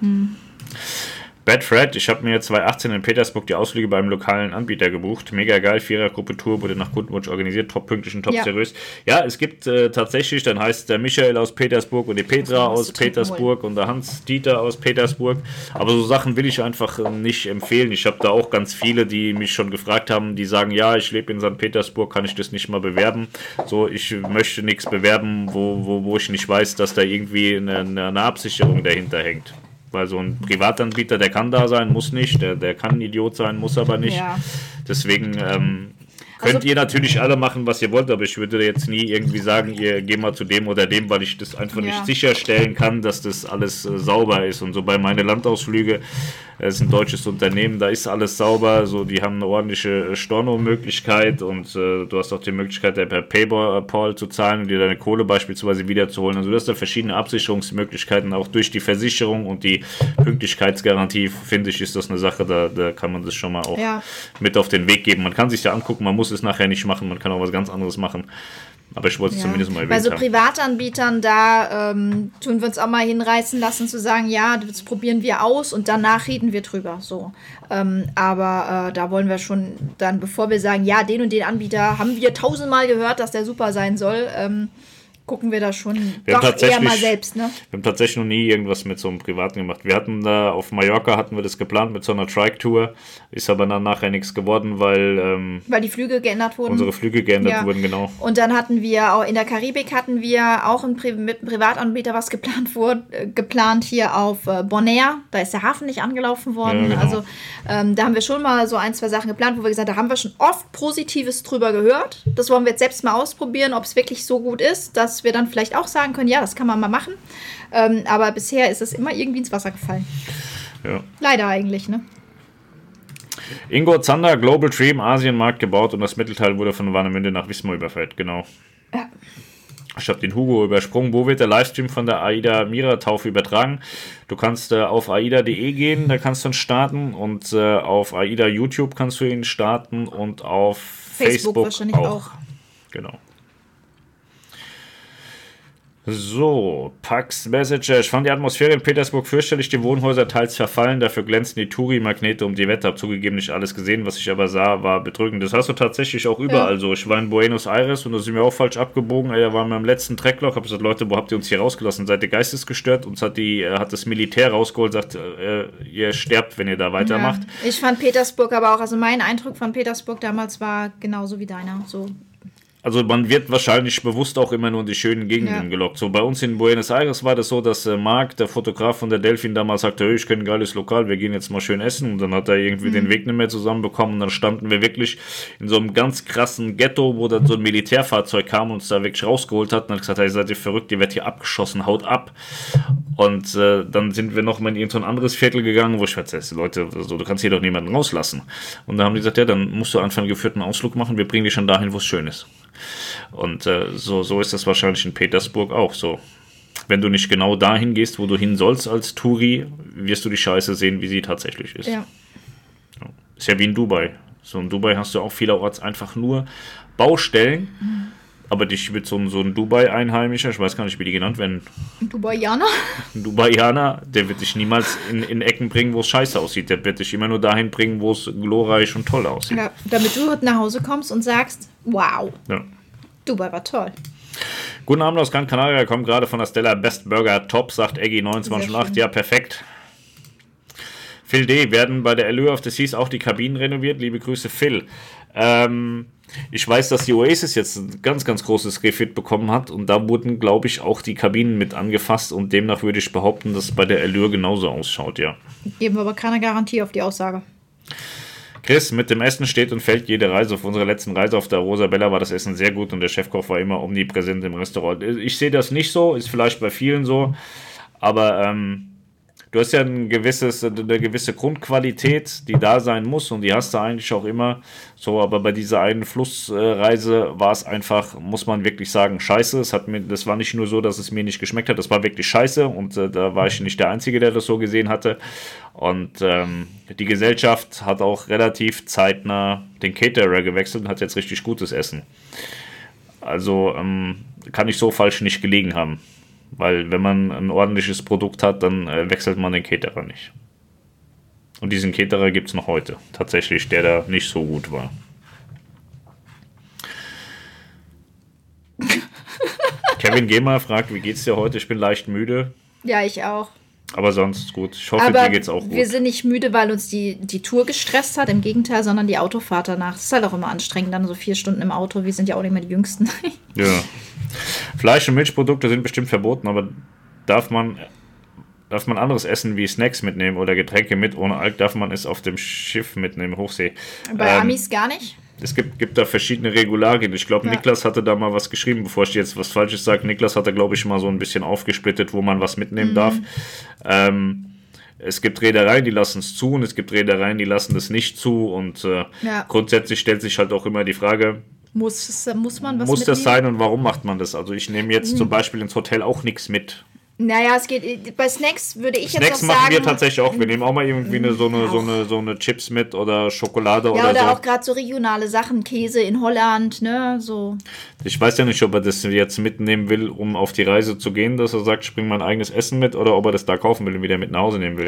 Bad Fred, ich habe mir 2018 in Petersburg die Ausflüge beim lokalen Anbieter gebucht. Mega geil, Vierergruppe Tour, wurde nach Kundenwunsch organisiert, top pünktlich und top seriös. Ja, es gibt tatsächlich, dann heißt der Michael aus Petersburg und die Petra aus Petersburg und der Hans-Dieter aus Petersburg. Aber so Sachen will ich einfach nicht empfehlen. Ich habe da auch ganz viele, die mich schon gefragt haben, die sagen, ja, ich lebe in St. Petersburg, kann ich das nicht mal bewerben? So, ich möchte nichts bewerben, wo ich nicht weiß, dass da irgendwie eine Absicherung dahinter hängt. Weil so ein Privatanbieter, der kann da sein, muss nicht, der kann ein Idiot sein, muss aber nicht. Ja. Deswegen könnt ihr natürlich alle machen, was ihr wollt, aber ich würde jetzt nie irgendwie sagen, ihr geht mal zu dem oder dem, weil ich das einfach nicht sicherstellen kann, dass das alles sauber ist. Und so bei meine Landausflüge, es ist ein deutsches Unternehmen, da ist alles sauber, so die haben eine ordentliche Stornomöglichkeit und du hast auch die Möglichkeit, per PayPal zu zahlen und dir deine Kohle beispielsweise wiederzuholen. Also du hast da verschiedene Absicherungsmöglichkeiten, auch durch die Versicherung und die Pünktlichkeitsgarantie, finde ich, ist das eine Sache, da kann man das schon mal auch mit auf den Weg geben. Man kann sich ja angucken, man muss es nachher nicht machen, man kann auch was ganz anderes machen. Aber ich wollte es zumindest mal erwähnt haben. Bei so Privatanbietern, da tun wir uns auch mal hinreißen lassen, zu sagen, ja, das probieren wir aus und danach reden wir drüber. So. Aber da wollen wir schon dann, bevor wir sagen, ja, den und den Anbieter haben wir 1000-mal gehört, dass der super sein soll, gucken wir da schon doch eher mal selbst, ne? Wir haben tatsächlich noch nie irgendwas mit so einem Privaten gemacht. Wir hatten da auf Mallorca, hatten wir das geplant mit so einer Trike-Tour, ist aber dann nachher nichts geworden, weil die Flüge geändert wurden. Unsere Flüge geändert wurden, genau. Und dann hatten wir auch in der Karibik auch mit einem Privatanbieter was geplant hier auf Bonaire. Da ist der Hafen nicht angelaufen worden. Ja, genau. Also da haben wir schon mal so 1, 2 Sachen geplant, wo wir gesagt haben, da haben wir schon oft Positives drüber gehört. Das wollen wir jetzt selbst mal ausprobieren, ob es wirklich so gut ist, dass wir dann vielleicht auch sagen können, ja, das kann man mal machen. Aber bisher ist es immer irgendwie ins Wasser gefallen. Ja. Leider eigentlich, ne? Ingo Zander, Global Dream, Asienmarkt gebaut und das Mittelteil wurde von Warnemünde nach Wismar überführt, genau. Ja. Ich habe den Hugo übersprungen. Wo wird der Livestream von der AIDA Mira-Taufe übertragen? Du kannst auf aida.de gehen, da kannst du ihn starten und auf AIDA YouTube kannst du ihn starten und auf Facebook wahrscheinlich auch. Genau. So, Pax Messenger. Ich fand die Atmosphäre in Petersburg fürchterlich, die Wohnhäuser teils verfallen, dafür glänzen die Touri-Magnete um die Wette. Hab zugegeben nicht alles gesehen, was ich aber sah, war bedrückend. Das hast du tatsächlich auch überall so. Ich war in Buenos Aires und da sind wir auch falsch abgebogen. Da waren wir im letzten Trackloch. Hab gesagt, Leute, wo habt ihr uns hier rausgelassen? Seid ihr geistesgestört? Uns hat das Militär rausgeholt, sagt, ihr sterbt, wenn ihr da weitermacht. Ja. Ich fand Petersburg aber auch, also mein Eindruck von Petersburg damals war genauso wie deiner, so. Also man wird wahrscheinlich bewusst auch immer nur in die schönen Gegenden gelockt. So bei uns in Buenos Aires war das so, dass Marc, der Fotograf von der Delfin, damals sagte, hey, ich kenne ein geiles Lokal, wir gehen jetzt mal schön essen. Und dann hat er irgendwie den Weg nicht mehr zusammenbekommen. Und dann standen wir wirklich in so einem ganz krassen Ghetto, wo dann so ein Militärfahrzeug kam und uns da wirklich rausgeholt hat. Und dann hat gesagt, hey, seid ihr verrückt, ihr werdet hier abgeschossen, haut ab. Und dann sind wir noch mal in irgendein anderes Viertel gegangen, wo ich schätze, Leute, so, du kannst hier doch niemanden rauslassen. Und da haben die gesagt, ja, dann musst du einfach einen geführten Ausflug machen, wir bringen dich schon dahin, wo es schön ist. Und so ist das wahrscheinlich in Petersburg auch so. Wenn du nicht genau dahin gehst, wo du hin sollst als Touri, wirst du die Scheiße sehen, wie sie tatsächlich ist. Ja. Ist ja wie in Dubai. So in Dubai hast du auch vielerorts einfach nur Baustellen, aber dich wird so ein Dubai-Einheimischer, ich weiß gar nicht, wie die genannt werden. Dubaianer? Ein Dubaianer, der wird dich niemals in Ecken bringen, wo es scheiße aussieht. Der wird dich immer nur dahin bringen, wo es glorreich und toll aussieht. Ja, damit du nach Hause kommst und sagst, wow, Ja. Dubai war toll. Guten Abend aus Gran Canaria, kommt gerade von der Stella Best Burger Top, sagt Eggy 29,8. Ja, perfekt. Phil D. Werden bei der Allure of the Seas auch die Kabinen renoviert? Liebe Grüße, Phil. Ich weiß, dass die Oasis jetzt ein ganz, ganz großes Refit bekommen hat und da wurden, glaube ich, auch die Kabinen mit angefasst und demnach würde ich behaupten, dass es bei der Allure genauso ausschaut, ja. Geben wir aber keine Garantie auf die Aussage. Chris, mit dem Essen steht und fällt jede Reise. Auf unserer letzten Reise auf der Rosabella war das Essen sehr gut und der Chefkoch war immer omnipräsent im Restaurant. Ich sehe das nicht so, ist vielleicht bei vielen so, aber du hast ja eine gewisse Grundqualität, die da sein muss und die hast du eigentlich auch immer so, aber bei dieser einen Flussreise war es einfach, muss man wirklich sagen, scheiße. Das war nicht nur so, dass es mir nicht geschmeckt hat, das war wirklich scheiße und da war ich nicht der Einzige, der das so gesehen hatte. Und die Gesellschaft hat auch relativ zeitnah den Caterer gewechselt und hat jetzt richtig gutes Essen. Also kann ich so falsch nicht gelegen haben. Weil wenn man ein ordentliches Produkt hat, dann wechselt man den Caterer nicht. Und diesen Caterer gibt es noch heute. Tatsächlich, der da nicht so gut war. Kevin Gemer fragt, wie geht's dir heute? Ich bin leicht müde. Ja, ich auch. Aber sonst gut. Ich hoffe, Aber dir geht's auch gut. wir sind nicht müde, weil uns die Tour gestresst hat. Im Gegenteil, sondern die Autofahrt danach. Es ist halt auch immer anstrengend, dann so 4 Stunden im Auto. Wir sind ja auch nicht mehr die Jüngsten. Ja. Fleisch- und Milchprodukte sind bestimmt verboten, aber darf man anderes Essen wie Snacks mitnehmen oder Getränke mit ohne Alk? Darf man es auf dem Schiff mitnehmen, Hochsee? Bei Amis gar nicht. Es gibt da verschiedene Regularien. Ich glaube, Ja. Niklas hatte da mal was geschrieben, bevor ich jetzt was Falsches sage. Niklas hat da, glaube ich, mal so ein bisschen aufgesplittet, wo man was mitnehmen darf. Es gibt Reedereien, die lassen es zu und es gibt Reedereien, die lassen das nicht zu. Und Ja. grundsätzlich stellt sich halt auch immer die Frage, Muss man was muss das mitnehmen? sein und warum macht man das? Also ich nehme jetzt zum Beispiel ins Hotel auch nichts mit. Naja, es geht. Bei Snacks würde ich Snacks jetzt noch machen sagen. wir tatsächlich auch. Wir nehmen auch mal irgendwie so eine Chips mit oder Schokolade Ja, oder oder so. auch gerade so regionale Sachen, Käse in Holland, ne, so. Ich weiß ja nicht, ob er das jetzt mitnehmen will, um auf die Reise zu gehen, dass er sagt, ich bringe mein eigenes Essen mit, oder ob er das da kaufen will und wieder mit nach Hause nehmen will.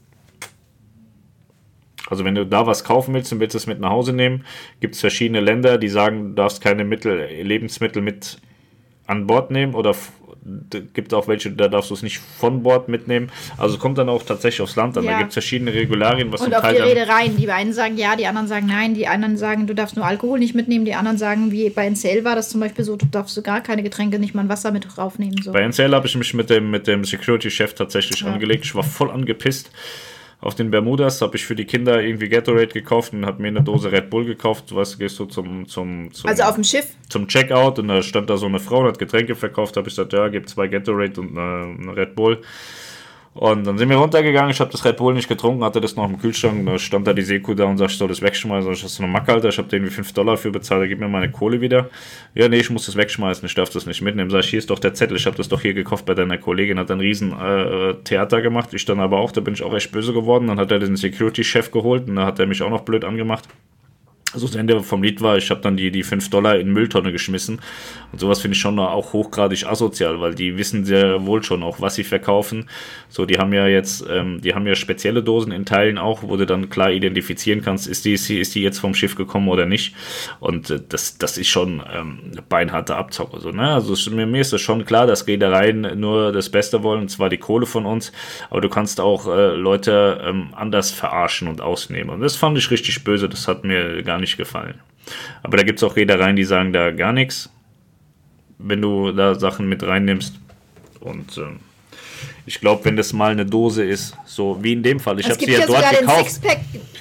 Also wenn du da was kaufen willst und willst es mit nach Hause nehmen, gibt es verschiedene Länder, die sagen, du darfst keine Lebensmittel mit an Bord nehmen oder gibt auch welche, da darfst du es nicht von Bord mitnehmen. Also es kommt dann auch tatsächlich aufs Land an. Ja. Da gibt es verschiedene Regularien, was Und zum auf Teil die dann... Reedereien. Die einen sagen ja, die anderen sagen nein, die anderen sagen, du darfst nur Alkohol nicht mitnehmen, die anderen sagen, wie bei NCL war das zum Beispiel so, du darfst gar keine Getränke, nicht mal ein Wasser mit raufnehmen. So. Bei NCL habe ich mich mit dem Security-Chef tatsächlich angelegt. Ich war voll angepisst. Auf den Bermudas habe ich für die Kinder irgendwie Gatorade gekauft und habe mir eine Dose Red Bull gekauft. Du weißt, gehst du zum Also auf dem Schiff? zum Checkout und da stand da so eine Frau und hat Getränke verkauft. Da habe ich gesagt, ja, gib 2 Gatorade und eine Red Bull. Und dann sind wir runtergegangen, ich habe das Red Bull nicht getrunken, hatte das noch im Kühlschrank, da stand da die Seekuh da und sagt, ich soll das wegschmeißen. Ich das ist eine Macke, Alter, ich habe den wie $5 für bezahlt, gib mir meine Kohle wieder. Ja, nee, ich muss das wegschmeißen, ich darf das nicht mitnehmen. Sag ich, hier ist doch der Zettel, ich habe das doch hier gekauft bei deiner Kollegin, hat ein riesen Theater gemacht, ich dann aber auch, da bin ich auch echt böse geworden. Dann hat er den Security-Chef geholt und da hat er mich auch noch blöd angemacht. Also das Ende vom Lied war, ich habe dann die $5 in Mülltonne geschmissen und sowas finde ich schon auch hochgradig asozial, weil die wissen sehr wohl schon auch, was sie verkaufen. So, die haben ja jetzt, spezielle Dosen in Teilen auch, wo du dann klar identifizieren kannst, ist die jetzt vom Schiff gekommen oder nicht. Und das ist schon beinharter Abzock. Also, ne? Also mir ist das schon klar, dass Reedereien nur das Beste wollen, und zwar die Kohle von uns, aber du kannst auch Leute anders verarschen und ausnehmen. Und das fand ich richtig böse, das hat mir gar nicht gefallen. Aber da gibt es auch Reedereien, die sagen da gar nichts, wenn du da Sachen mit reinnimmst. Und ich glaube, wenn das mal eine Dose ist, so wie in dem Fall, ich habe sie ja dort gekauft.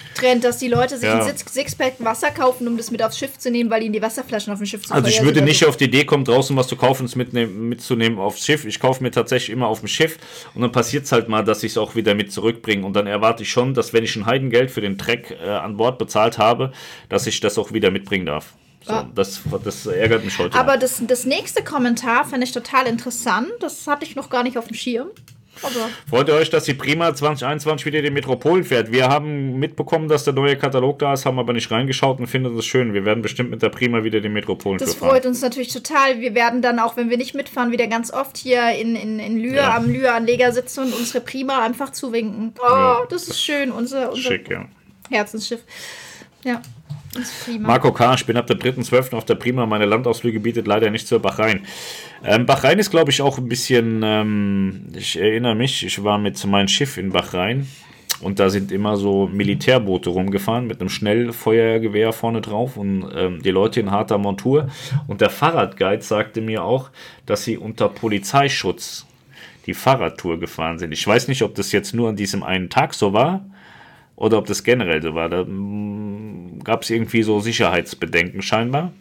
Trend, dass die Leute sich ein Sixpack Wasser kaufen, um das mit aufs Schiff zu nehmen, weil ihnen die Wasserflaschen auf dem Schiff zu Also ich würde nicht auf die Idee kommen, draußen was zu kaufen und es mitzunehmen aufs Schiff. Ich kaufe mir tatsächlich immer auf dem Schiff und dann passiert es halt mal, dass ich es auch wieder mit zurückbringe und dann erwarte ich schon, dass wenn ich ein Heidengeld für den Treck an Bord bezahlt habe, dass ich das auch wieder mitbringen darf. So, das ärgert mich heute. Aber das nächste Kommentar fand ich total interessant. Das hatte ich noch gar nicht auf dem Schirm. Aber freut ihr euch, dass die Prima 2021 wieder die Metropolen fährt? Wir haben mitbekommen, dass der neue Katalog da ist, haben aber nicht reingeschaut und finden das schön. Wir werden bestimmt mit der Prima wieder die Metropolen fahren. Das freut uns natürlich total. Wir werden dann auch, wenn wir nicht mitfahren, wieder ganz oft hier in Lühr am Lühr-Anleger sitzen und unsere Prima einfach zuwinken. Das ist schön. Unser schick, ja. Herzenschiff. Ja. Marco K., ich bin ab der 3.12. auf der Prima, meine Landausflüge bietet leider nicht zur Bahrain. Bahrain ist, glaube ich, auch ein bisschen, ich erinnere mich, ich war mit meinem Schiff in Bahrain und da sind immer so Militärboote rumgefahren mit einem Schnellfeuergewehr vorne drauf und die Leute in harter Montur. Und der Fahrradguide sagte mir auch, dass sie unter Polizeischutz die Fahrradtour gefahren sind. Ich weiß nicht, ob das jetzt nur an diesem einen Tag so war, oder ob das generell so war. Da gab es irgendwie so Sicherheitsbedenken scheinbar.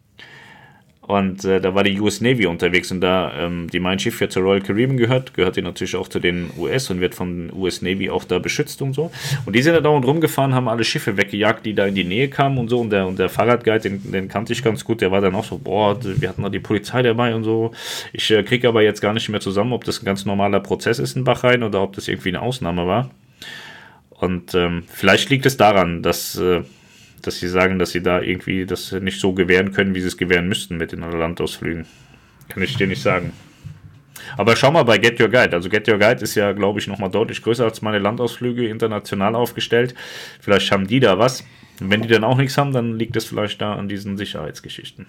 Und da war die US Navy unterwegs und da die mein Schiff ja zur Royal Caribbean gehört die natürlich auch zu den US und wird von US Navy auch da beschützt und so. Und die sind da dauernd rumgefahren, haben alle Schiffe weggejagt, die da in die Nähe kamen und so. Und der Fahrradguide, den kannte ich ganz gut, der war dann auch so, wir hatten da die Polizei dabei und so. Ich kriege aber jetzt gar nicht mehr zusammen, ob das ein ganz normaler Prozess ist in Bahrain oder ob das irgendwie eine Ausnahme war. Und vielleicht liegt es daran, dass sie sagen, dass sie da irgendwie das nicht so gewähren können, wie sie es gewähren müssten mit den Landausflügen. Kann ich dir nicht sagen. Aber schau mal bei Get Your Guide. Also Get Your Guide ist ja, glaube ich, nochmal deutlich größer als meine Landausflüge, international aufgestellt. Vielleicht haben die da was. Und wenn die dann auch nichts haben, dann liegt es vielleicht da an diesen Sicherheitsgeschichten.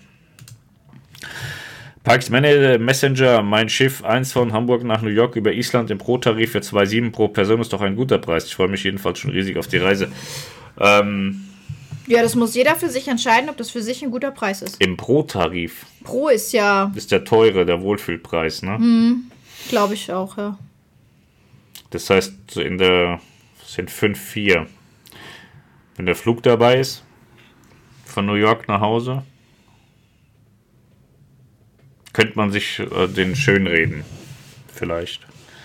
Parks Messenger, mein Schiff 1 von Hamburg nach New York über Island im Pro-Tarif für 2,7 pro Person ist doch ein guter Preis. Ich freue mich jedenfalls schon riesig auf die Reise. Ja, das muss jeder für sich entscheiden, ob das für sich ein guter Preis ist. Im Pro-Tarif? Pro ist ja... Ist der teure, der Wohlfühlpreis, ne? Glaube ich auch, ja. Das heißt, sind 5,4. Wenn der Flug dabei ist, von New York nach Hause... könnte man sich den schönreden. Vielleicht.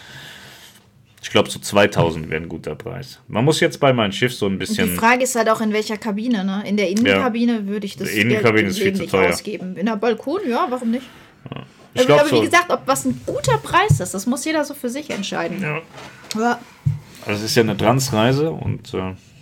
Ich glaube, so 2.000 wäre ein guter Preis. Man muss jetzt bei meinem Schiff so ein bisschen... Die Frage ist halt auch, in welcher Kabine, ne? In der Innenkabine würde ich das Innenkabine ist viel zu teuer. Ausgeben. In der Balkon, ja, warum nicht? Ja. Ich glaub, aber wie gesagt, ob was ein guter Preis ist, das muss jeder so für sich entscheiden. Ja. Aber also es ist ja eine Transreise und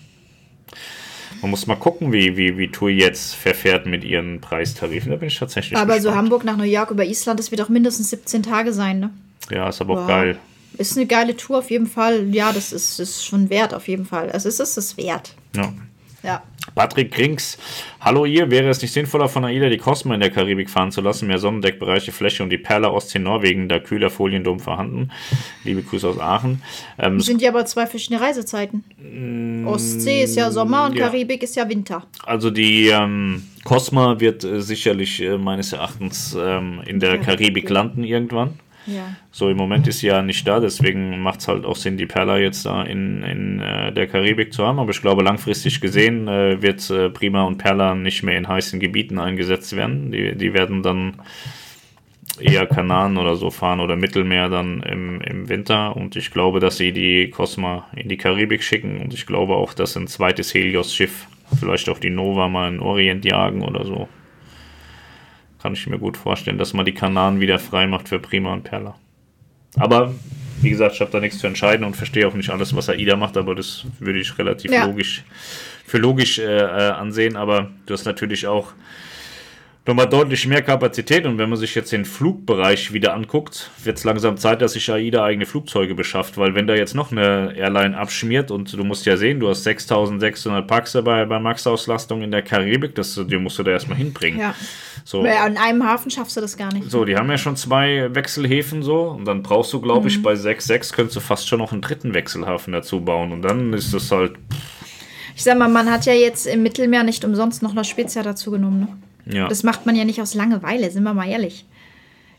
man muss mal gucken, wie TUI jetzt verfährt mit ihren Preistarifen. Da bin ich tatsächlich aber gespannt. So Hamburg nach New York über Island, das wird auch mindestens 17 Tage sein, ne? Ja, ist aber auch geil. Ist eine geile Tour auf jeden Fall. Ja, das ist schon wert auf jeden Fall. Also es ist es wert. Ja. Patrick Krings, hallo ihr, wäre es nicht sinnvoller von AIDA die Cosmo in der Karibik fahren zu lassen, mehr Sonnendeckbereiche, Fläche und die Perla Ostsee Norwegen, da kühler Foliendom vorhanden. Liebe Grüße aus Aachen. Sind ja aber zwei verschiedene Reisezeiten. Ostsee ist ja Sommer und Karibik ist ja Winter. Also die Cosmo wird sicherlich meines Erachtens in der Karibik landen irgendwann. Ja. So, im Moment ist sie ja nicht da, deswegen macht es halt auch Sinn, die Perla jetzt da in der Karibik zu haben. Aber ich glaube, langfristig gesehen wird Prima und Perla nicht mehr in heißen Gebieten eingesetzt werden. Die werden dann eher Kanaren oder so fahren oder Mittelmeer dann im Winter. Und ich glaube, dass sie die Cosma in die Karibik schicken. Und ich glaube auch, dass ein zweites Helios-Schiff, vielleicht auch die Nova, mal in Orient jagen oder so. Kann ich mir gut vorstellen, dass man die Kanaren wieder frei macht für Prima und Perla. Aber, wie gesagt, ich habe da nichts zu entscheiden und verstehe auch nicht alles, was AIDA macht, aber das würde ich relativ logisch ansehen. Aber du hast natürlich auch nochmal deutlich mehr Kapazität und wenn man sich jetzt den Flugbereich wieder anguckt, wird es langsam Zeit, dass sich AIDA eigene Flugzeuge beschafft, weil wenn da jetzt noch eine Airline abschmiert und du musst ja sehen, du hast 6.600 Pax dabei bei Max-Auslastung in der Karibik, die musst du da erstmal hinbringen. Ja. So. An einem Hafen schaffst du das gar nicht. So, die haben ja schon 2 Wechselhäfen so und dann brauchst du, glaube ich, bei 6,6 könntest du fast schon noch einen 3. Wechselhafen dazu bauen und dann ist das halt... Ich sag mal, man hat ja jetzt im Mittelmeer nicht umsonst noch La Spezia dazu genommen, ne? Ja. Das macht man ja nicht aus Langeweile, sind wir mal ehrlich.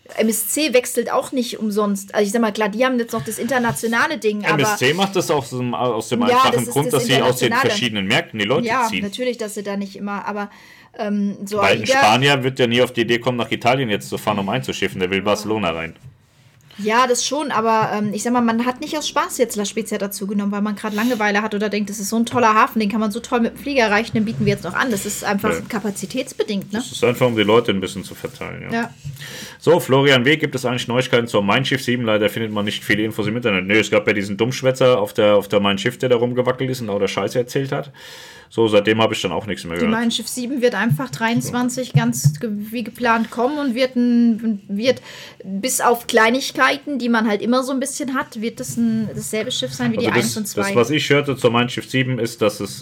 MSC wechselt auch nicht umsonst. Also ich sag mal, klar, die haben jetzt noch das internationale Ding, aber... MSC macht das auch aus dem einfachen Grund, dass sie aus den Internationale. verschiedenen Märkten die Leute ziehen. Ja, natürlich, dass sie da nicht immer, aber so Weil ein AIDA, Spanier wird ja nie auf die Idee kommen, nach Italien jetzt zu fahren, um einzuschiffen. Der will Barcelona rein. ja, das schon, aber ich sag mal, man hat nicht aus Spaß jetzt La Spezia dazu genommen, weil man gerade Langeweile hat oder denkt, das ist so ein toller Hafen, den kann man so toll mit dem Flieger erreichen, den bieten wir jetzt noch an. Das ist einfach kapazitätsbedingt, ne? Das ist einfach, um die Leute ein bisschen zu verteilen. Ja. So, Florian W., gibt es eigentlich Neuigkeiten zur Mein Schiff 7? Leider findet man nicht viele Infos im Internet. Nö, es gab ja diesen Dummschwätzer auf der Mein Schiff, der da rumgewackelt ist und lauter Scheiße erzählt hat. So, seitdem habe ich dann auch nichts mehr Die gehört. Mein Schiff 7 wird einfach 23 ganz wie geplant kommen und wird bis auf Kleinigkeiten, die man halt immer so ein bisschen hat, wird das dasselbe Schiff sein wie die 1 und 2. Das, was ich hörte zur Mein Schiff 7, ist, dass es...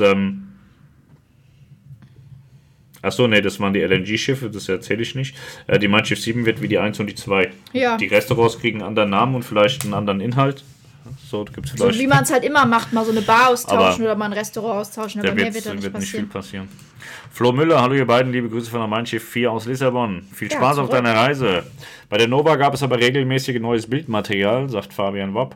Achso, nee, das waren die LNG-Schiffe, das erzähle ich nicht. Die Mein Schiff 7 wird wie die 1 und die 2. Ja. Die Restaurants kriegen einen anderen Namen und vielleicht einen anderen Inhalt. So, gibt's vielleicht. So wie man es halt immer macht, mal so eine Bar austauschen Aber oder mal ein Restaurant austauschen, aber mehr wird da nicht nicht viel passieren. passieren. Flo Müller, hallo ihr beiden, liebe Grüße von der Mein Schiff 4 aus Lissabon. Viel Ja, Spaß auf zurück. deiner Reise. Bei der Nova gab es aber regelmäßig neues Bildmaterial, sagt Fabian Wopp.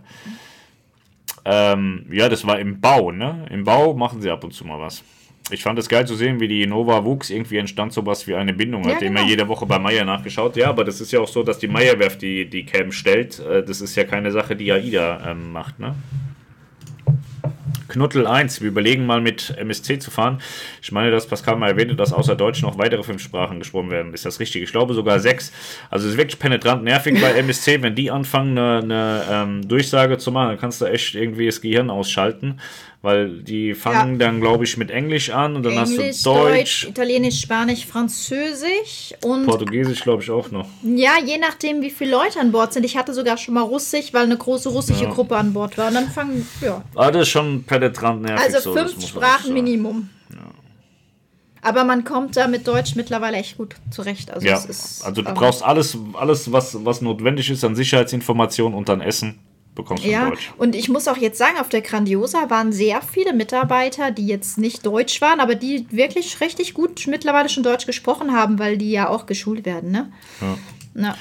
Ja, das war im Bau, ne? Im Bau machen sie ab und zu mal was. Ich fand es geil zu sehen, wie die Nova wuchs. Irgendwie entstand sowas wie eine Bindung. Ja, Hat immer genau. jede Woche bei Meyer nachgeschaut. Ja, aber das ist ja auch so, dass die Meyer-Werft die Cam stellt. Das ist ja keine Sache, die AIDA macht, ne? Knuttel 1, wir überlegen mal mit MSC zu fahren. Ich meine, dass Pascal mal erwähnte, dass außer Deutsch noch weitere 5 Sprachen gesprochen werden. Ist das richtig? Ich glaube sogar 6. Also es ist wirklich penetrant nervig bei MSC, wenn die anfangen, eine Durchsage zu machen, dann kannst du echt irgendwie das Gehirn ausschalten, weil die fangen dann, glaube ich, mit Englisch an und dann Englisch, hast du Deutsch, Italienisch, Spanisch, Französisch und Portugiesisch, glaube ich, auch noch. ja, je nachdem, wie viele Leute an Bord sind. Ich hatte sogar schon mal Russisch, weil eine große russische Gruppe an Bord war. Und dann fangen, ja. Ah, das ist schon penetrant nervig. Also so, das 5 muss man echt Sprachen sagen. Minimum. Aber man kommt da mit Deutsch mittlerweile echt gut zurecht. Also, Ja, es ist, also du brauchst alles was notwendig ist an Sicherheitsinformationen und an Essen, bekommst du in ja, Deutsch. und ich muss auch jetzt sagen, auf der Grandiosa waren sehr viele Mitarbeiter, die jetzt nicht Deutsch waren, aber die wirklich richtig gut mittlerweile schon Deutsch gesprochen haben, weil die ja auch geschult werden, ne? Ja.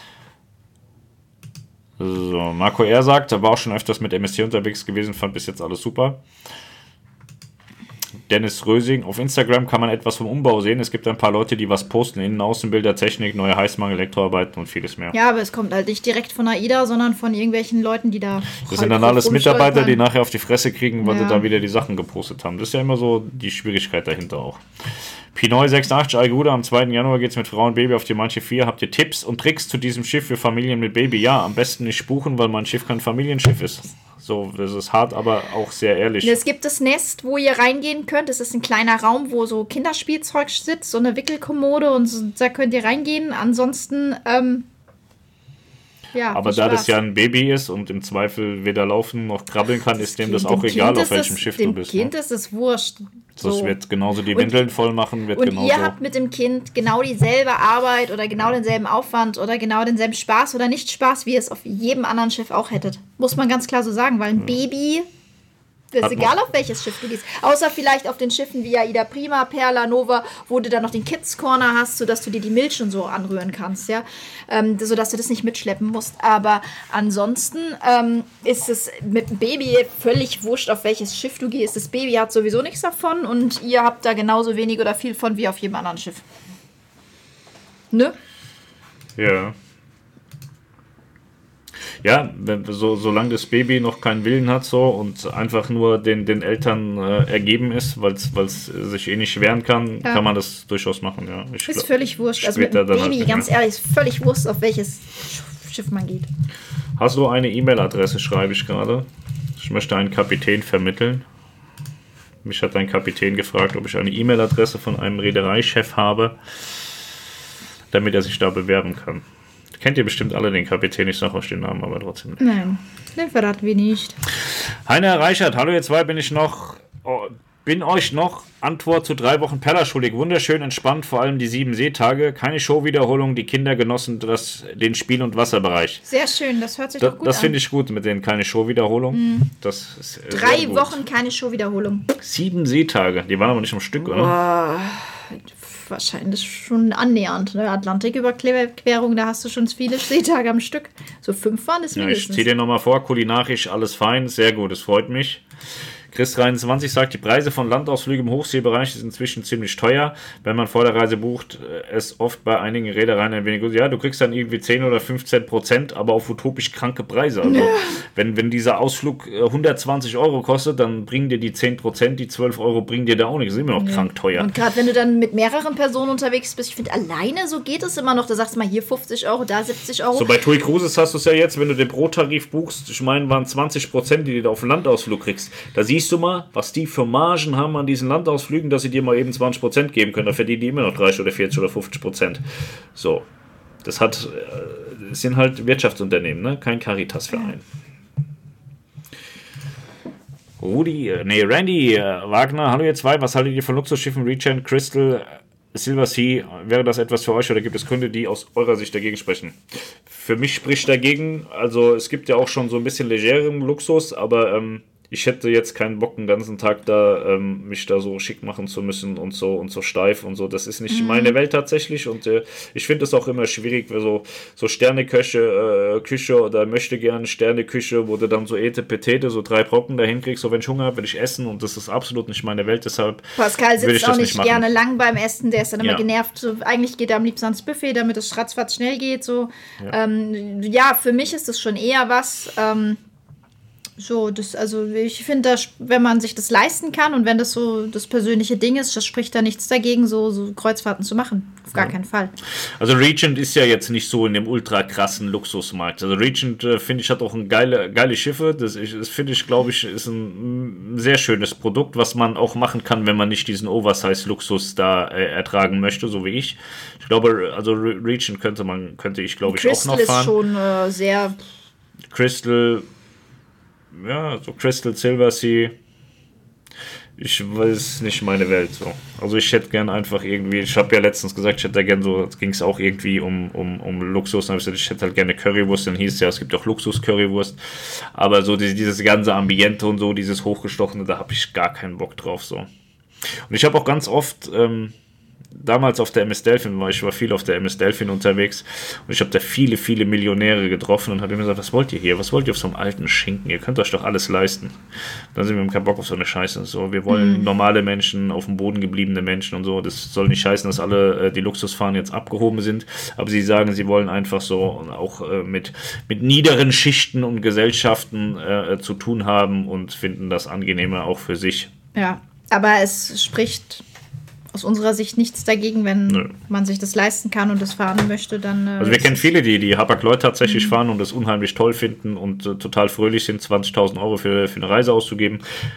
So, Marco R. sagt, er war auch schon öfters mit MSC unterwegs gewesen, fand bis jetzt alles super. Dennis Rösing, auf Instagram kann man etwas vom Umbau sehen. Es gibt ein paar Leute, die was posten, Innen-, Außenbilder, Technik, neue Heißmangel, Elektroarbeiten und vieles mehr. Ja, aber es kommt halt nicht direkt von AIDA, sondern von irgendwelchen Leuten, die da. Das sind dann alles Mitarbeiter, die nachher auf die Fresse kriegen, weil sie da wieder die Sachen gepostet haben. Das ist ja immer so die Schwierigkeit dahinter auch. Pinoy 86, Aiguda, am 2. Januar geht es mit Frau und Baby auf die Mein Schiff 4. Habt ihr Tipps und Tricks zu diesem Schiff für Familien mit Baby? Ja, am besten nicht buchen, weil mein Schiff kein Familienschiff ist. So, das ist hart, aber auch sehr ehrlich. Es gibt das Nest, wo ihr reingehen könnt. Es ist ein kleiner Raum, wo so Kinderspielzeug sitzt, so eine Wickelkommode und so, da könnt ihr reingehen. Ansonsten, ja. Aber da das ja ein Baby ist und im Zweifel weder laufen noch krabbeln kann, ist dem das auch egal, auf welchem Schiff du bist. Dem Kind ist es wurscht. Das wird genauso die Windeln voll machen, wird und genauso. ihr habt mit dem Kind genau dieselbe Arbeit oder genau denselben Aufwand oder genau denselben Spaß oder nicht Spaß, wie ihr es auf jedem anderen Schiff auch hättet. Muss man ganz klar so sagen, weil ein Baby, das ist egal, auf welches Schiff du gehst. Außer vielleicht auf den Schiffen wie Aida Prima, Perla, Nova, wo du dann noch den Kids Corner hast, sodass du dir die Milch und so anrühren kannst, ja. Sodass du das nicht mitschleppen musst. Aber ansonsten ist es mit dem Baby völlig wurscht, auf welches Schiff du gehst. Das Baby hat sowieso nichts davon und ihr habt da genauso wenig oder viel von wie auf jedem anderen Schiff. Ne? Ja. Ja, solange das Baby noch keinen Willen hat so und einfach nur den Eltern ergeben ist, weil es sich eh nicht wehren kann, kann man das durchaus machen. Ja. Ist völlig wurscht. Also mit dem Baby, ganz ehrlich, ist völlig wurscht, auf welches Schiff man geht. Hast du eine E-Mail-Adresse, schreibe ich gerade. Ich möchte einen Kapitän vermitteln. Mich hat ein Kapitän gefragt, ob ich eine E-Mail-Adresse von einem Reedereichef habe, damit er sich da bewerben kann. Kennt ihr bestimmt alle den Kapitän, ich sage euch den Namen, aber trotzdem nicht. Nein, den verraten wir nicht. Heiner Reichert, hallo ihr zwei, bin euch noch Antwort zu 3 Wochen Perla schuldig. Wunderschön entspannt, vor allem die 7 Seetage. Keine Showwiederholung, die Kinder genossen den Spiel- und Wasserbereich. Sehr schön, das hört sich doch gut an. Das finde ich gut mit den keine Showwiederholung. Das ist 3 Wochen keine Showwiederholung. 7 Seetage, die waren aber nicht am Stück, oder? Wahrscheinlich schon annähernd. Ne? Atlantiküberquerung, da hast du schon viele Seetage am Stück. So 5 waren es mindestens. Ich ziehe dir nochmal vor, kulinarisch alles fein, sehr gut, es freut mich. Chris23 sagt, die Preise von Landausflügen im Hochseebereich sind inzwischen ziemlich teuer. Wenn man vor der Reise bucht, es oft bei einigen Reedereien ein wenig gut. Ja, du kriegst dann irgendwie 10 oder 15%, aber auf utopisch kranke Preise. Also, wenn dieser Ausflug 120 Euro kostet, dann bringen dir die 10%, die 12 Euro bringen dir da auch nichts. Das ist immer noch krank teuer. Und gerade wenn du dann mit mehreren Personen unterwegs bist, ich finde, alleine so geht es immer noch. Da sagst du mal, hier 50 Euro, da 70 Euro. So bei TUI Cruises hast du es ja jetzt, wenn du den Pro-Tarif buchst, ich meine, waren 20%, die du da auf den Landausflug kriegst. Da siehst du mal, was die für Margen haben an diesen Landausflügen, dass sie dir mal eben 20% geben können. Da verdienen die immer noch 30 oder 40 oder 50%. So. Das sind halt Wirtschaftsunternehmen, ne? Kein Caritas-Verein. Randy Wagner, hallo ihr zwei, was haltet ihr von Luxusschiffen Regent, Crystal, Silver Sea? Wäre das etwas für euch oder gibt es Gründe, die aus eurer Sicht dagegen sprechen? Für mich spricht dagegen, also es gibt ja auch schon so ein bisschen legereren Luxus, aber ich hätte jetzt keinen Bock, den ganzen Tag da mich da so schick machen zu müssen und so steif und so. Das ist nicht meine Welt tatsächlich und ich finde es auch immer schwierig, so Sterneköche, Küche oder möchte gerne Sterneküche, wo du dann so Petete, so 3 Brocken dahin kriegst, so wenn ich Hunger habe, will ich essen und das ist absolut nicht meine Welt, deshalb Pascal sitzt auch nicht gerne lang beim Essen, der ist dann immer genervt. So, eigentlich geht er am liebsten ans Buffet, damit es ratzfatz schnell geht. So. Ja. Für mich ist das schon eher was... also ich finde, wenn man sich das leisten kann und wenn das so das persönliche Ding ist, das spricht da nichts dagegen, so Kreuzfahrten zu machen. Auf gar keinen Fall. Also Regent ist ja jetzt nicht so in dem ultra krassen Luxusmarkt. Also Regent, finde ich, hat auch geile Schiffe. Das finde ich, glaube ich, ist ein sehr schönes Produkt, was man auch machen kann, wenn man nicht diesen Oversize-Luxus da ertragen möchte, so wie ich. Ich glaube, also Regent könnte ich, glaube ich, auch noch fahren. Crystal ist schon sehr... Crystal... Ja, so Crystal, Silver Sea. Ich weiß nicht meine Welt so. Also ich hätte gern einfach irgendwie, ich habe ja letztens gesagt, ich hätte da gern so, ging es auch irgendwie um Luxus. Dann habe ich gesagt, ich hätte halt gerne Currywurst. Dann hieß es ja, es gibt auch Luxus-Currywurst. Aber so dieses ganze Ambiente und so, dieses Hochgestochene, da habe ich gar keinen Bock drauf so. Und ich habe auch ganz oft... damals auf der MS Delfin ich war viel auf der MS Delfin unterwegs und ich habe da viele, viele Millionäre getroffen und habe mir gesagt, was wollt ihr hier? Was wollt ihr auf so einem alten Schinken? Ihr könnt euch doch alles leisten. Dann sind wir keinen Bock auf so eine Scheiße. So, wir wollen normale Menschen, auf dem Boden gebliebene Menschen und so. Das soll nicht heißen, dass alle die Luxusfahren jetzt abgehoben sind, aber sie sagen, sie wollen einfach so auch mit niederen Schichten und Gesellschaften zu tun haben und finden das angenehmer auch für sich. Ja, aber es spricht... aus unserer Sicht nichts dagegen, wenn man sich das leisten kann und das fahren möchte, dann... also wir kennen viele, die Hapag-Lloyd tatsächlich fahren und das unheimlich toll finden und total fröhlich sind, 20.000 Euro für eine Reise auszugeben.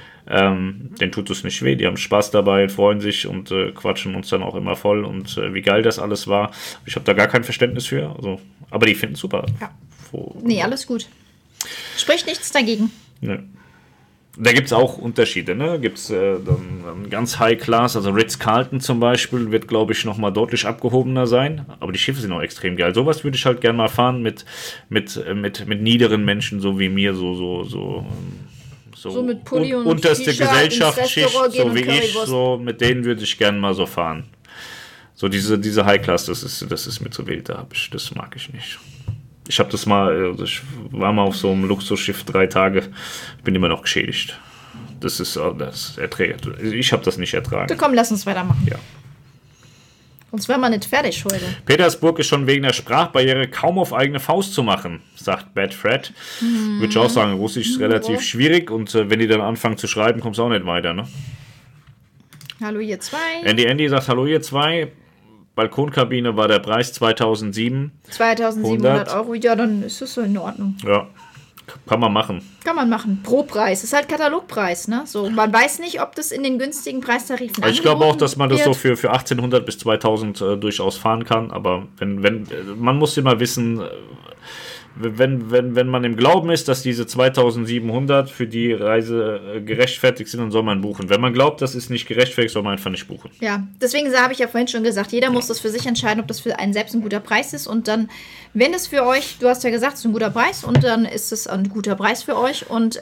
Denen tut es nicht weh, die haben Spaß dabei, freuen sich und quatschen uns dann auch immer voll und wie geil das alles war. Ich habe da gar kein Verständnis für, also, aber die finden es super. Ja. Nee, alles gut. Spricht nichts dagegen. Nee. Da gibt es auch Unterschiede, ne? Gibt es dann ganz High Class, also Ritz-Carlton zum Beispiel, wird, glaube ich, nochmal deutlich abgehobener sein. Aber die Schiffe sind auch extrem geil. Sowas würde ich halt gerne mal fahren mit niederen Menschen, so wie mir, so mit Pulli und unterste T-Shirt Gesellschaftsschicht, so wie ich, Currywurst. so mit denen würde ich gerne mal so fahren. So diese High Class, das ist mir zu wild, das mag ich nicht. Ich habe das mal, also ich war mal auf so einem Luxusschiff 3 Tage, bin immer noch geschädigt. Das erträgt. Ich habe das nicht ertragen. So, komm, lass uns weitermachen. Ja. Sonst wären wir nicht fertig heute. Petersburg ist schon wegen der Sprachbarriere kaum auf eigene Faust zu machen, sagt Bad Fred. Würde ich auch sagen, Russisch ist relativ schwierig und wenn die dann anfangen zu schreiben, kommst du auch nicht weiter, ne? Hallo ihr zwei. Andy sagt, hallo ihr zwei. Balkonkabine war der Preis 2.700 €. Ja, dann ist das so in Ordnung. Ja, kann man machen. Kann man machen. Pro Preis. Das ist halt Katalogpreis, ne? So, man weiß nicht, ob das in den günstigen Preistarifen ich glaube auch, dass man das so für 1.800 bis 2.000 durchaus fahren kann, aber wenn man muss immer wissen, wenn man im Glauben ist, dass diese 2700 für die Reise gerechtfertigt sind, dann soll man buchen. Wenn man glaubt, das ist nicht gerechtfertigt, soll man einfach nicht buchen. Ja, deswegen habe ich ja vorhin schon gesagt, jeder muss das für sich entscheiden, ob das für einen selbst ein guter Preis ist. Und dann, wenn es für euch, du hast ja gesagt, es ist ein guter Preis und dann ist es ein guter Preis für euch und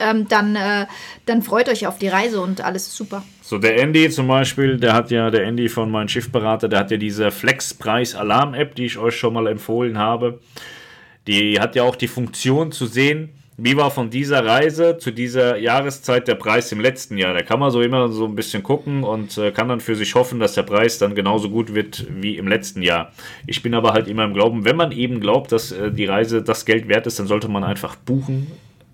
dann freut euch auf die Reise und alles ist super. So, der Andy zum Beispiel, der Andy von meinem Schiffberater, der hat ja diese Flexpreis-Alarm-App, die ich euch schon mal empfohlen habe. Die hat ja auch die Funktion zu sehen, wie war von dieser Reise zu dieser Jahreszeit der Preis im letzten Jahr. Da kann man so immer so ein bisschen gucken und kann dann für sich hoffen, dass der Preis dann genauso gut wird wie im letzten Jahr. Ich bin aber halt immer im Glauben, wenn man eben glaubt, dass die Reise das Geld wert ist, dann sollte man einfach buchen.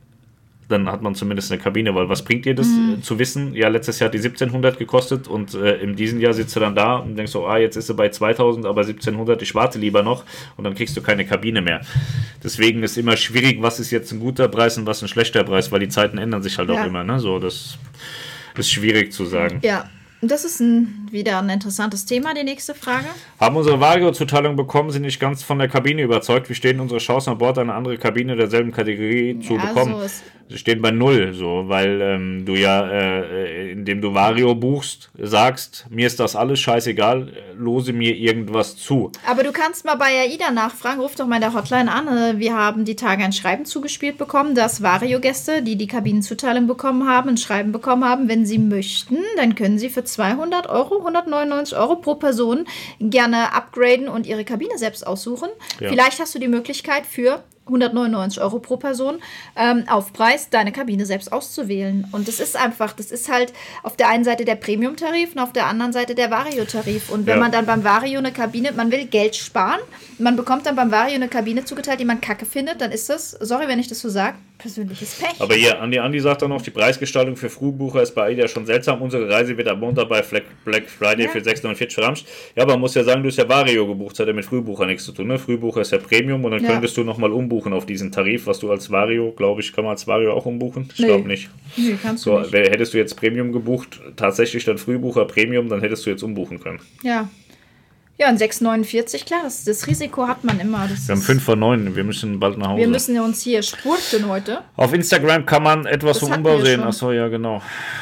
Dann hat man zumindest eine Kabine, weil was bringt dir das zu wissen? Ja, letztes Jahr hat die 1700 gekostet und in diesem Jahr sitzt du dann da und denkst so, jetzt ist sie bei 2000, aber 1700, ich warte lieber noch und dann kriegst du keine Kabine mehr. Deswegen ist immer schwierig, was ist jetzt ein guter Preis und was ein schlechter Preis, weil die Zeiten ändern sich halt auch immer, ne? So, das ist schwierig zu sagen. Ja. Das ist wieder ein interessantes Thema, die nächste Frage. Haben unsere Vario-Zuteilung bekommen, sind nicht ganz von der Kabine überzeugt. Wie stehen unsere Chancen an Bord, eine andere Kabine derselben Kategorie zu bekommen? Sie stehen bei 0, so, weil du indem du Vario buchst, sagst, mir ist das alles scheißegal, lose mir irgendwas zu. Aber du kannst mal bei AIDA nachfragen, ruf doch mal in der Hotline an. Wir haben die Tage ein Schreiben zugespielt bekommen, dass Vario-Gäste, die Kabinenzuteilung bekommen haben, ein Schreiben bekommen haben, wenn sie möchten, dann können sie für 200 Euro, 199 Euro pro Person gerne upgraden und ihre Kabine selbst aussuchen. Ja. Vielleicht hast du die Möglichkeit für 199 Euro pro Person Aufpreis, deine Kabine selbst auszuwählen. Und das ist halt auf der einen Seite der Premium-Tarif und auf der anderen Seite der Vario-Tarif. Und wenn man dann beim Vario eine Kabine, man will Geld sparen, man bekommt dann beim Vario eine Kabine zugeteilt, die man kacke findet, dann ist das, sorry, wenn ich das so sage, persönliches Pech. Aber hier, Andi sagt auch noch, die Preisgestaltung für Frühbucher ist bei AIDA schon seltsam. Unsere Reise wird am Montag bei Black Friday für 649 verramscht. Ja, aber man muss ja sagen, du hast ja Vario gebucht, das hat ja mit Frühbucher nichts zu tun. Ne? Frühbucher ist ja Premium und dann könntest du nochmal umbuchen auf diesen Tarif, was du als Vario, glaube ich, kann man als Vario auch umbuchen? Ich glaube nicht. Nee, kannst du nicht. Hättest du jetzt Premium gebucht, tatsächlich dann Frühbucher Premium, dann hättest du jetzt umbuchen können. Ja. Ja, und 6,49, klar, das Risiko hat man immer. Wir haben 5 von 9, wir müssen bald nach Hause. Wir müssen uns hier spurten heute. Auf Instagram kann man etwas vom Umbau sehen. Achso, ja, genau.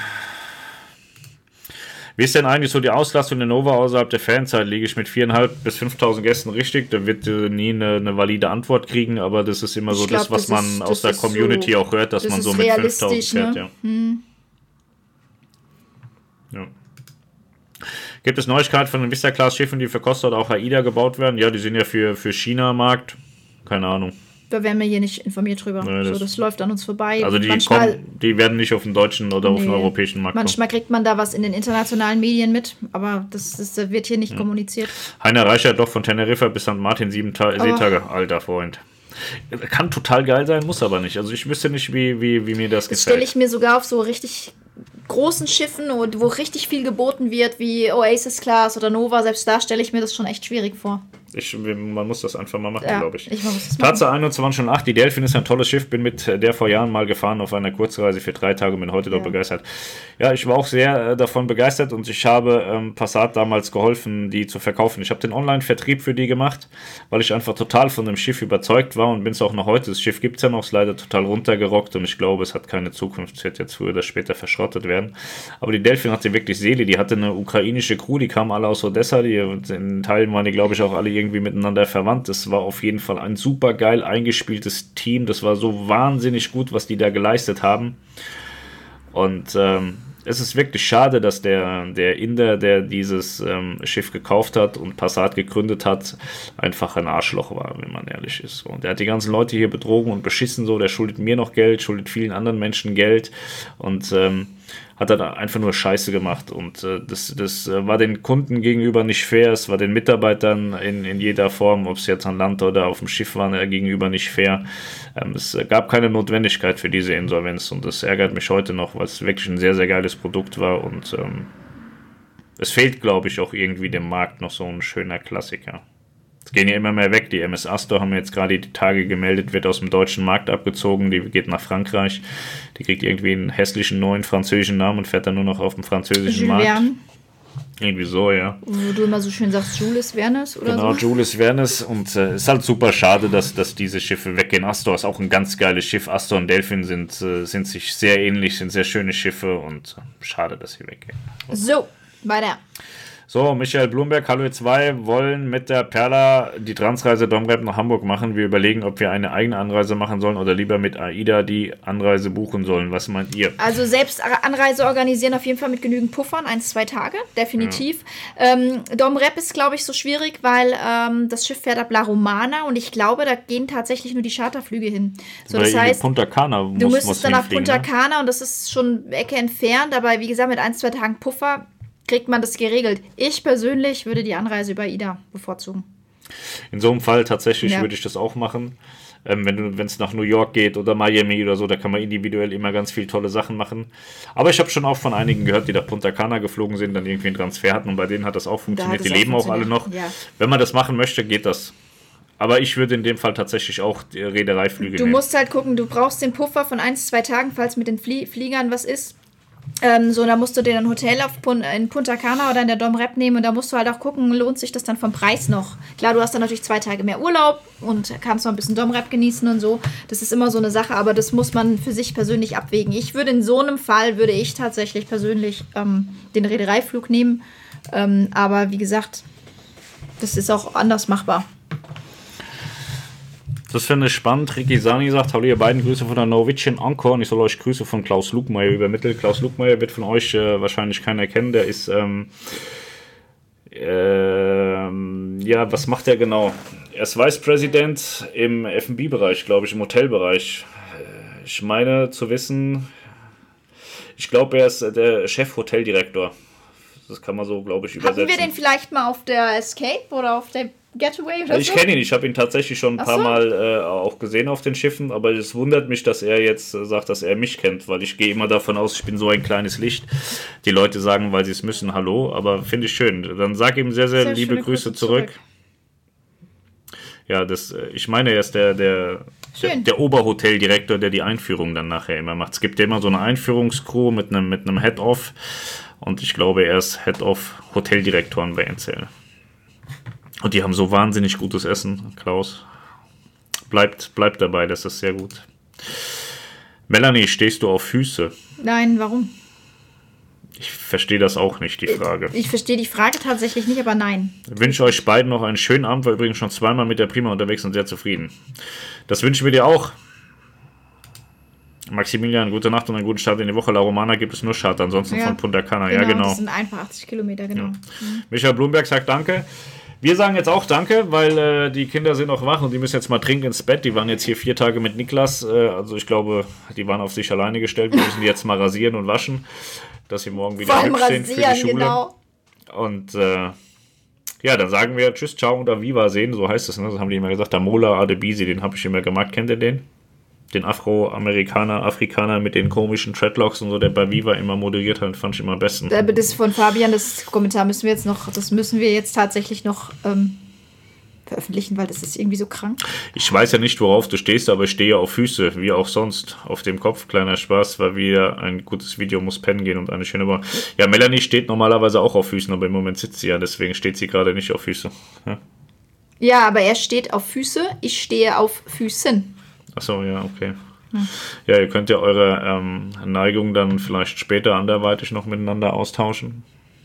Wie ist denn eigentlich so die Auslastung der Nova außerhalb der Fanzeit? Liege ich mit 4.500 bis 5.000 Gästen richtig? Da wird nie eine valide Antwort kriegen, aber das ist immer so das, was man aus der Community so, auch hört, dass man so mit 5.000 fährt. Ne? Ja. Gibt es Neuigkeiten von den Vista-Class-Schiffen, die für Costa oder auch AIDA gebaut werden? Ja, die sind ja für China-Markt. Keine Ahnung. Da werden wir hier nicht informiert drüber. Nee, das läuft an uns vorbei. Also die werden nicht auf den deutschen oder auf den europäischen Markt manchmal kommen. Kriegt man da was in den internationalen Medien mit, aber das wird hier nicht kommuniziert. Heiner Reichert doch von Teneriffa bis St. Martin 7 Seetage. Alter Freund. Kann total geil sein, muss aber nicht. Also ich wüsste nicht, wie mir das gefällt. Das stelle ich mir sogar auf so richtig großen Schiffen, wo richtig viel geboten wird, wie Oasis Class oder Nova, selbst da stelle ich mir das schon echt schwierig vor. Man muss das einfach mal machen, glaube ich. Tatsache 21,8, die Delfin ist ein tolles Schiff, bin mit der vor Jahren mal gefahren auf einer Kurzreise für 3 Tage und bin heute dort begeistert. Ja, ich war auch sehr davon begeistert und ich habe Passat damals geholfen, die zu verkaufen. Ich habe den Online-Vertrieb für die gemacht, weil ich einfach total von dem Schiff überzeugt war und bin es auch noch heute. Das Schiff gibt es ja noch, ist leider total runtergerockt und ich glaube, es hat keine Zukunft. Es wird jetzt früher oder später verschrottet werden. Aber die Delfin hatte wirklich Seele, die hatte eine ukrainische Crew, die kamen alle aus Odessa, in Teilen waren die, glaube ich, auch alle irgendwie miteinander verwandt. Das war auf jeden Fall ein super geil eingespieltes Team. Das war so wahnsinnig gut, was die da geleistet haben. Und es ist wirklich schade, dass der Inder, der dieses Schiff gekauft hat und Passat gegründet hat, einfach ein Arschloch war, wenn man ehrlich ist. Und er hat die ganzen Leute hier betrogen und beschissen so. Der schuldet mir noch Geld, schuldet vielen anderen Menschen Geld und hat dann einfach nur Scheiße gemacht und das war den Kunden gegenüber nicht fair, es war den Mitarbeitern in jeder Form, ob es jetzt an Land oder auf dem Schiff war, gegenüber nicht fair. Es gab keine Notwendigkeit für diese Insolvenz und das ärgert mich heute noch, weil es wirklich ein sehr, sehr geiles Produkt war und es fehlt, glaube ich, auch irgendwie dem Markt noch so ein schöner Klassiker. Es gehen ja immer mehr weg. Die MS Astor haben jetzt gerade die Tage gemeldet, wird aus dem deutschen Markt abgezogen. Die geht nach Frankreich. Die kriegt irgendwie einen hässlichen neuen französischen Namen und fährt dann nur noch auf dem französischen Markt. Irgendwie so, ja. Wo du immer so schön sagst, Jules Vernes oder genau, so. Genau, Jules Vernes. Und ist halt super schade, dass diese Schiffe weggehen. Astor ist auch ein ganz geiles Schiff. Astor und Delphin sind sich sehr ähnlich, sind sehr schöne Schiffe und schade, dass sie weggehen. So, weiter. So, Michael Blumberg, hallo ihr zwei, wollen mit der Perla die Transreise Domrep nach Hamburg machen. Wir überlegen, ob wir eine eigene Anreise machen sollen oder lieber mit AIDA die Anreise buchen sollen. Was meint ihr? Also selbst Anreise organisieren auf jeden Fall mit genügend Puffern, 1-2 Tage, definitiv. Ja. Domrep ist, glaube ich, so schwierig, weil das Schiff fährt ab La Romana und ich glaube, da gehen tatsächlich nur die Charterflüge hin. So, das heißt, Punta Cana du müsstest dann nach Punta Cana, und das ist schon Ecke entfernt, aber wie gesagt, mit 1-2 Tagen Puffer kriegt man das geregelt. Ich persönlich würde die Anreise über AIDA bevorzugen. In so einem Fall tatsächlich würde ich das auch machen. Wenn es nach New York geht oder Miami oder so, da kann man individuell immer ganz viele tolle Sachen machen. Aber ich habe schon auch von einigen gehört, die nach Punta Cana geflogen sind, dann irgendwie einen Transfer hatten und bei denen hat das auch funktioniert. Die leben auch alle noch. Ja. Wenn man das machen möchte, geht das. Aber ich würde in dem Fall tatsächlich auch die Reedereiflüge nehmen. Du musst halt gucken, du brauchst den Puffer von 1-2 Tagen, falls mit den Fliegern was ist. Da musst du dir ein Hotel in Punta Cana oder in der Domrep nehmen und da musst du halt auch gucken, lohnt sich das dann vom Preis noch. Klar, du hast dann natürlich 2 Tage mehr Urlaub und kannst noch ein bisschen Domrep genießen und so. Das ist immer so eine Sache, aber das muss man für sich persönlich abwägen. In so einem Fall würde ich tatsächlich persönlich den Reedereiflug nehmen. Aber wie gesagt, das ist auch anders machbar. Das finde ich spannend. Ricky Sani sagt, hallo ihr beiden, Grüße von der Norwegian Anchor und ich soll euch Grüße von Klaus Lugmeier übermitteln. Klaus Lugmeier wird von euch wahrscheinlich keiner kennen, der ist, was macht er genau? Er ist Vice President im F&B-Bereich, glaube ich, im Hotelbereich. Ich meine zu wissen, ich glaube, er ist der Chef-Hoteldirektor. Das kann man so, glaube ich, übersetzen. Hatten wir den vielleicht mal auf der Escape oder auf der Getaway oder so? Ich kenne ihn, ich habe ihn tatsächlich schon ein paar Mal auch gesehen auf den Schiffen, aber es wundert mich, dass er jetzt sagt, dass er mich kennt, weil ich gehe immer davon aus, ich bin so ein kleines Licht. Die Leute sagen, weil sie es müssen, hallo, aber finde ich schön. Dann sag ihm sehr, sehr liebe Grüße zurück. Ja, ich meine, er ist der Oberhoteldirektor, der die Einführung dann nachher immer macht. Es gibt ja immer so eine Einführungscrew mit einem Head-Off und ich glaube, er ist Head-Off Hoteldirektoren bei NCL. Und die haben so wahnsinnig gutes Essen, Klaus. Bleibt dabei, das ist sehr gut. Melanie, stehst du auf Füße? Nein, warum? Ich verstehe das auch nicht, die Frage. Ich verstehe die Frage tatsächlich nicht, aber nein. Ich wünsche euch beiden noch einen schönen Abend, war übrigens schon 2-mal mit der Prima unterwegs und sehr zufrieden. Das wünschen wir dir auch. Maximilian, gute Nacht und einen guten Start in die Woche. La Romana gibt es nur Charter, ansonsten von Punta Cana. Genau, ja, genau. Das sind einfach 80 Kilometer, genau. Ja. Michael Blumberg sagt Danke. Wir sagen jetzt auch Danke, weil die Kinder sind noch wach und die müssen jetzt mal dringend ins Bett. Die waren jetzt hier 4 Tage mit Niklas. Also ich glaube, die waren auf sich alleine gestellt. Wir müssen die jetzt mal rasieren und waschen, dass sie morgen wieder hübsch sind für die Schule. Genau. Und dann sagen wir Tschüss, Ciao und Auf Wiedersehen. So heißt es, ne? Das haben die immer gesagt. Der Mola Adebisi, den habe ich immer gemacht. Kennt ihr den? Den Afrikaner mit den komischen Dreadlocks und so, der bei Viva immer moderiert hat, fand ich immer am besten. Das von Fabian, das Kommentar müssen wir jetzt tatsächlich noch veröffentlichen, weil das ist irgendwie so krank. Ich weiß ja nicht, worauf du stehst, aber ich stehe auf Füße, wie auch sonst. Auf dem Kopf, kleiner Spaß, weil wieder ein gutes Video muss pennen gehen und eine schöne Woche. Ja, Melanie steht normalerweise auch auf Füßen, aber im Moment sitzt sie ja, deswegen steht sie gerade nicht auf Füße. Ja, aber er steht auf Füße, ich stehe auf Füßen. Achso, ja, okay. Ja, ihr könnt ja eure Neigung dann vielleicht später anderweitig noch miteinander austauschen.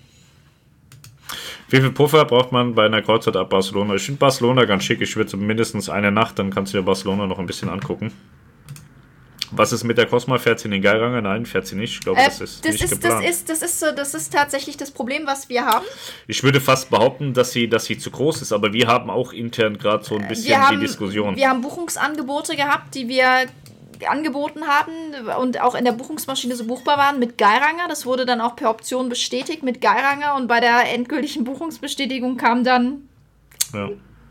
Wie viel Puffer braucht man bei einer Kreuzfahrt ab Barcelona? Ich finde Barcelona ganz schick. Ich würde mindestens eine Nacht, dann kannst du dir Barcelona noch ein bisschen angucken. Was ist mit der Cosma? Fährt sie in den Geiranger? Nein, fährt sie nicht. Ich glaube, das ist nicht geplant. Das ist tatsächlich das Problem, was wir haben. Ich würde fast behaupten, dass sie zu groß ist, aber wir haben auch intern gerade so ein bisschen die Diskussion. Wir haben Buchungsangebote gehabt, die wir angeboten haben und auch in der Buchungsmaschine so buchbar waren mit Geiranger. Das wurde dann auch per Option bestätigt mit Geiranger und bei der endgültigen Buchungsbestätigung kam dann... Ja.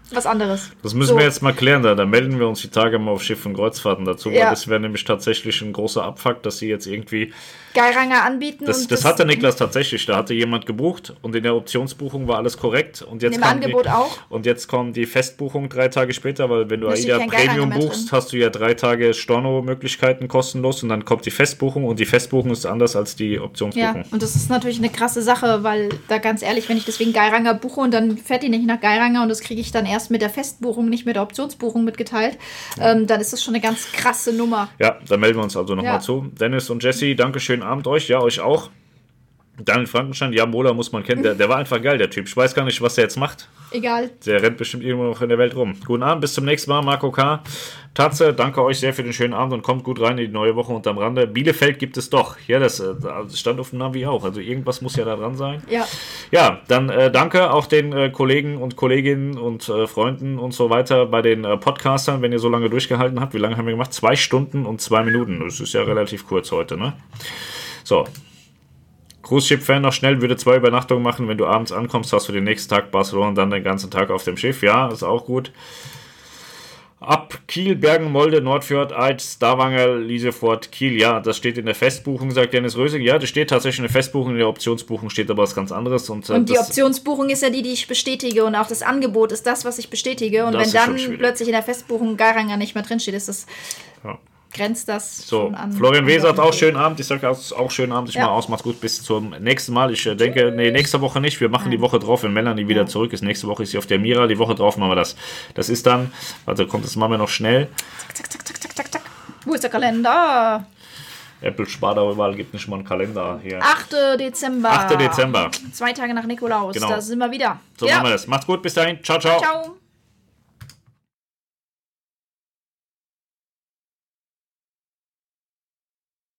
was anderes. Das müssen wir jetzt mal klären. Da melden wir uns die Tage mal auf Schiff- und Kreuzfahrten dazu, weil das wäre nämlich tatsächlich ein großer Abfuck, dass sie jetzt irgendwie Geiranger anbieten. Das hatte Niklas tatsächlich. Da hatte jemand gebucht und in der Optionsbuchung war alles korrekt. Und jetzt im Angebot auch. Und jetzt kommen die Festbuchung 3 Tage später, weil wenn du AIDA Premium buchst, hast du ja 3 Tage Storno-Möglichkeiten kostenlos und dann kommt die Festbuchung und die Festbuchung ist anders als die Optionsbuchung. Ja, und das ist natürlich eine krasse Sache, weil da ganz ehrlich, wenn ich deswegen Geiranger buche und dann fährt die nicht nach Geiranger und das kriege ich dann erst mit der Festbuchung, nicht mit der Optionsbuchung mitgeteilt, dann ist das schon eine ganz krasse Nummer. Ja, da melden wir uns also nochmal zu. Dennis und Jesse, danke, schönen Abend euch. Ja, euch auch. Daniel Frankenstein, ja, Mola muss man kennen. Der war einfach geil, der Typ. Ich weiß gar nicht, was der jetzt macht. Egal. Der rennt bestimmt irgendwo noch in der Welt rum. Guten Abend, bis zum nächsten Mal. Marco K. Tatze, danke euch sehr für den schönen Abend und kommt gut rein in die neue Woche unterm Rande. Bielefeld gibt es doch. Ja, das stand auf dem Navi auch. Also irgendwas muss ja da dran sein. Ja. Ja, dann danke auch den Kollegen und Kolleginnen und Freunden und so weiter bei den Podcastern, wenn ihr so lange durchgehalten habt. Wie lange haben wir gemacht? 2 Stunden und 2 Minuten. Das ist ja relativ kurz heute, ne? So. Cruise-Ship-Fan noch schnell, würde 2 Übernachtungen machen. Wenn du abends ankommst, hast du den nächsten Tag Barcelona und dann den ganzen Tag auf dem Schiff. Ja, ist auch gut. Ab Kiel, Bergen, Molde, Nordfjord, Eid, Stavanger, Liesefort, Kiel. Ja, das steht in der Festbuchung, sagt Dennis Rösing. Ja, das steht tatsächlich in der Festbuchung. In der Optionsbuchung steht aber was ganz anderes. Und die Optionsbuchung ist ja die ich bestätige und auch das Angebot ist das, was ich bestätige. Und wenn dann plötzlich in der Festbuchung Geiranger nicht mehr drinsteht, ist das... Ja. Grenzt das so, schon an. Florian W. sagt auch schönen Abend. Ich sage auch schönen Abend. Ich mache aus. Macht's gut. Bis zum nächsten Mal. Ich denke, nächste Woche nicht. Wir machen die Woche drauf, wenn Melanie wieder zurück ist. Nächste Woche ist sie auf der Mira. Die Woche drauf machen wir das. Das ist dann, also kommt das machen wir noch schnell. Zack. Wo ist der Kalender? Apple spart aber überall, gibt nicht mal einen Kalender hier. 8. Dezember. 8. Dezember. 2 Tage nach Nikolaus. Genau. Da sind wir wieder. So machen wir das. Macht's gut. Bis dahin. Ciao. Ciao.